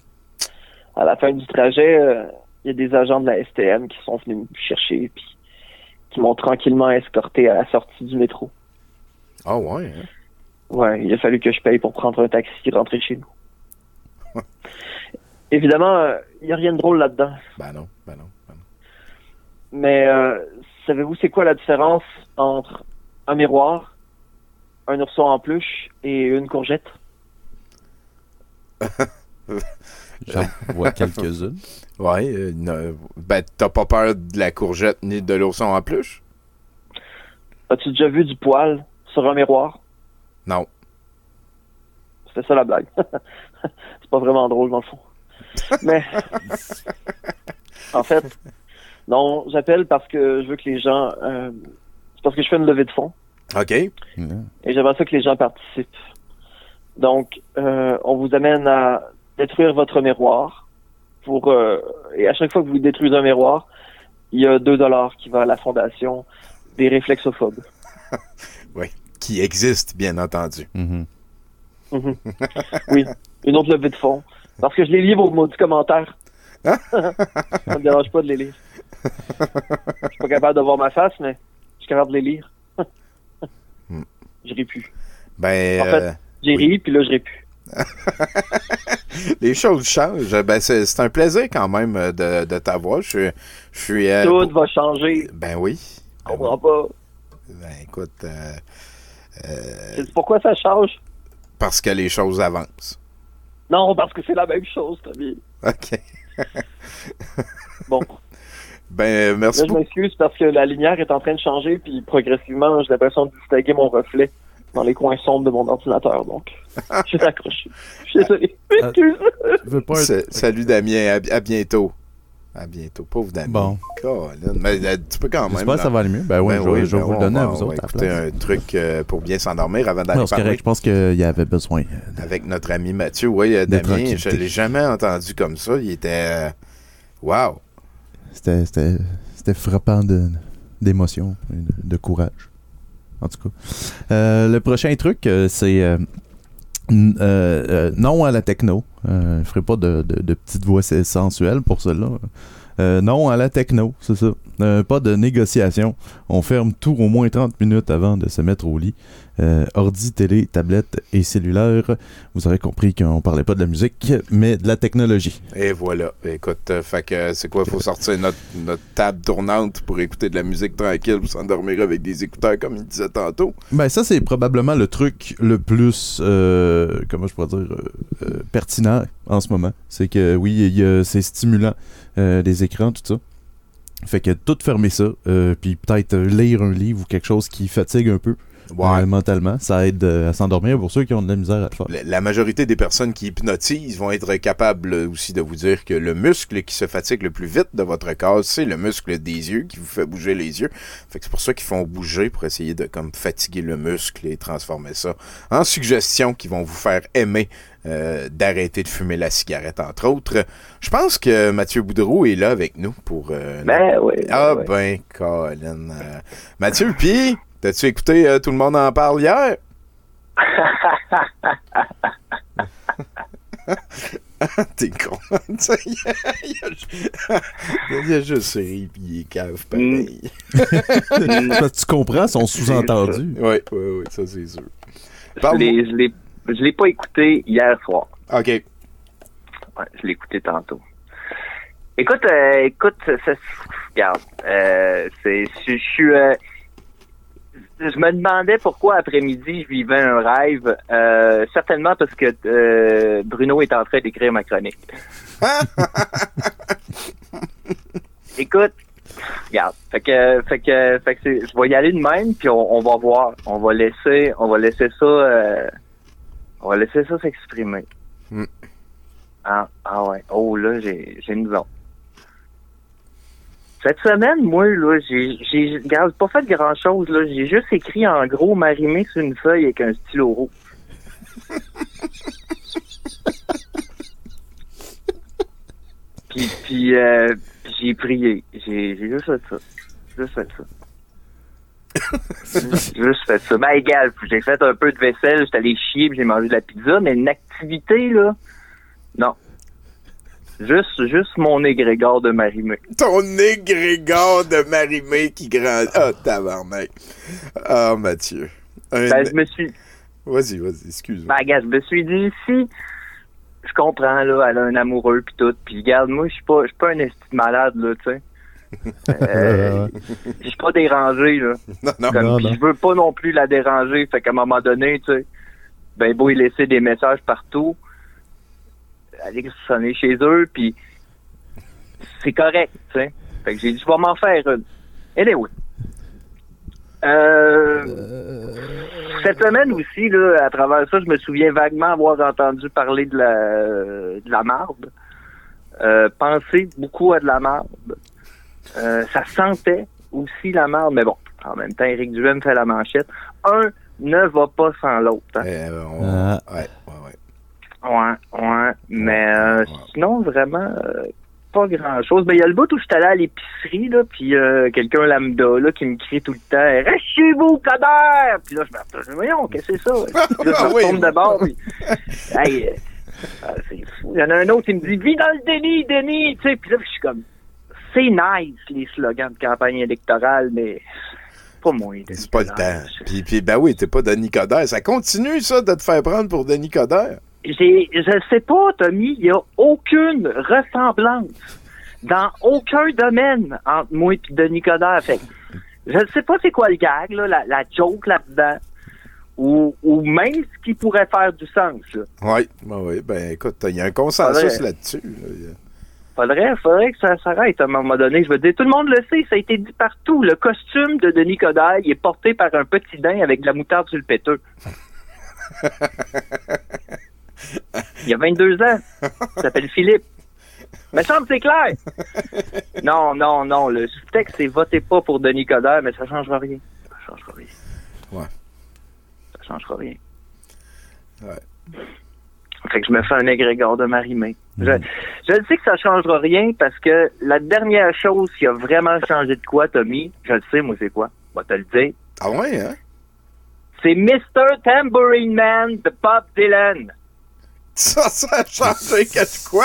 À la fin du trajet, euh, il y a des agents de la S T M qui sont venus me chercher, puis qui m'ont tranquillement escorté à la sortie du métro. Ah ouais, hein? Ouais, il a fallu que je paye pour prendre un taxi et rentrer chez nous. Évidemment, il euh, n'y a rien de drôle là-dedans. Ben non, ben non. Ben non. Mais euh, savez-vous c'est quoi la différence entre un miroir, un ourson en peluche et une courgette? J'en vois quelques-unes. Ouais, euh, ne, ben t'as pas peur de la courgette ni de l'ourson en peluche? As-tu déjà vu du poil sur un miroir? Non. C'était ça la blague. C'est pas vraiment drôle dans le fond. Mais, en fait, non, j'appelle parce que je veux que les gens... Euh, c'est parce que je fais une levée de fonds. OK. Et j'aimerais ça que les gens participent. Donc, euh, on vous amène à détruire votre miroir. Pour euh, et à chaque fois que vous détruisez un miroir, il y a deux dollars qui va à la fondation des réflexophobes. Oui, qui existe, bien entendu. Mm-hmm. Mm-hmm. Oui, une autre levée de fonds. Parce que je les lis vos maudits commentaires. Ça me dérange pas de les lire. Je suis pas capable de voir ma face, mais je suis capable de les lire. Je ris plus. Ben, en fait, euh, j'ai oui. ri, puis là, je ris plus. Les choses changent. Ben, c'est, c'est un plaisir quand même de, de t'avoir. Je, je suis... Euh, Tout va changer. Ben oui. Je comprends pas. Ben écoute... Euh, euh, C'est pourquoi ça change? Parce que les choses avancent. Non, parce que c'est la même chose, Tommy. OK. Bon. Ben, merci Là, je m'excuse parce que la lumière est en train de changer, puis progressivement, j'ai l'impression de distinguer mon reflet dans les coins sombres de mon ordinateur, donc je suis accroché. Je suis désolé. Excuse. veux pas être... Salut Damien, à, à bientôt. À bientôt, pauvre Damien. Bon. Colin. Mais euh, tu peux quand même... J'espère que ça va aller mieux. Ben oui, ben je, oui, je vais ben vous on le donner va, à vous on autres. va à écouter la place. un truc euh, pour bien s'endormir avant d'aller Non, c'est parler. correct. Je pense qu'il y avait besoin. De... Avec notre ami Mathieu. Oui, euh, Damien, je l'ai jamais entendu comme ça. Il était... Euh... Wow! C'était, c'était, c'était frappant de, d'émotion, de, de courage. En tout cas. Euh, le prochain truc, euh, c'est euh, n- euh, euh, non à la techno. Euh, je ne ferai pas de, de, de petite voix sensuelle pour cela. Euh, non à la techno, c'est ça. Euh, pas de négociation. On ferme tout au moins trente minutes avant de se mettre au lit. euh, ordi, télé, tablette et cellulaire. Vous aurez compris qu'on parlait pas de la musique, mais de la technologie. Et voilà. Écoute, euh, fait que c'est quoi? Il faut sortir notre, notre table tournante pour écouter de la musique tranquille, pour s'endormir avec des écouteurs, comme il disait tantôt. Ben ça, c'est probablement le truc le plus, euh, comment je pourrais dire, euh, euh, pertinent en ce moment. C'est que, oui, il y a, c'est stimulant, euh, les écrans, tout ça. Fait que tout fermer ça, euh, puis peut-être lire un livre ou quelque chose qui fatigue un peu. Ouais. Euh, mentalement, ça aide euh, à s'endormir pour ceux qui ont de la misère à le faire. La, la majorité des personnes qui hypnotisent vont être capables aussi de vous dire que le muscle qui se fatigue le plus vite de votre corps, c'est le muscle des yeux qui vous fait bouger les yeux. Fait que c'est pour ça qu'ils font bouger, pour essayer de comme fatiguer le muscle et transformer ça en suggestions qui vont vous faire aimer euh, d'arrêter de fumer la cigarette, entre autres. Je pense que Mathieu Boudreau est là avec nous pour... Euh, ben oui. Ah ouais. ben, Colin. Euh, Mathieu, puis... T'as-tu écouté euh, Tout le monde en parle hier? T'es con. il, y a, il, y a, il y a juste ri pis il est cave pareil. Parce que tu comprends son sous-entendu. Oui, oui, oui, ça c'est sûr. Je l'ai, je l'ai, je l'ai pas écouté hier soir. OK. Ouais, je l'ai écouté tantôt. Écoute, euh, écoute, ça, ça, regarde, euh, c'est, je suis... Euh, Je me demandais pourquoi après-midi je vivais un rêve. Euh, certainement parce que euh, Bruno est en train d'écrire ma chronique. Écoute, regarde, fait que, fait que, fait que c'est, je vais y aller de même, puis on, on va voir, on va laisser, on va laisser ça, euh, on va laisser ça s'exprimer. Mm. Ah, ah ouais. Oh là, j'ai, j'ai une zone. Cette semaine, moi, là, j'ai, j'ai, regarde, pas fait grand-chose, là. J'ai juste écrit en gros Marimé sur une feuille avec un stylo rouge. puis, puis, euh, puis j'ai prié. J'ai, j'ai juste fait ça. Juste fait ça. juste, juste fait ça. Ben, égal, j'ai fait un peu de vaisselle, j'étais allé chier, puis j'ai mangé de la pizza, mais une activité, là, non. Juste, juste mon égrégore de Marimé. Ton égrégore de Marimé qui grandit. Ah, oh, tabarnak. Ah, oh, Mathieu. Un... Ben, je me suis... Vas-y, vas-y, excuse-moi. Ben, gars, je me suis dit, si... Je comprends, là, elle a un amoureux pis tout, pis regarde, moi, je suis pas, je suis pas un esti de malade, là, tu sais. Euh, je suis pas dérangé, là. Non, non, Comme, non, pis non. je veux pas non plus la déranger, fait qu'à un moment donné, tu sais, ben, beau y laisser des messages partout, aller sonner chez eux, puis c'est correct, tu sais. Fait que j'ai dit, je vais m'en faire une. Anyway. Euh, cette semaine aussi, là, à travers ça, je me souviens vaguement avoir entendu parler de la, de la marde. Euh, penser beaucoup à de la marde. Euh, ça sentait aussi la marde, mais bon, en même temps, Éric Duhem fait la manchette. Un ne va pas sans l'autre. Hein. Euh, on... Ah. Ouais, ouais, ouais. Ouais, ouais, mais euh, sinon, vraiment, euh, pas grand-chose. Ben, il y a le bout où je suis allé à l'épicerie, là, puis euh, quelqu'un lambda, là, qui me crie tout le temps « Reste chez vous, Coder! » Puis là, je me retourne, « Voyons, qu'est-ce que c'est ça? » Puis là, je me Oui. retourne de bord, puis « Hey, euh, ah, c'est fou. » Il y en a un autre qui me dit « Vis dans le déni, Denis! » Tu sais, puis là, je suis comme « C'est nice, les slogans de campagne électorale, mais... » Pas moi. C'est pas le temps. Puis, puis, ben oui, t'es pas Denis Coderre. Ça continue, ça, de te faire prendre pour Denis Coderre? J'ai, je sais pas, Tommy, il y a aucune ressemblance dans aucun domaine entre moi et Denis Coderre. Fait que je ne sais pas c'est quoi le gag, là, la, la joke là-dedans, ou, ou même ce qui pourrait faire du sens. Là. Oui, ben oui. Ben écoute, il y a un consensus Faudrait... là-dessus. Là. Faudrait, faudrait que ça s'arrête à un moment donné. Je veux dire, tout le monde le sait, ça a été dit partout. Le costume de Denis Coderre, il est porté par un petit daim avec de la moutarde sur le péteux. Il y a vingt-deux ans. Il s'appelle Philippe. Mais ça me semble c'est clair. Non, non, non. Le sous-texte, c'est votez pas pour Denis Coderre, mais ça changera rien. Ça changera rien. Ouais. Ça changera rien. Ouais. Fait que je me fais un égrégore de Marimé. Mmh. Je, je le sais que ça changera rien parce que la dernière chose qui a vraiment changé de quoi, Tommy, je le sais, moi, c'est quoi? Je vais te le dire. Ah ouais, hein? C'est mister Tambourine Man de Bob Dylan. Ça, ça a changé qu'est-ce quoi?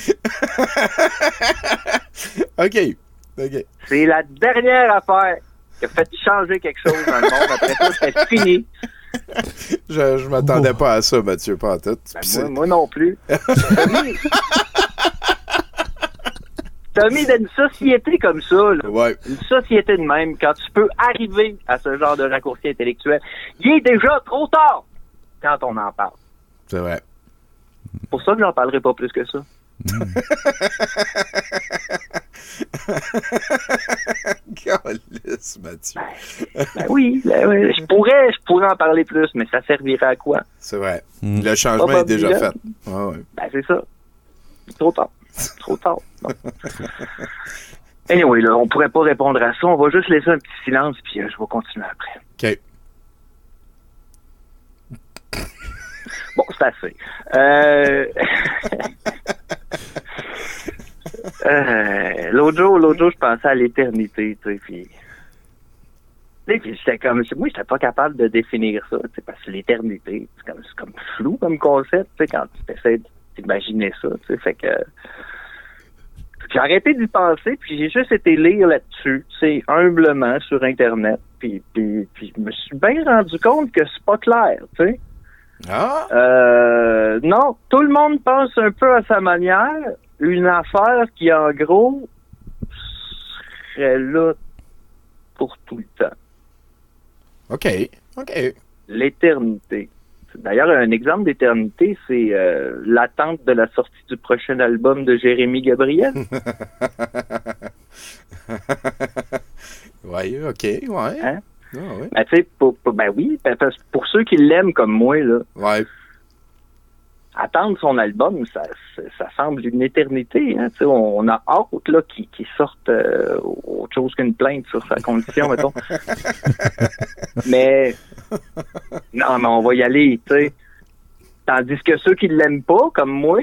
OK. OK. C'est la dernière affaire. qui a fait changer quelque chose dans le monde. Après ça, c'était fini. Je, je m'attendais pas à ça, Mathieu, pas en tête. Ben, moi, moi non plus. Tommy, Tommy, dans une société comme ça, là, ouais. une société de même, quand tu peux arriver à ce genre de raccourci intellectuel, il est déjà trop tard quand on en parle. C'est vrai. C'est pour ça que j'en parlerai pas plus que ça. Calisse, Mathieu. Ben, ben oui, ben oui, je pourrais, je pourrais en parler plus, mais ça servirait à quoi? C'est vrai. Mm. Le changement pas est déjà fait. Ah, ouais. Ben c'est ça. Trop tard. Trop tard. Non. Anyway, là, on pourrait pas répondre à ça. On va juste laisser un petit silence, puis euh, je vais continuer après. OK. Bon, c'est assez. Euh... euh... L'autre jour, l'autre jour, je pensais à l'éternité, tu sais, puis... Puis j'étais comme... Moi, j'étais pas capable de définir ça, tu sais, parce que l'éternité, c'est comme, c'est comme flou comme concept, tu sais, quand tu essaies d'imaginer ça, tu sais, fait que... J'ai arrêté d'y penser, puis j'ai juste été lire là-dessus, tu sais, humblement, sur Internet, puis, puis, puis je me suis bien rendu compte que c'est pas clair, tu sais. Ah. Euh, non, tout le monde pense un peu à sa manière. Une affaire qui, en gros, serait là pour tout le temps. OK. OK. L'éternité. D'ailleurs, un exemple d'éternité, c'est euh, l'attente de la sortie du prochain album de Jérémy Gabriel. Oui, OK, ouais. Hein? Ah, oui. Ben, tu sais, pour, pour, ben oui, parce que pour ceux qui l'aiment comme moi, là, ouais. attendre son album, ça, ça, ça semble une éternité. Hein, tu sais, on, on a hâte là, qu'il, qu'il sorte euh, autre chose qu'une plainte sur sa condition, mettons. Mais, non, mais on va y aller, tu sais. Tandis que ceux qui l'aiment pas, comme moi...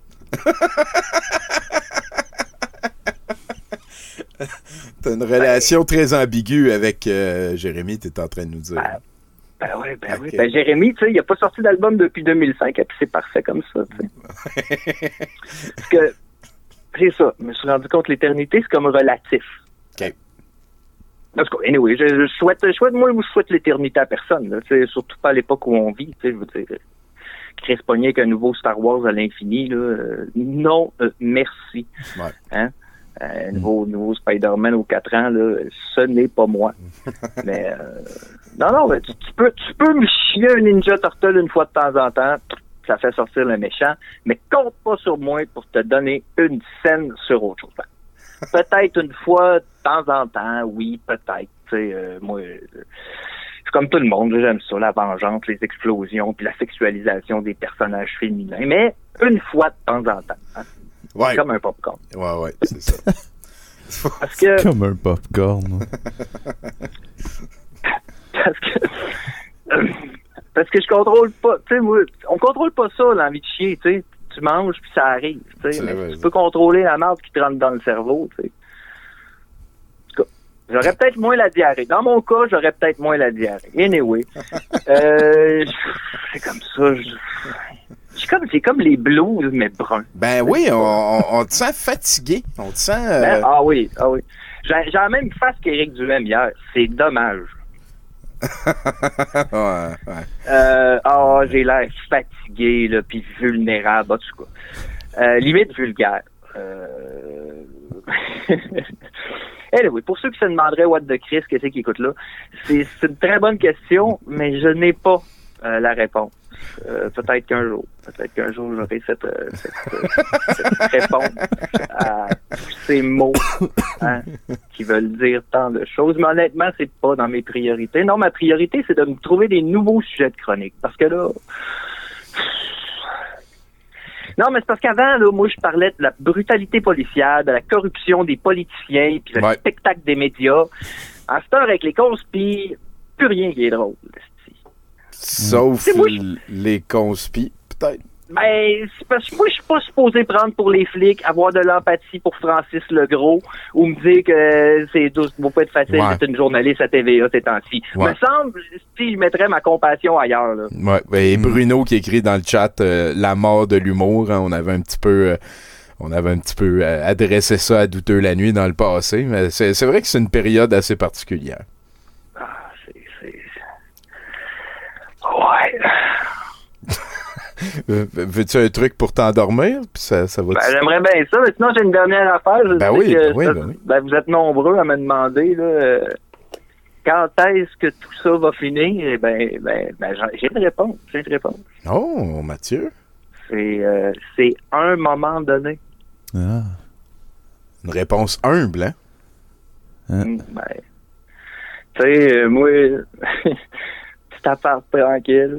T'as une relation très ambiguë avec euh, Jérémy, t'es en train de nous dire. Ben, ben oui, ben okay. oui. Ben Jérémy, tu sais, il a pas sorti d'album depuis deux mille cinq, et puis c'est parfait comme ça, tu sais. Parce que, c'est ça, je me suis rendu compte que l'éternité, c'est comme relatif. OK. Parce que, anyway, je, je souhaite, je souhaite, moi, je souhaite l'éternité à personne, là, tu sais, surtout pas à l'époque où on vit, tu sais, je veux dire. Chris Pogné avec un nouveau Star Wars à l'infini, là, euh, non, euh, merci. Ouais. Hein? Un nouveau, nouveau Spider-Man aux quatre ans, là, ce n'est pas moi. Mais euh, non, non, mais tu, tu peux tu peux me chier un Ninja Turtle une fois de temps en temps, ça fait sortir le méchant, mais compte pas sur moi pour te donner une scène sur autre chose. Peut-être une fois de temps en temps, oui, peut-être. Tu sais, euh, moi, euh, c'est comme tout le monde, j'aime ça, la vengeance, les explosions, puis la sexualisation des personnages féminins, mais une fois de temps en temps. Hein. Ouais. C'est comme un popcorn. Ouais, ouais, c'est ça. Parce que... C'est comme un popcorn. Parce que... Parce que je contrôle pas... Tu sais, moi, on contrôle pas ça, l'envie de chier, tu sais. Tu manges, puis ça arrive, tu sais. Mais vrai, tu peux contrôler la marde qui te rentre dans le cerveau, tu sais. En tout cas, j'aurais peut-être moins la diarrhée. Dans mon cas, j'aurais peut-être moins la diarrhée. Anyway. euh, c'est comme ça, je... C'est comme, c'est comme les blues, mais bruns. Ben oui, on, on, on te sent fatigué. On te sent... Euh... Ben, ah oui, ah oui. J'ai, j'ai la même face qu'Éric Duhem hier. C'est dommage. ouais, ouais. Euh, ah, j'ai l'air fatigué, là, puis vulnérable, en tout cas. Euh, limite vulgaire. Euh... anyway, pour ceux qui se demanderaient what the Chris, qu'est-ce qu'ils écoutent là, c'est, c'est une très bonne question, mais je n'ai pas euh, la réponse. Euh, peut-être qu'un jour, peut-être qu'un jour j'aurai cette, euh, cette, euh, cette réponse à tous ces mots hein, qui veulent dire tant de choses. Mais honnêtement, c'est pas dans mes priorités. Non, ma priorité, c'est de me trouver des nouveaux sujets de chronique. Parce que là... Non, mais c'est parce qu'avant, là, moi, je parlais de la brutalité policière, de la corruption des politiciens, puis le ouais. spectacle des médias. En ce temps, avec les conspires, plus rien qui est drôle. Sauf moi, l- les conspis, peut-être. Ben, c'est parce que moi, je suis pas supposé prendre pour les flics, avoir de l'empathie pour Francis Legros, ou me dire que c'est tout, ça va pas être facile ouais. d'être une journaliste à T V A ces temps-ci. Ouais. Me semble, si je mettrais ma compassion ailleurs, là. Ouais, et Bruno qui écrit dans le chat euh, la mort de l'humour, hein, on avait un petit peu... Euh, on avait un petit peu euh, adressé ça à Douteux la nuit dans le passé, mais c'est, c'est vrai que c'est une période assez particulière. Euh, Veux-tu un truc pour t'endormir? Puis ça, ça va Ben, j'aimerais bien ça, mais sinon j'ai une dernière affaire. Je Ben sais oui, que ben oui, ça- ben oui. ben, vous êtes nombreux à me demander là, euh, quand est-ce que tout ça va finir. Eh ben, ben, ben j'en- j'ai une réponse. J'ai une réponse. Oh, Mathieu. C'est euh, c'est un moment donné. Ah. Une réponse humble, hein? Mm, Ben, tu sais, euh, moi, petit appart tranquille.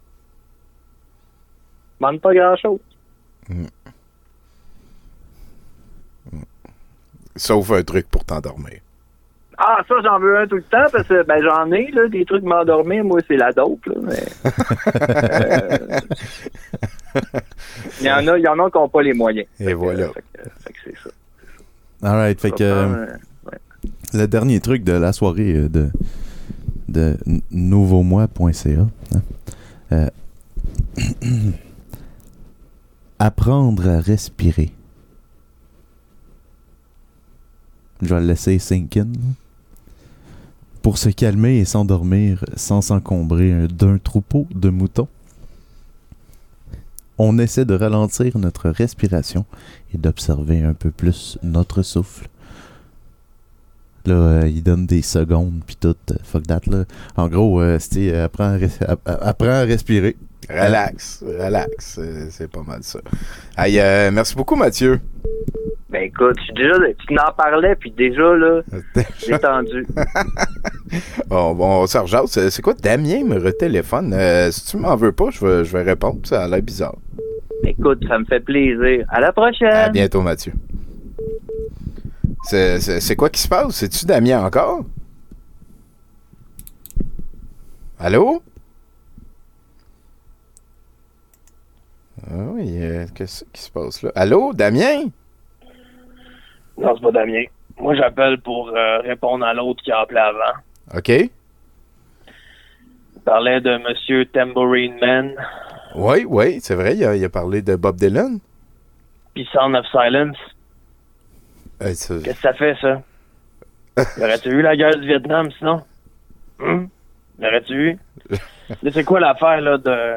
Demande pas grand-chose. Mm. Mm. Sauf un truc pour t'endormir. Ah, ça, j'en veux un tout le temps, parce que ben j'en ai, là, des trucs m'endormir. Moi, c'est la dope, là, mais... euh, Il y en a, il y en a qui n'ont pas les moyens. Et Fait que, voilà. Fait que, fait que c'est ça. Alright, fait que Ça euh, prend, euh, ouais. le dernier truc de la soirée euh, de, de n- nouveau mois point c a. Hein? Euh, apprendre à respirer. Je vais le laisser sink in. Pour se calmer et s'endormir sans s'encombrer d'un troupeau de moutons. On essaie de ralentir notre respiration et d'observer un peu plus notre souffle. Là, euh, il donne des secondes puis tout. euh, fuck that, là. En gros, euh, c'est euh, apprends, à res- app- apprends à respirer. Relax, relax. C'est, c'est pas mal ça. Hey, euh, merci beaucoup, Mathieu. Ben écoute, je suis déjà, tu n'en parlais, puis déjà, là, détendu. Bon, bon, Sergent, c'est, c'est quoi? Damien me retéléphone. Euh, si tu m'en veux pas, je vais, je vais répondre. Ça a l'air bizarre. Écoute, ça me fait plaisir. À la prochaine! À bientôt, Mathieu. C'est, c'est, c'est quoi qui se passe? C'est-tu Damien encore? Allô? Ah oui, euh, qu'est-ce qui se passe là? Allô, Damien? Non, c'est pas Damien. Moi, j'appelle pour euh, répondre à l'autre qui a appelé avant. OK. Il parlait de Monsieur Tambourine Man, Oui, oui, c'est vrai, il a, il a parlé de Bob Dylan. puis Sound of Silence. Euh, ça- Qu'est-ce que ça fait, ça? L'aurais-tu eu, la guerre du Vietnam, sinon? Hum? L'aurais-tu eu? Là, c'est quoi l'affaire, là, de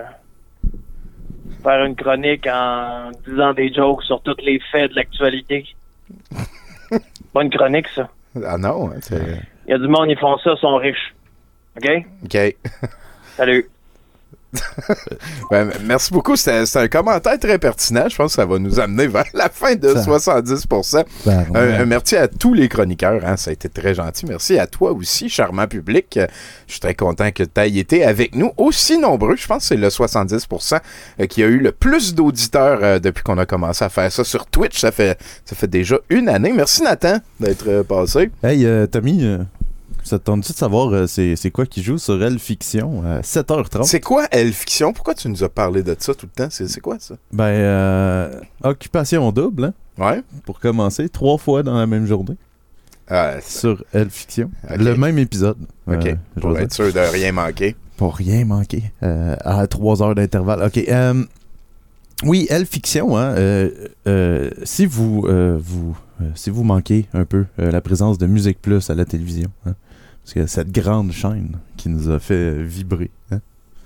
faire une chronique en disant des jokes sur tous les faits de l'actualité? Pas une chronique, ça. Ah non, hein, c'est... Il y a du monde, ils font ça, ils sont riches. OK? OK. Salut. Ben, merci beaucoup. C'était, c'était un commentaire très pertinent. Je pense que ça va nous amener vers la fin de Ça- soixante-dix pour cent. Ben, un, ouais. un merci à tous les chroniqueurs. Hein, ça a été très gentil. Merci à toi aussi, charmant public. Euh, Je suis très content que tu aies été avec nous. Aussi nombreux, je pense que c'est le soixante-dix pour cent euh, qui a eu le plus d'auditeurs euh, depuis qu'on a commencé à faire ça sur Twitch. Ça fait, ça fait déjà une année. Merci, Nathan, d'être euh, passé. Hey, euh, Tommy, euh, ça te tente-tu de savoir euh, c'est, c'est quoi qui joue sur Elle Fiction à sept heures trente? C'est quoi, Elle Fiction? Pourquoi tu nous as parlé de ça tout le temps? C'est, c'est quoi, ça? Ben, euh, occupation double, hein? Ouais. Pour commencer, trois fois dans la même journée. Ah, sur Elle Fiction. Ok. Le même épisode. OK. euh, je Pour veux être dire. sûr de rien manquer. Pour rien manquer. Euh, à trois heures d'intervalle. OK. euh, oui, Elle Fiction, hein, euh, euh, si vous, euh, vous, euh, si vous manquez un peu euh, la présence de Musique Plus à la télévision, hein, parce que cette grande chaîne qui nous a fait vibrer, hein,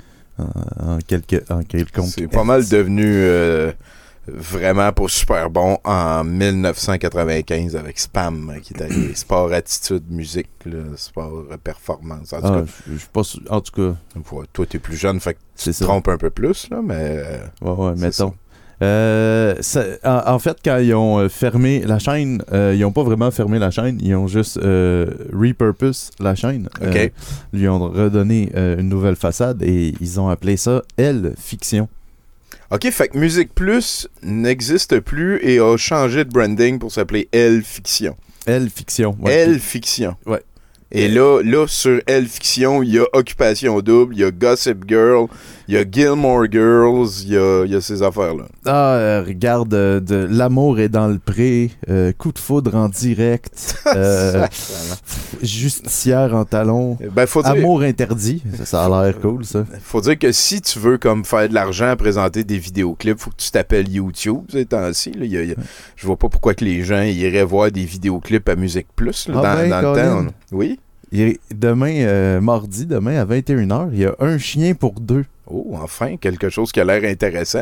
en, en quelque, en quelconque. C'est pas mal devenu euh, vraiment pas super bon en dix-neuf cent quatre-vingt-quinze avec Spam qui est arrivé. Sport attitude musique, là, sport euh, performance. En tout Ah, cas, je je suis pas sûr- en tout cas. ouais, toi t'es plus jeune, fait que tu C'est te ça. trompes un peu plus, là, mais. euh, Ouais, ouais, c'est mettons. ça. Euh, ça- en, en fait, quand ils ont euh, fermé la chaîne, euh, ils ont pas vraiment fermé la chaîne, ils ont juste euh, repurpose la chaîne. OK. Euh, lui ont redonné euh, une nouvelle façade et ils ont appelé ça Elle Fiction. OK, fait que Musique Plus n'existe plus et a changé de branding pour s'appeler Elle Fiction. Elle Fiction. ouais. Elle Fiction. Ouais. Et là, là, sur Elle Fiction, il y a Occupation Double, il y a Gossip Girl, il y a Gilmore Girls, il y a, il y a ces affaires-là. Ah, euh, regarde, euh, de L'amour est dans le pré, euh, Coup de foudre en direct, euh, Justicière en talon, Ben, faut dire, Amour interdit. Ça, ça a l'air cool, ça. faut dire que si tu veux comme faire de l'argent à présenter des vidéoclips, faut que tu t'appelles YouTube ces temps-ci. Là. Il y a- il y a- je vois pas pourquoi que les gens iraient voir des vidéoclips à Musique Plus là, Ah dans, ben, dans le Colin. temps. on- Oui? Et demain, euh, mardi, demain à vingt et une heures, il y a Un chien pour deux Oh, enfin, quelque chose qui a l'air intéressant.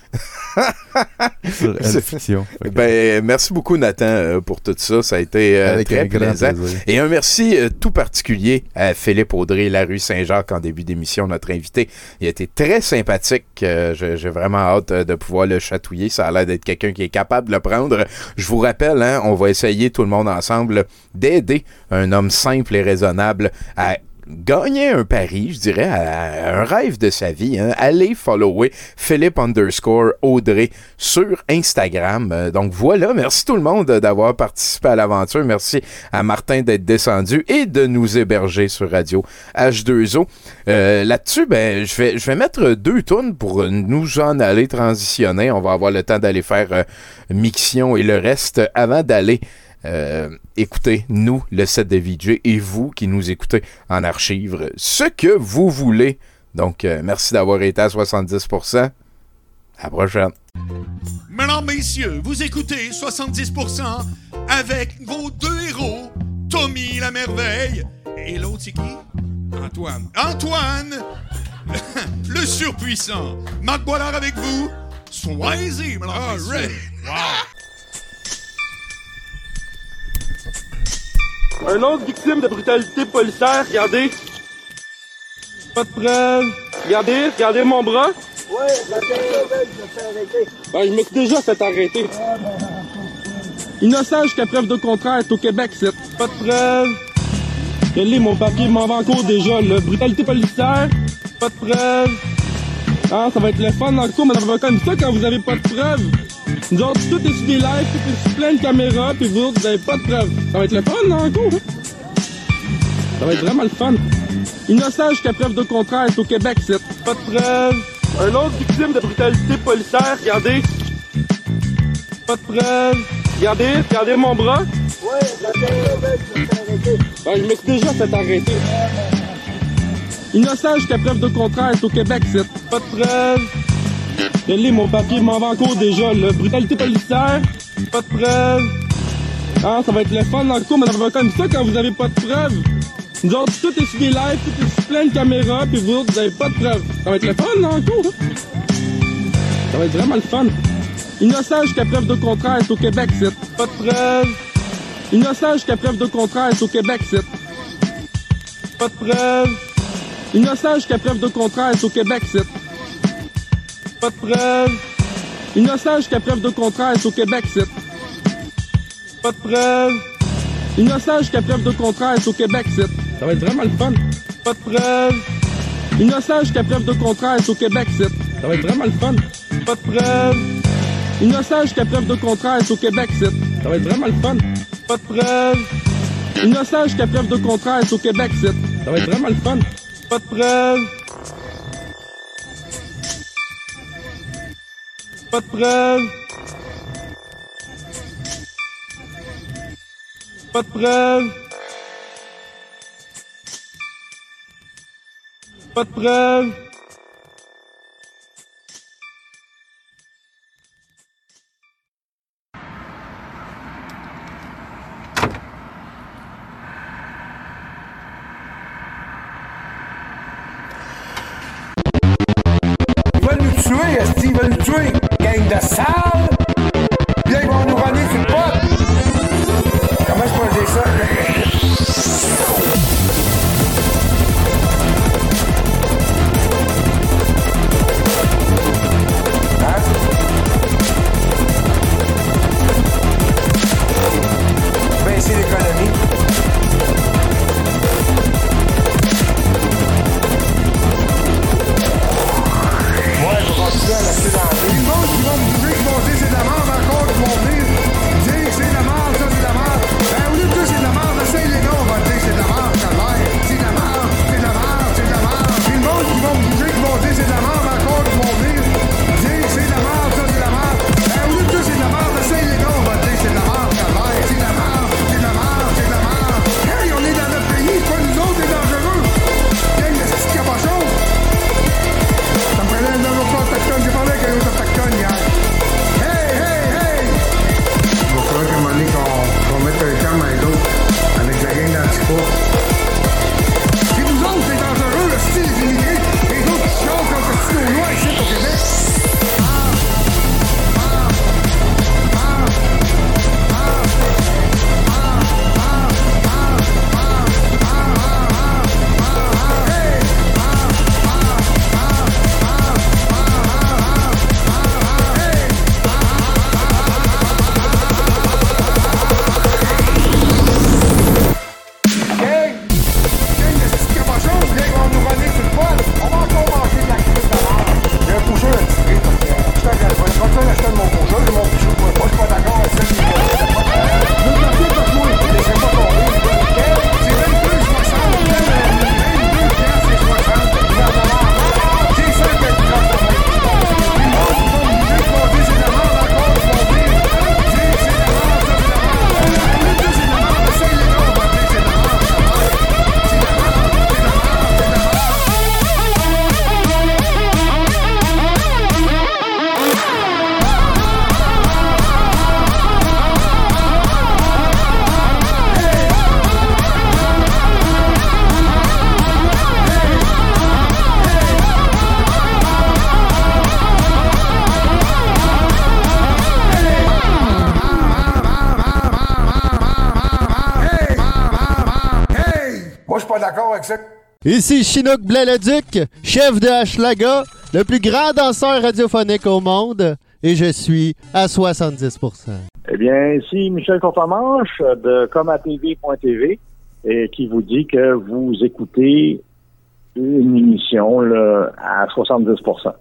Sur L-Fiction. Ben, merci beaucoup, Nathan, euh, pour tout ça. Ça a été euh, Avec très un grand plaisant. plaisir. Et un merci euh, tout particulier à Philippe Audrey, la rue Saint-Jacques, en début d'émission, notre invité. Il a été très sympathique. Euh, j'ai, j'ai vraiment hâte euh, de pouvoir le chatouiller. Ça a l'air d'être quelqu'un qui est capable de le prendre. Je vous rappelle, hein, on va essayer tout le monde ensemble d'aider un homme simple et raisonnable à gagner un pari, je dirais, à, à un rêve de sa vie. Hein. Allez follower Philippe underscore Audrey sur Instagram. Euh, donc voilà, merci tout le monde d'avoir participé à l'aventure. Merci à Martin d'être descendu et de nous héberger sur Radio H deux O. Euh, là-dessus, ben, je vais, je vais mettre deux tunes pour nous en aller transitionner. On va avoir le temps d'aller faire euh, Mixion et le reste avant d'aller Euh, écoutez, nous, le set de V J, et vous qui nous écoutez en archive, ce que vous voulez. Donc, euh, merci d'avoir été à soixante-dix pour cent. À la prochaine. Mesdames, messieurs, vous écoutez soixante-dix pour cent avec vos deux héros, Tommy la merveille et l'autre, c'est qui? Antoine. Antoine, le surpuissant. Marc Boilard avec vous. Soyez-y, mesdames, All messieurs. right. Wow. Un autre victime de brutalité policière, regardez. Pas de preuve. Regardez, regardez mon bras. Ouais, la tête, je me fais arrêter. Ben, je me suis déjà fait arrêter. Innocent jusqu'à preuve de contraire, est au Québec, c'est pas de preuve. Je l'ai, mon papier m'en va en cours déjà, là. Brutalité policière, pas de preuve. Ah, ça va être le fun dans le cours, mais ça va comme ça quand vous avez pas de preuve. Nous autres, tout est sur des lives, tout est sur plein de caméras, puis vous autres, vous avez pas de preuves. Ça va être le fun dans le cours, hein? Ça va être vraiment le fun. Innocent jusqu'à preuve de contraire, est au Québec, c'est pas de preuve. Un autre victime de brutalité policière, regardez. Pas de preuve. Regardez, regardez mon bras. Ouais, la tête, je me fais arrêter. Ben, je me suis déjà fait arrêter. Innocent jusqu'à preuve de contraire, est au Québec, c'est pas de preuve. Je l'ai, mon papier m'en va en cours déjà, là. Brutalité policière, pas de preuve. Ah, ça va être le fun dans le cours, mais ça va comme ça quand vous avez pas de preuve. Nous autres, tout est sur des lives, tout est sur plein de caméras, puis vous autres, vous avez pas de preuve. Ça va être le fun dans le cours, hein? Ça va être vraiment le fun. Innocent jusqu'à preuve de contraire, est au Québec, c'est pas de preuve. Innocent jusqu'à preuve de contraire, est au Québec, c'est pas de preuve. Innocent jusqu'à preuve de contraire, est au Québec, c'est pas de preuve. Innocent jusqu'à preuve de contraire, est au Québec, c'est pas de preuve. Innocent jusqu'à preuve de contraire, est au Québec, c'est ça va être vraiment le fun. Pas de preuve. Innocent jusqu'à preuve de contraire, est au Québec, c'est ça va être vraiment le fun. Pas de preuve. Innocent jusqu'à preuve de contraire, est au Québec, c'est ça va être vraiment le fun. Pas de preuve. Innocent jusqu'à preuve de contraire, est au Québec, c'est ça va être vraiment le fun. Pas de preuve. Pas de preuve. Pas de preuve. Pas de preuve. Ils veulent nous tuer, esti, ils veulent nous tuer. Gang de sale. Là, ils vont nous runner sur le pot. Comment je pourrais dire ça? pas d'accord avec ça. Ici Chinook Blais-le-Duc, chef de Hochelaga, le plus grand danseur radiophonique au monde, et je suis à soixante-dix pour cent. Eh bien, ici Michel Courtemanche de comatv point t v et qui vous dit que vous écoutez une émission là, à soixante-dix pour cent.